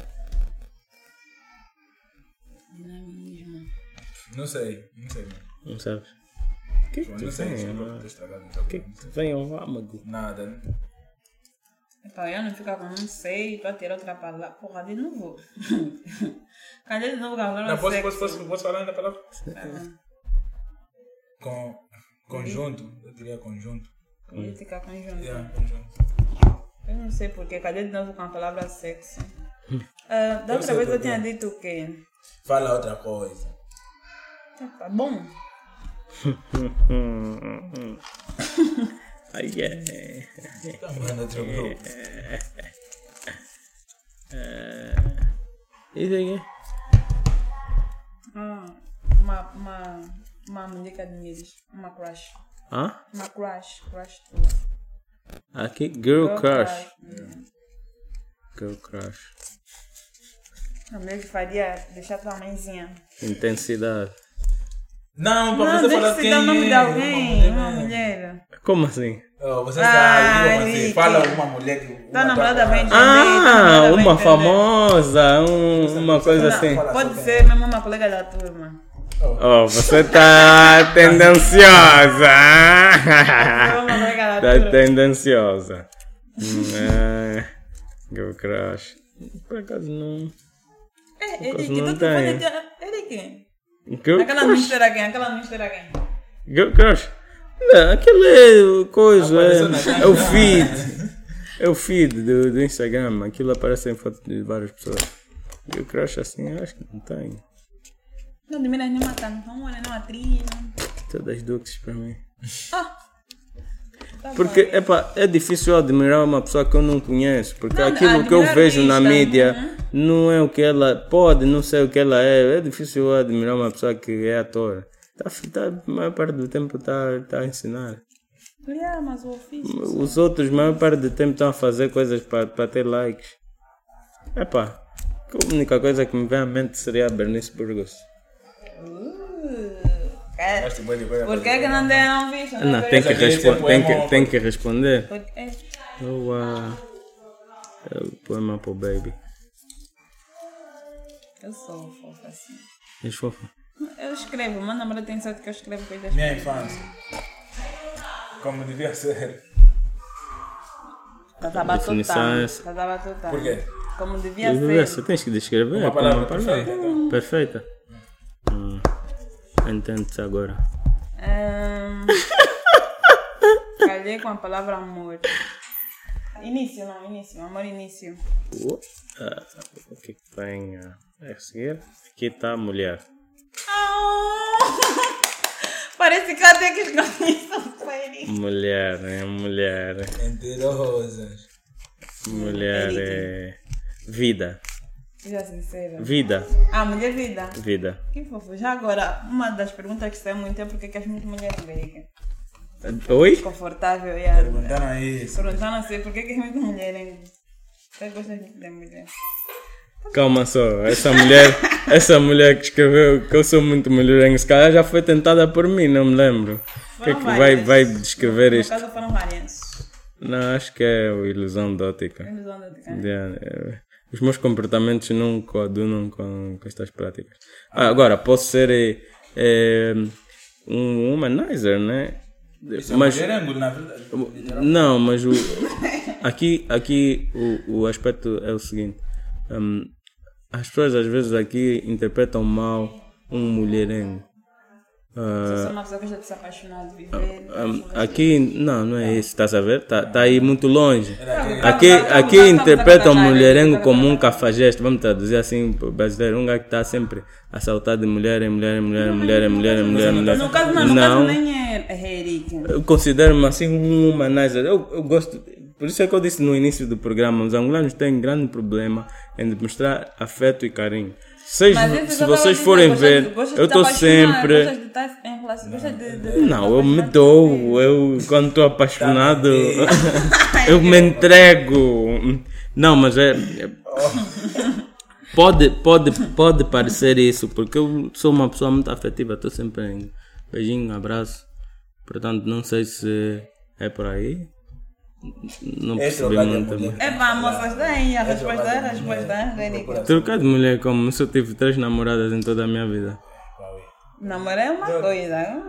Dinamismo.
Não sei.
Não sabes? O que é que tu vem ao âmago?
Nada, né?
Eu não ficar com não sei, tu vai ter outra palavra. Porra, de novo. Cadê de novo a palavra?
Posso falar ainda a palavra? Conjunto. Eu diria conjunto.
Política conjunto.
Conjunto.
Eu não sei porquê. Cadê de novo com a palavra sexo? Da outra vez eu tinha dito o quê?
Fala outra coisa.
Tá bom.
Estamos no outro grupo.
Isso aqui?
Uma mulher que admires. Uma crush. Uma crush tua.
Aqui, girl crush. Girl crush.
A mulher que faria deixar tua mãezinha.
Intensidade.
Não, para você falar
quem é o nome de alguém, uma mulher.
Como assim?
Você sabe, como assim? Fala uma mulher que...
Tua namorada vai entender.
Uma famosa, uma coisa assim.
Pode ser mesmo uma colega da turma.
Você tá tendenciosa. Tá tendenciosa. Girl crush. Por acaso não.
Eric, tu pode ter. Eric. Aquela mistura quem?
Girl crush? Não, aquele coisa. É o feed. É o feed do Instagram. Aquilo aparece em foto de várias pessoas. Girl crush assim, eu acho que não tem.
Não admiras nenhuma cantora, nenhuma atriz.
Todas duques para mim. Porque é difícil admirar uma pessoa que eu não conheço. Porque aquilo que eu vejo na mídia não é o que ela pode, não sei o que ela é. É difícil admirar uma pessoa que é ator. A maior parte do tempo está a ensinar.
Mas o ofício.
Os outros, a maior parte do tempo estão a fazer coisas para ter likes. A única coisa que me vem à mente seria a Bernice Burgos.
Por que não deram visto?
Não, tem que responder. É o poema pro baby.
Eu sou fofa assim.
És fofa?
Eu escrevo, meu namorado tem sorte que eu escrevo coisas.
Minha infância. Como devia ser.
Tá batutando.
Por quê?
Como devia ser.
Você tens que descrever
uma palavra perfeita.
Perfeita. Entende-se agora.
Calhei com a palavra amor. Início. Amor, início.
O que tem a seguir? Aqui está a mulher.
Parece que até que escolhi isso.
Mulher.
Mentirosas.
Mulher é vida.
Já sincera.
Vida.
Mulher vida.
Vida.
Que fofo. Já agora, uma das perguntas que sai muito é porque que as muitas mulheres veem.
Oi?
Confortável.
Perguntaram isso.
Perguntaram assim, por que as muitas mulheres gostam muito da mulher?
Calma só, essa mulher que escreveu que eu sou muito mulherengo, se calhar já foi tentada por mim, não me lembro. O que é que vai descrever isto?
No caso foram várias.
Não, acho que é a ilusão de ótica. Os meus comportamentos não coadunam com estas práticas. Agora, posso ser um humanizer, né?
Isso mas, é mulherengo, na verdade.
Não, mas aqui o aspecto é o seguinte. As pessoas às vezes aqui interpretam mal um mulherengo.
Se uma pessoa que já se apaixonou de viver.
Aqui não é isso, estás a ver? Tá aí muito longe. Aqui interpretam mulherengo como um cafajeste, vamos traduzir assim para o brasileiro, um gajo que está sempre a saltar de mulher em mulher.
No caso nem é Eric.
Eu considero-me assim um humanizer. Eu gosto, por isso é que eu disse no início do programa, os angolanos têm grande problema em demonstrar afeto e carinho. Se vocês forem ver, eu estou sempre... Não, eu me dou. Eu, quando estou apaixonado, eu me entrego. Não, mas pode parecer isso, porque eu sou uma pessoa muito afetiva. Estou sempre em beijinho, abraço. Portanto, não sei se é por aí. Não percebi muito.
Moças, daí a resposta é
trocar de mulher como se eu tive 3 namoradas em toda a minha vida.
Namorar é uma coisa.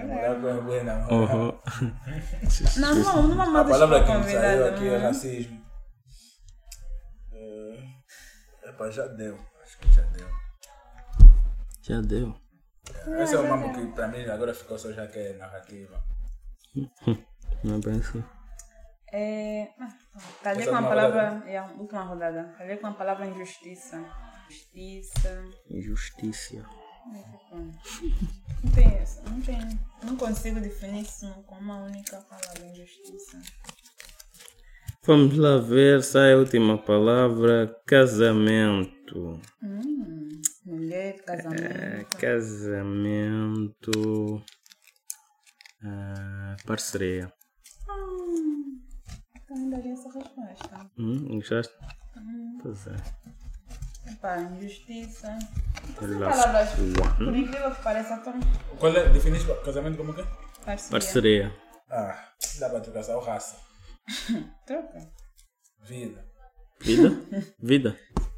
Não
a palavra que me saiu aqui é racismo. Já deu. Acho que já deu.
Já deu.
Esse é o mambo que para mim agora ficou só já que é narrativa.
Não penso.
Calhei com a palavra. É a última rodada. Calhei com a palavra injustiça.
Injustiça.
Não consigo definir isso com uma única palavra, injustiça.
Vamos lá ver, sai a última palavra, casamento.
Mulher, casamento.
Casamento. Parceria.
Também daria essa resposta.
Gostaste? Pois é.
Injustiça. Palavras, por incrível que pareça, tão...
Qual é? Definiste casamento como que?
Parceria.
Dá para trocar só raça.
Troca.
Vida.
Vida.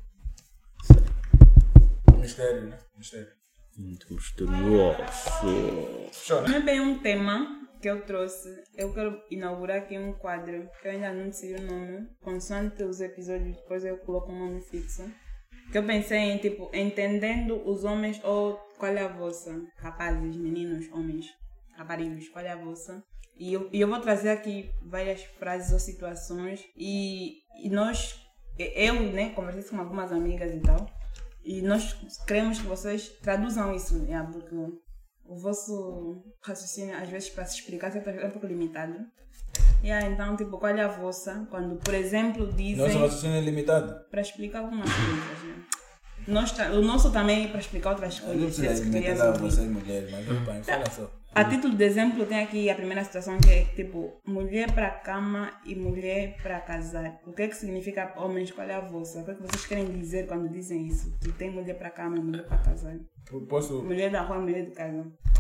Mistério, né?
Muito misterioso.
Não é bem um tema que eu trouxe. Eu quero inaugurar aqui um quadro que eu ainda não decidi o nome. Consoante os episódios, depois eu coloco um nome fixo. Que eu pensei em, entendendo os homens ou qual é a vossa. Rapazes, meninos, homens, raparigas, qual é a vossa. E eu vou trazer aqui várias frases ou situações eu conversei com algumas amigas e tal, e nós queremos que vocês traduzam isso, porque o vosso raciocínio às vezes para se explicar é um pouco limitado. Então, qual é a vossa, quando, por exemplo, dizem...
Nosso raciocínio é limitado?
Para explicar algumas coisas, né? O nosso também é para explicar outras coisas.
Não precisa limitar vocês mulheres, mas fala só.
A título de exemplo, tem aqui a primeira situação que é mulher para cama e mulher para casar. O que é que significa homens? Qual é a vossa? O que é que vocês querem dizer quando dizem isso? Que tem mulher para cama e mulher para casar?
Posso?
Mulher da rua, mulher de casa.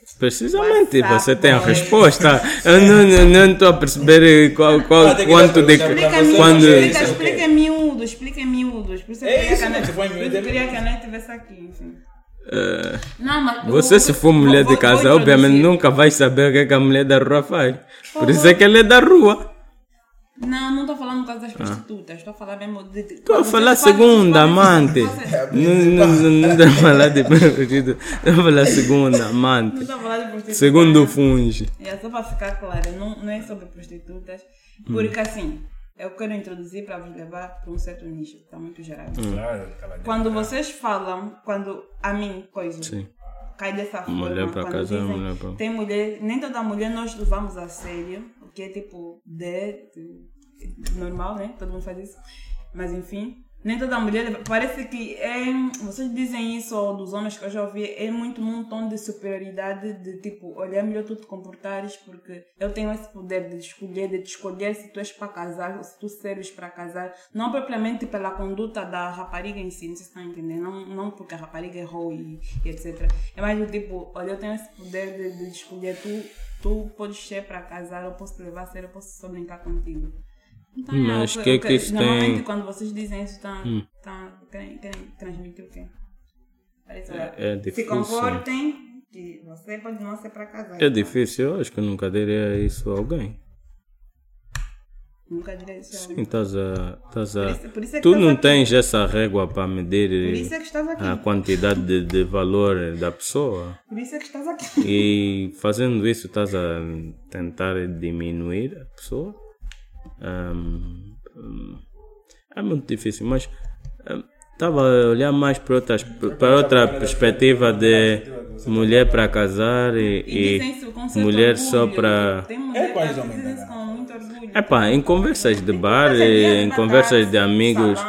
Precisamente, você tem a resposta. Eu não estou a perceber quanto de...
Explica em miúdos. Por isso eu queria que a Net estivesse aqui, enfim. Não, mas
você se for mulher de casa, obviamente nunca vai saber o que a mulher da rua faz. Por isso é que ela é da rua.
Não estou falando no caso das prostitutas, estou a falar mesmo de...
Estou a falar segunda amante. Não estou a falar de prostituta, estou a falar segunda amante.
Não estou a falar de prostitutas.
Segundo funge.
Só para ficar claro, não é sobre prostitutas, porque assim, eu quero introduzir para vos levar para um certo nicho, que está muito geral. Quando vocês falam, quando a mim, coisa... Sim. Cai dessa forma,
mulher para casar,
dizem,
mulher para...
tem mulher, nem toda mulher nós levamos a sério, o que é tipo normal, né? Todo mundo faz isso. Mas enfim, nem toda mulher, parece que vocês dizem isso dos homens que eu já ouvi, é muito num tom de superioridade, de tipo, olha, é melhor tu te comportares porque eu tenho esse poder de te escolher se tu és para casar, se tu serves para casar, não propriamente pela conduta da rapariga em si, não sei se estão entendendo, não porque a rapariga errou e etc. É mais do tipo, olha, eu tenho esse poder de escolher, tu podes ser para casar, eu posso te levar a sério, eu posso só brincar contigo. Então,
mas o que é que isso
normalmente
tem...
quando vocês dizem isso, querem transmitir o quê?
É difícil.
Se comportem, que você pode não ser para casar.
É difícil, eu acho que eu nunca diria isso a alguém.
Nunca diria isso a alguém?
Sim, estás a...
Por isso é que
tu
estás
não
aqui.
tens essa régua para medir
Por isso é que estás aqui.
a quantidade de valor da pessoa.
Por isso é que estás aqui.
E fazendo isso estás a tentar diminuir a pessoa. É muito difícil, mas estava a olhar mais para outra perspectiva de mulher para casar e mulher só para... em conversas de bar, em conversas de amigos,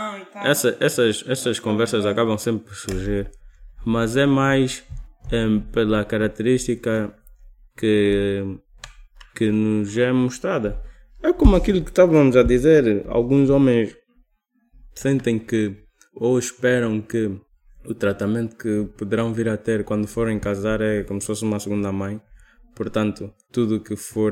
essas conversas acabam sempre por surgir, mas é mais pela característica que nos é mostrada. É como aquilo que estávamos a dizer, alguns homens sentem que ou esperam que o tratamento que poderão vir a ter quando forem casar é como se fosse uma segunda mãe. Portanto, tudo que for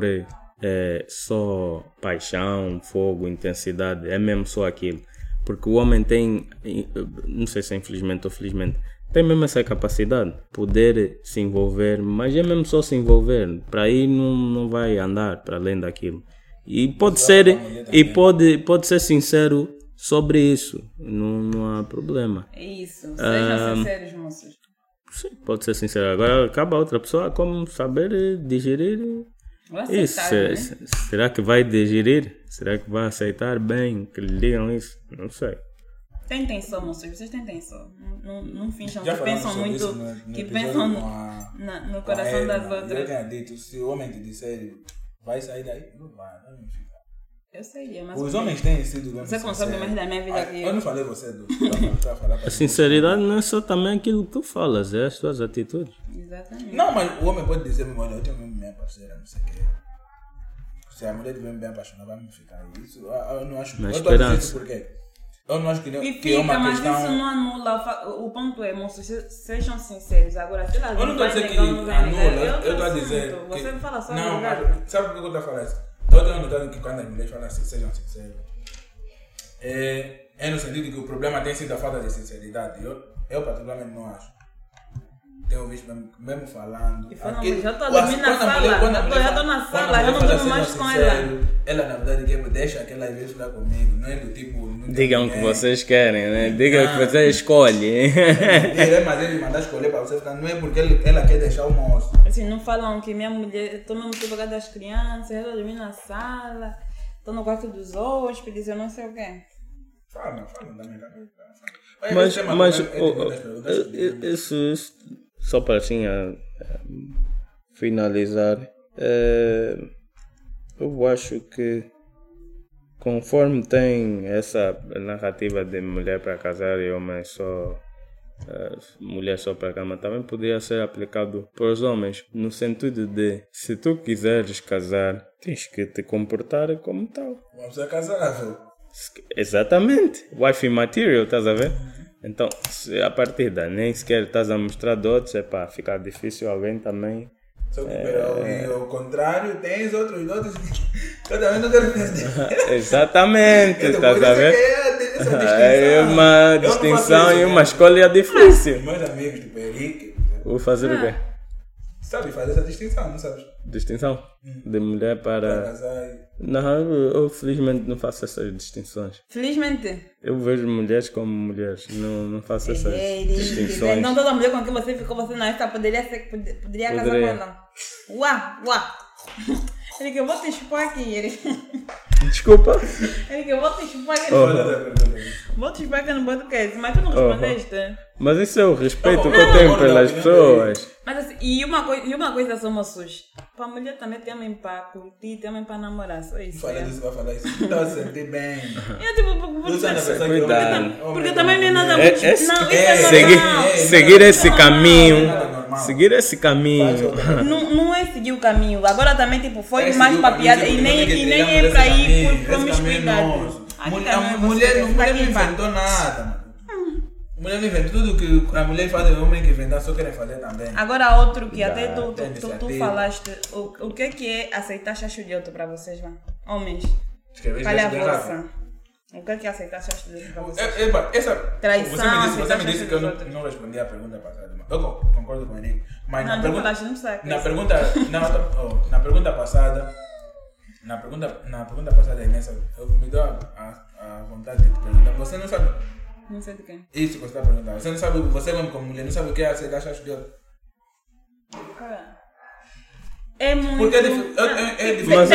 só paixão, fogo, intensidade, é mesmo só aquilo. Porque o homem tem, não sei se é infelizmente ou felizmente, tem mesmo essa capacidade, poder se envolver, mas é mesmo só se envolver. Para aí não vai andar para além daquilo. E pode ser ser sincero sobre isso, não há problema.
É isso, sejam sinceros, moços.
Sim, pode ser sincero. Agora acaba a outra pessoa como saber digerir isso.
Né?
Será que vai digerir? Será que vai aceitar bem que lhe digam isso? Não sei.
Tentem só, moços, vocês tentem só. Não finjam que pensam muito, isso, que pensam no coração das outras.
Eu tinha dito, se o homem te disser vai sair daí, não vai ficar.
Eu sei, mas...
Os homens têm sido...
Você consome mais da minha vida que eu.
Eu não falei você,
a sinceridade não é só também aquilo que tu falas, é as tuas atitudes.
Exatamente.
Não, mas o homem pode dizer, olha, eu tenho mesmo minha parceira, não sei o quê. Se a mulher estiver bem apaixonada, vai me ficar. Isso eu não acho...
Na
eu
esperança.
Estou a dizer isso porque eu não acho que é uma
mas
questão...
Mas isso não anula. O ponto é, moços, sejam sinceros. Agora, se
eu não estou a dizer que anula, eu estou a dizer que...
Você fala só
não,
mas
sabe por que eu estou a falar isso? Eu tenho notado que quando as mulheres falam assim, sejam sinceros, é no sentido que o problema tem sido a falta de sinceridade. Eu particularmente não acho. Tenho visto mesmo falando.
Já estou a dormir na sala. Já estou na sala, eu não durmo mais com ela.
Ela, na verdade, deixa que ela vez ficar comigo. Não é do tipo.
Digam o que vocês querem, né? Digam que você escolhe.
Mas ele mandar escolher para você ficar. Não é porque ela quer deixar o moço.
Assim, não falam que minha mulher. Estou mesmo cuidando das crianças, eu estou dormindo na sala, estou no quarto dos hóspedes, eu não sei o quê.
Fala da minha
cabeça. Mas isso. Só para assim finalizar, eu acho que conforme tem essa narrativa de mulher para casar e homem só, mulher só para cama, também poderia ser aplicado para os homens, no sentido de, se tu quiseres casar, tens que te comportar como tal.
Vamos ser casável.
Exatamente, wife material, estás a ver? Então, se a partir daí nem sequer estás a mostrar dotes, fica difícil alguém também
Só que ao contrário, tens outros que eu também não quero perder.
Exatamente, tá sabendo? É uma distinção e uma escolha difícil.
Meus amigos do Perique.
Vou fazer o quê?
Sabe fazer essa distinção, não sabes?
Distinção? De mulher para
casar.
Não, eu felizmente não faço essas distinções.
Felizmente?
Eu vejo mulheres como mulheres, não faço essas distinções.
Então toda mulher com quem você ficou, você não poderia casar com ela. Uá. Ele que eu vou te expor aqui.
Desculpa?
Ele que eu vou te expor aqui. Vou te expor aqui no podcast, mas tu não respondeste.
Mas isso é o respeito que eu tenho pelas pessoas.
Mas assim, e uma coisa somos SUS. Para a mulher também tem homem para curtir, tem homem para namorar, só isso.
Fala disso, vai falar isso. Estou a sentir bem.
Cuidado.
Porque também não é nada muito...
Seguir esse caminho. Seguir esse caminho.
Não é seguir o caminho. Agora também foi mais para piada e nem é para ir por promiscuidade.
Mulher não inventou nada. Mulher não inventa tudo que a mulher faz, o homem que inventa só querem fazer também.
Agora outro que até tu falaste, o que é aceitar chacho de outro para vocês, mano? Homens. Qual é a vossa? O que é aceitar chacho de outro para vocês? Traição.
Você me disse que eu não respondi a pergunta passada. Eu concordo com ele. Mas na pergunta passada, Inês, eu me dou a vontade de te perguntar. Você não sabe?
Não sei de quem.
Isso que você está perguntando. Você não sabe, você mesmo como mulher, não sabe o que é aceitar chacho de outro?
É muito...
Porque é difícil.
Mas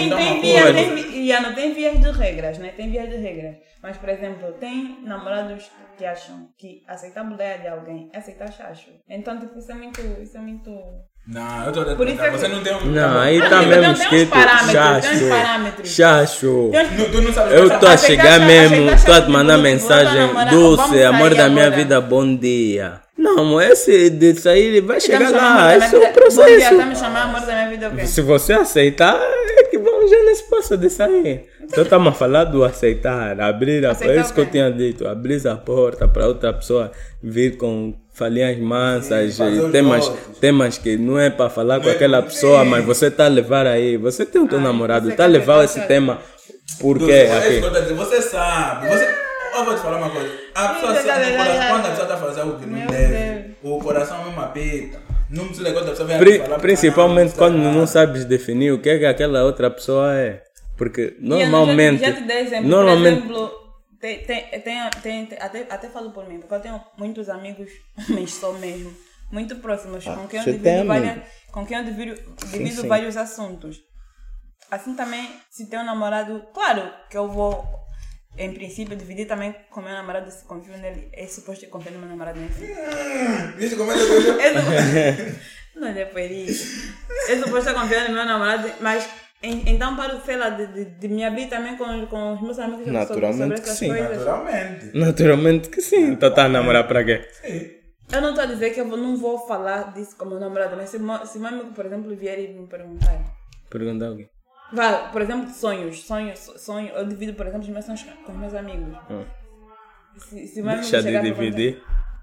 tem vias de regras, né? Tem vias de regras. Mas, por exemplo, tem namorados que acham que aceitar a mulher de alguém é aceitar chacho. Então, tipo, isso é muito...
Não, eu estou a dizer, você não tem um...
Não, aí está mesmo escrito chacho. Eu estou a chegar mesmo, estou a te mandar mensagem, Dulce, amor da minha vida, bom dia. Não, esse de sair vai chegar lá, esse é o processo.
Tá me chamando amor da minha vida, okay?
Se você aceitar, é que vamos já nesse passo de sair. Então estamos a falar do aceitar, abrir a porta, é isso que eu tinha dito, abrir a porta para outra pessoa vir com falinhas mansas, temas que não é para falar com aquela pessoa, mas você está a levar aí, você tem o teu namorado, está a levar esse tema, porque
você sabe, eu vou te falar uma coisa, a pessoa sabe, quando a pessoa está fazendo algo que não deve, o coração mesmo apita. Não precisa quando a pessoa vem falar.
Principalmente quando não sabes definir o que é que aquela outra pessoa é. Porque normalmente.
Já te dei exemplo. Normalmente, por exemplo, até falo por mim, porque eu tenho muitos amigos, mas só mesmo, muito próximos, com quem eu divido vários assuntos. Assim também, se tem um namorado, claro que eu vou, em princípio, dividir também com meu namorado, se confio nele, é suposto que confio no meu namorado.
Isso, como é que eu
não é por isso. É suposto que confio no meu namorado, mas então para, sei lá, de me abrir também com os meus amigos
sobre
essas coisas.
Naturalmente que sim. Então tá a namorar para quê?
Sim.
Eu não estou a dizer que eu não vou falar disso com meu namorado, mas se meu amigo, por exemplo, vier e me perguntar.
Perguntar o quê?
Vai, por exemplo, sonhos. Eu divido, por exemplo, os meus sonhos com os meus amigos. Se meu amigo
deixa de dividir.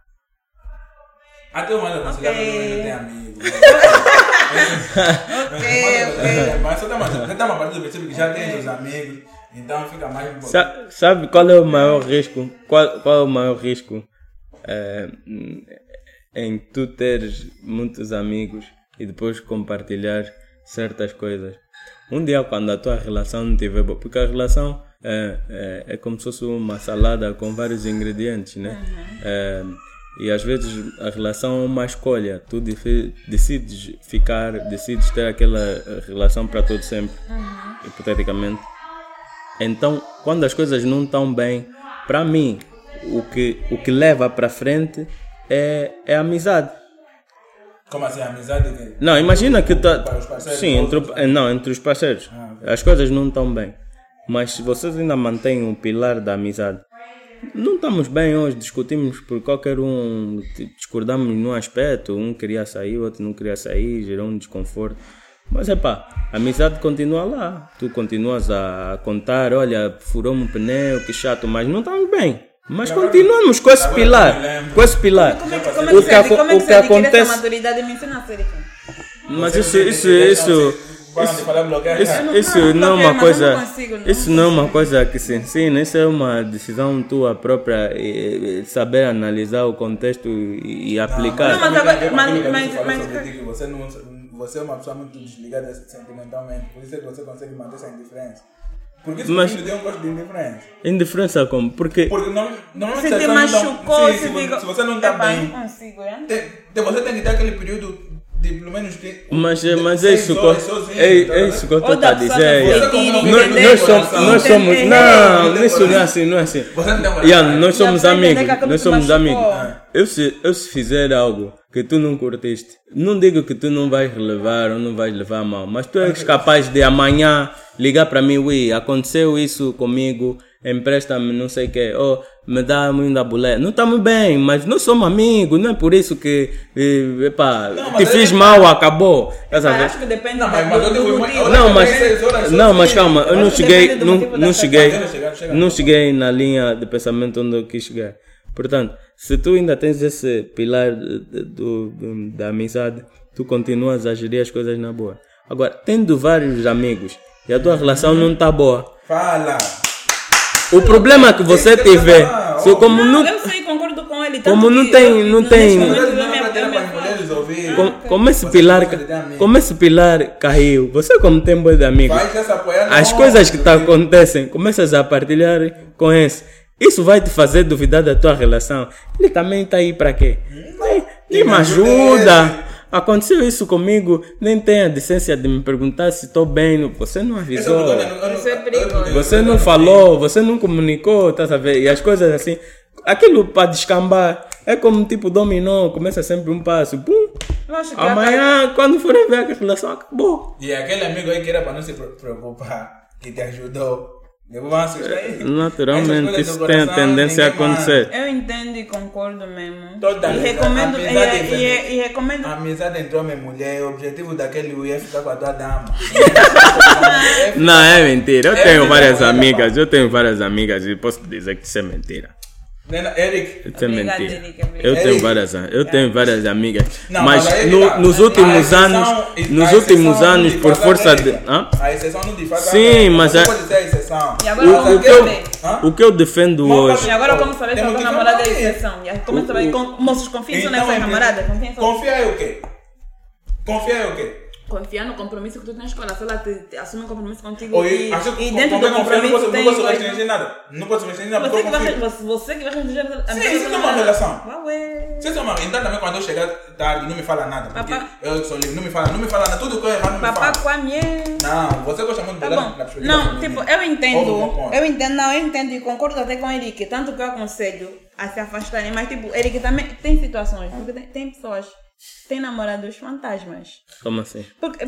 Até o mais aconselhável não tem amigo.
Ok.
Mas você está uma parte do princípio que já tem os amigos, então fica mais importante.
Sabe qual é o maior risco? Qual é o maior risco em tu teres muitos amigos e depois compartilhar certas coisas? Um dia, quando a tua relação não estiver boa, porque a relação é como se fosse uma salada com vários ingredientes, né? E às vezes a relação é uma escolha. Tu decides ter aquela relação para todo sempre, hipoteticamente. Então, quando as coisas não estão bem, para mim, o que leva para frente é a amizade.
Como assim, a amizade?
Não, imagina que
para os parceiros?
Sim, entre os parceiros. Okay. As coisas não estão bem. Mas se vocês ainda mantêm um pilar da amizade, não estamos bem hoje, discutimos por qualquer um, discordamos num aspecto, um queria sair, o outro não queria sair, gerou um desconforto. Mas a amizade continua lá. Tu continuas a contar, olha, furou-me um pneu, que chato, mas não estamos bem. Mas continuamos com esse pilar.
Como é que você adquire essa maturidade? Me ensina a ser aqui.
Mas isso não é uma coisa. Isso não é uma coisa que se ensina, isso é uma decisão tua própria, saber analisar o contexto e aplicar.
Você é uma pessoa muito desligada sentimentalmente, por isso é que você consegue manter essa indiferença. Porque isso filho tem um gosto de indiferença.
Indiferença como? Porque
normalmente
se te machucou,
se você não está bem,
não consigo,
você tem que ter aquele período de pelo menos
mas é isso que eu estou a dizer. Nós somos não, isso não é assim, não é assim. Nós somos amigos. Eu se fizer algo que tu não curtiste, não digo que tu não vais relevar ou não vais levar mal, mas tu és capaz de amanhã ligar para mim, aconteceu isso comigo, empresta-me não sei o que, me dá muita boleia. Não estamos bem, mas nós somos amigos, não é por isso que te fiz mal, acabou.
Acho que depende
mas calma, eu não cheguei na linha de pensamento onde eu quis chegar. Portanto, se tu ainda tens esse pilar da amizade, tu continuas a gerir as coisas na boa. Agora, tendo vários amigos e a tua relação não está boa,
fala.
O problema que você tiver,
eu sei, concordo com ele.
Como não tem. Como esse pilar caiu, você como tem boi de amigo, as coisas que acontecem, começas a partilhar com esse. Isso vai te fazer duvidar da tua relação. Ele também está aí para quê? Nem me ajuda. Aconteceu isso comigo, nem tem a decência de me perguntar se estou bem. Você não avisou. Você não falou, você não comunicou, tá sabendo? E as coisas assim. Aquilo para descambar é como tipo dominó, começa sempre um passo. Pum. Amanhã, quando forem ver que a relação acabou.
E aquele amigo aí que era para não se preocupar, que te ajudou.
Naturalmente isso tem a tendência a acontecer.
Eu entendo e concordo mesmo.
E recomendo. A amizade entre homem e mulher, o objetivo daquele é ficar com a tua dama.
Não, é mentira. Eu tenho várias amigas e posso dizer que isso é mentira.
Eric.
Isso é mentira. Eu tenho várias amigas. Mas nos últimos anos, por força de.
A exceção não difere.
Sim, mas o que eu defendo hoje.
E agora como saber se a tua namorada é exceção? Como saber moços confiam nessa namorada?
Confia em o quê?
Confiar no compromisso que tu tens com ela. Se ela te assume um compromisso contigo e dentro do
compromisso não posso restringir nada. Não posso restringir nada.
Você que vai restringir a
sim, isso não é uma relação. Então também quando eu chegar tarde, não me fala nada. Porque eu sou livre, não me fala nada. Tudo que eu errar, não me fala.
Papá com a minha.
Não, você gosta muito de
pegar na perspectiva. Não, tipo, eu entendo e concordo até com o Eric. Tanto que eu aconselho a se afastarem. Mas tipo, Eric também tem situações. Porque tem pessoas. Tem namorados fantasmas.
Como assim?
Porque eu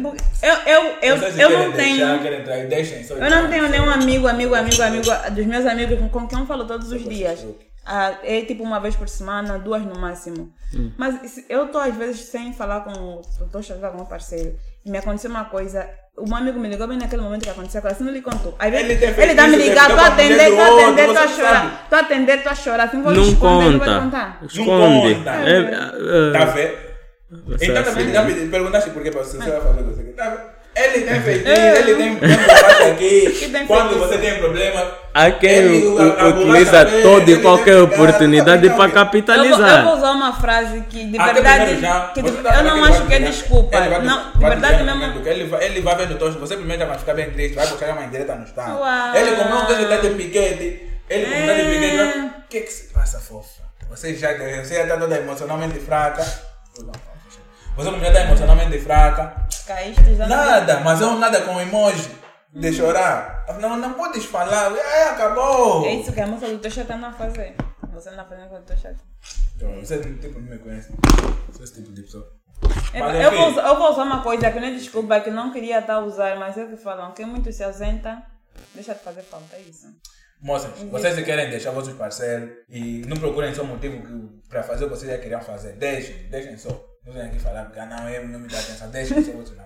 não tenho. Eu não tenho nenhum amigo dos meus amigos com quem eu falo todos os dias. É tipo uma vez por semana, 2 no máximo. Mas eu estou às vezes sem falar estou chateada com o meu parceiro. E me aconteceu uma coisa. Um amigo me ligou bem naquele momento que aconteceu, assim não lhe contou. Aí ele dá me ligar, tu atender, tu a chorar. Tu atender, tu a chorar. Assim, vou esconder, não vai contar.
Esconde.
Tá vendo? Então também me perguntaste por que você vai fazer o que você quer. Ele tem feitiço, ele tem borracha aqui. Quando você tem problema,
há quem utiliza toda e qualquer oportunidade para capitalizar.
Eu vou usar uma frase que de verdade eu não acho que é desculpa. De verdade mesmo.
Ele vai vendo todos, você primeiro vai ficar bem triste, vai buscar uma indireta no estado. Ele comprou um candidato de piquete, o que se passa, fofa? Você já está toda emocionalmente fraca. Você mulher está emocionalmente fraca.
Caíste já.
Nada, mas é um nada com emoji de chorar. Não podes falar, acabou.
É isso que a moça do teu chat está a fazer. Você não está fazendo com o teu chat.
Você tipo, não me conhece. Você é esse tipo de pessoa.
Eu vou usar uma coisa que não é desculpa, que não queria estar a usar, mas é que falam que muito se ausenta, deixa de fazer falta, é isso.
Moças, vocês querem deixar vossos parceiros e não procurem só motivo para fazer o que vocês já queriam fazer. Deixem só. Não tenho aqui falar porque não me dá atenção. Deixem só vossos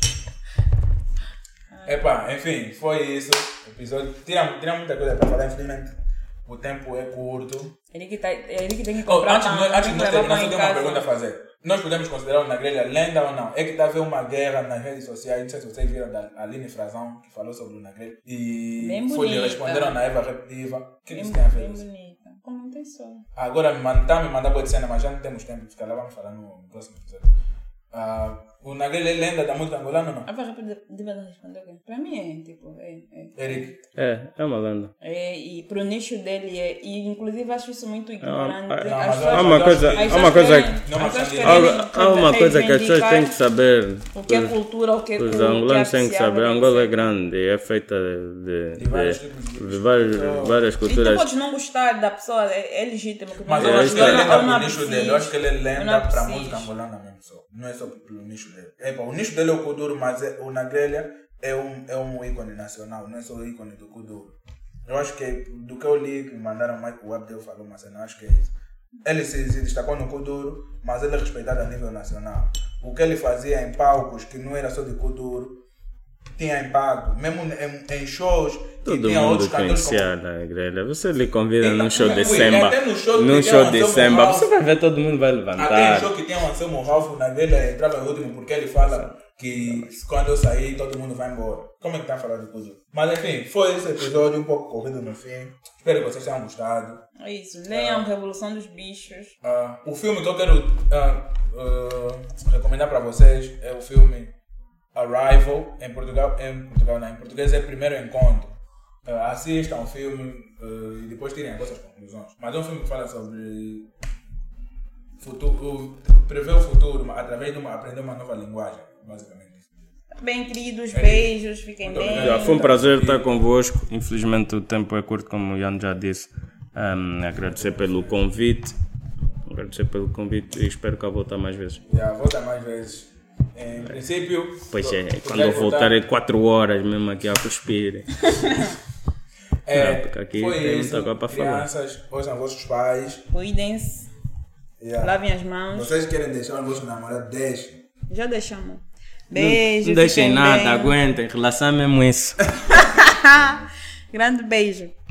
namorados. Enfim, foi isso. O episódio. Tira muita coisa para falar, infelizmente. O tempo é curto.
Ele que tem que comprar
antes de nós terminar, só tenho uma pergunta a fazer. nós podemos considerar o Nagrelha lenda ou não? É que está a haver uma guerra nas redes sociais, não sei se vocês viram da Aline Frazão, que falou sobre o Nagrelha, e foi responderam na Eva Repetitiva. O que isso tem a ver?
Bem bonita. Comentem só.
Agora me mandar boa de cena, mas já não temos tempo de ficar lá, vamos falar no próximo episódio. O Nagrelha é lenda da música angolana ou não?
Eva Repetitiva respondeu o quê? Para mim é, tipo,
Eric.
É uma lenda.
E pro nicho dele e inclusive acho isso muito ignorante.
Há uma coisa que as pessoas têm que saber.
O que é cultura, o que é
os angolanos têm que saber. Angola é grande e é feita de várias culturas.
E tu podes não gostar da pessoa, é legítimo.
Mas eu acho que ele é lenda pro nicho dele. Eu acho que ele é lenda pra música angolana mesmo. Não é só pelo nicho dele. O nicho dele é o Kuduro, mas o Nagrelha é um ícone nacional, não é só o ícone do Kuduro. Eu acho que do que eu li, que me mandaram mais que o Abdel falou, mas eu não acho que é isso. Ele se destacou no Kuduro, mas ele é respeitado a nível nacional. O que ele fazia em palcos, que não era só de Kuduro, tinha impacto. Mesmo em shows, que tinha outros cantores. Todo mundo conhecia a
Nagrelha. Você lhe convida num show de samba. Num show de samba, você vai ver, todo mundo vai levantar.
Até no show que tinha o Anselmo Ralph, o Nagrelha entrava no último, porque ele fala que quando eu sair, todo mundo vai embora. Como é que está a falar de tudo? Mas enfim, foi esse episódio um pouco corrido no fim. Espero que vocês tenham gostado.
É isso, leiam Revolução dos Bichos.
O filme que eu quero recomendar para vocês é o filme Arrival. Em português é Primeiro Encontro. Assistam o filme e depois tirem as vossas conclusões. Mas é um filme que fala sobre prever o futuro através de aprender uma nova linguagem, basicamente.
Bem, queridos, beijos, fiquem bem.
Foi um prazer estar convosco. Infelizmente o tempo é curto, como o Ian já disse. Agradecer pelo convite. E espero que eu volte mais vezes.
Volta mais vezes. Em princípio.
Pois é, quando eu voltar é 4 horas mesmo aqui a cuspir. Porque aqui tem muita coisa para falar.
Crianças, ouçam vossos pais.
Cuidem-se. Lavem as mãos.
Vocês querem deixar o vosso namorado? Deixem.
Já deixamos. Beijo.
Não deixem nada, aguentem. Relação é mesmo isso.
Grande beijo.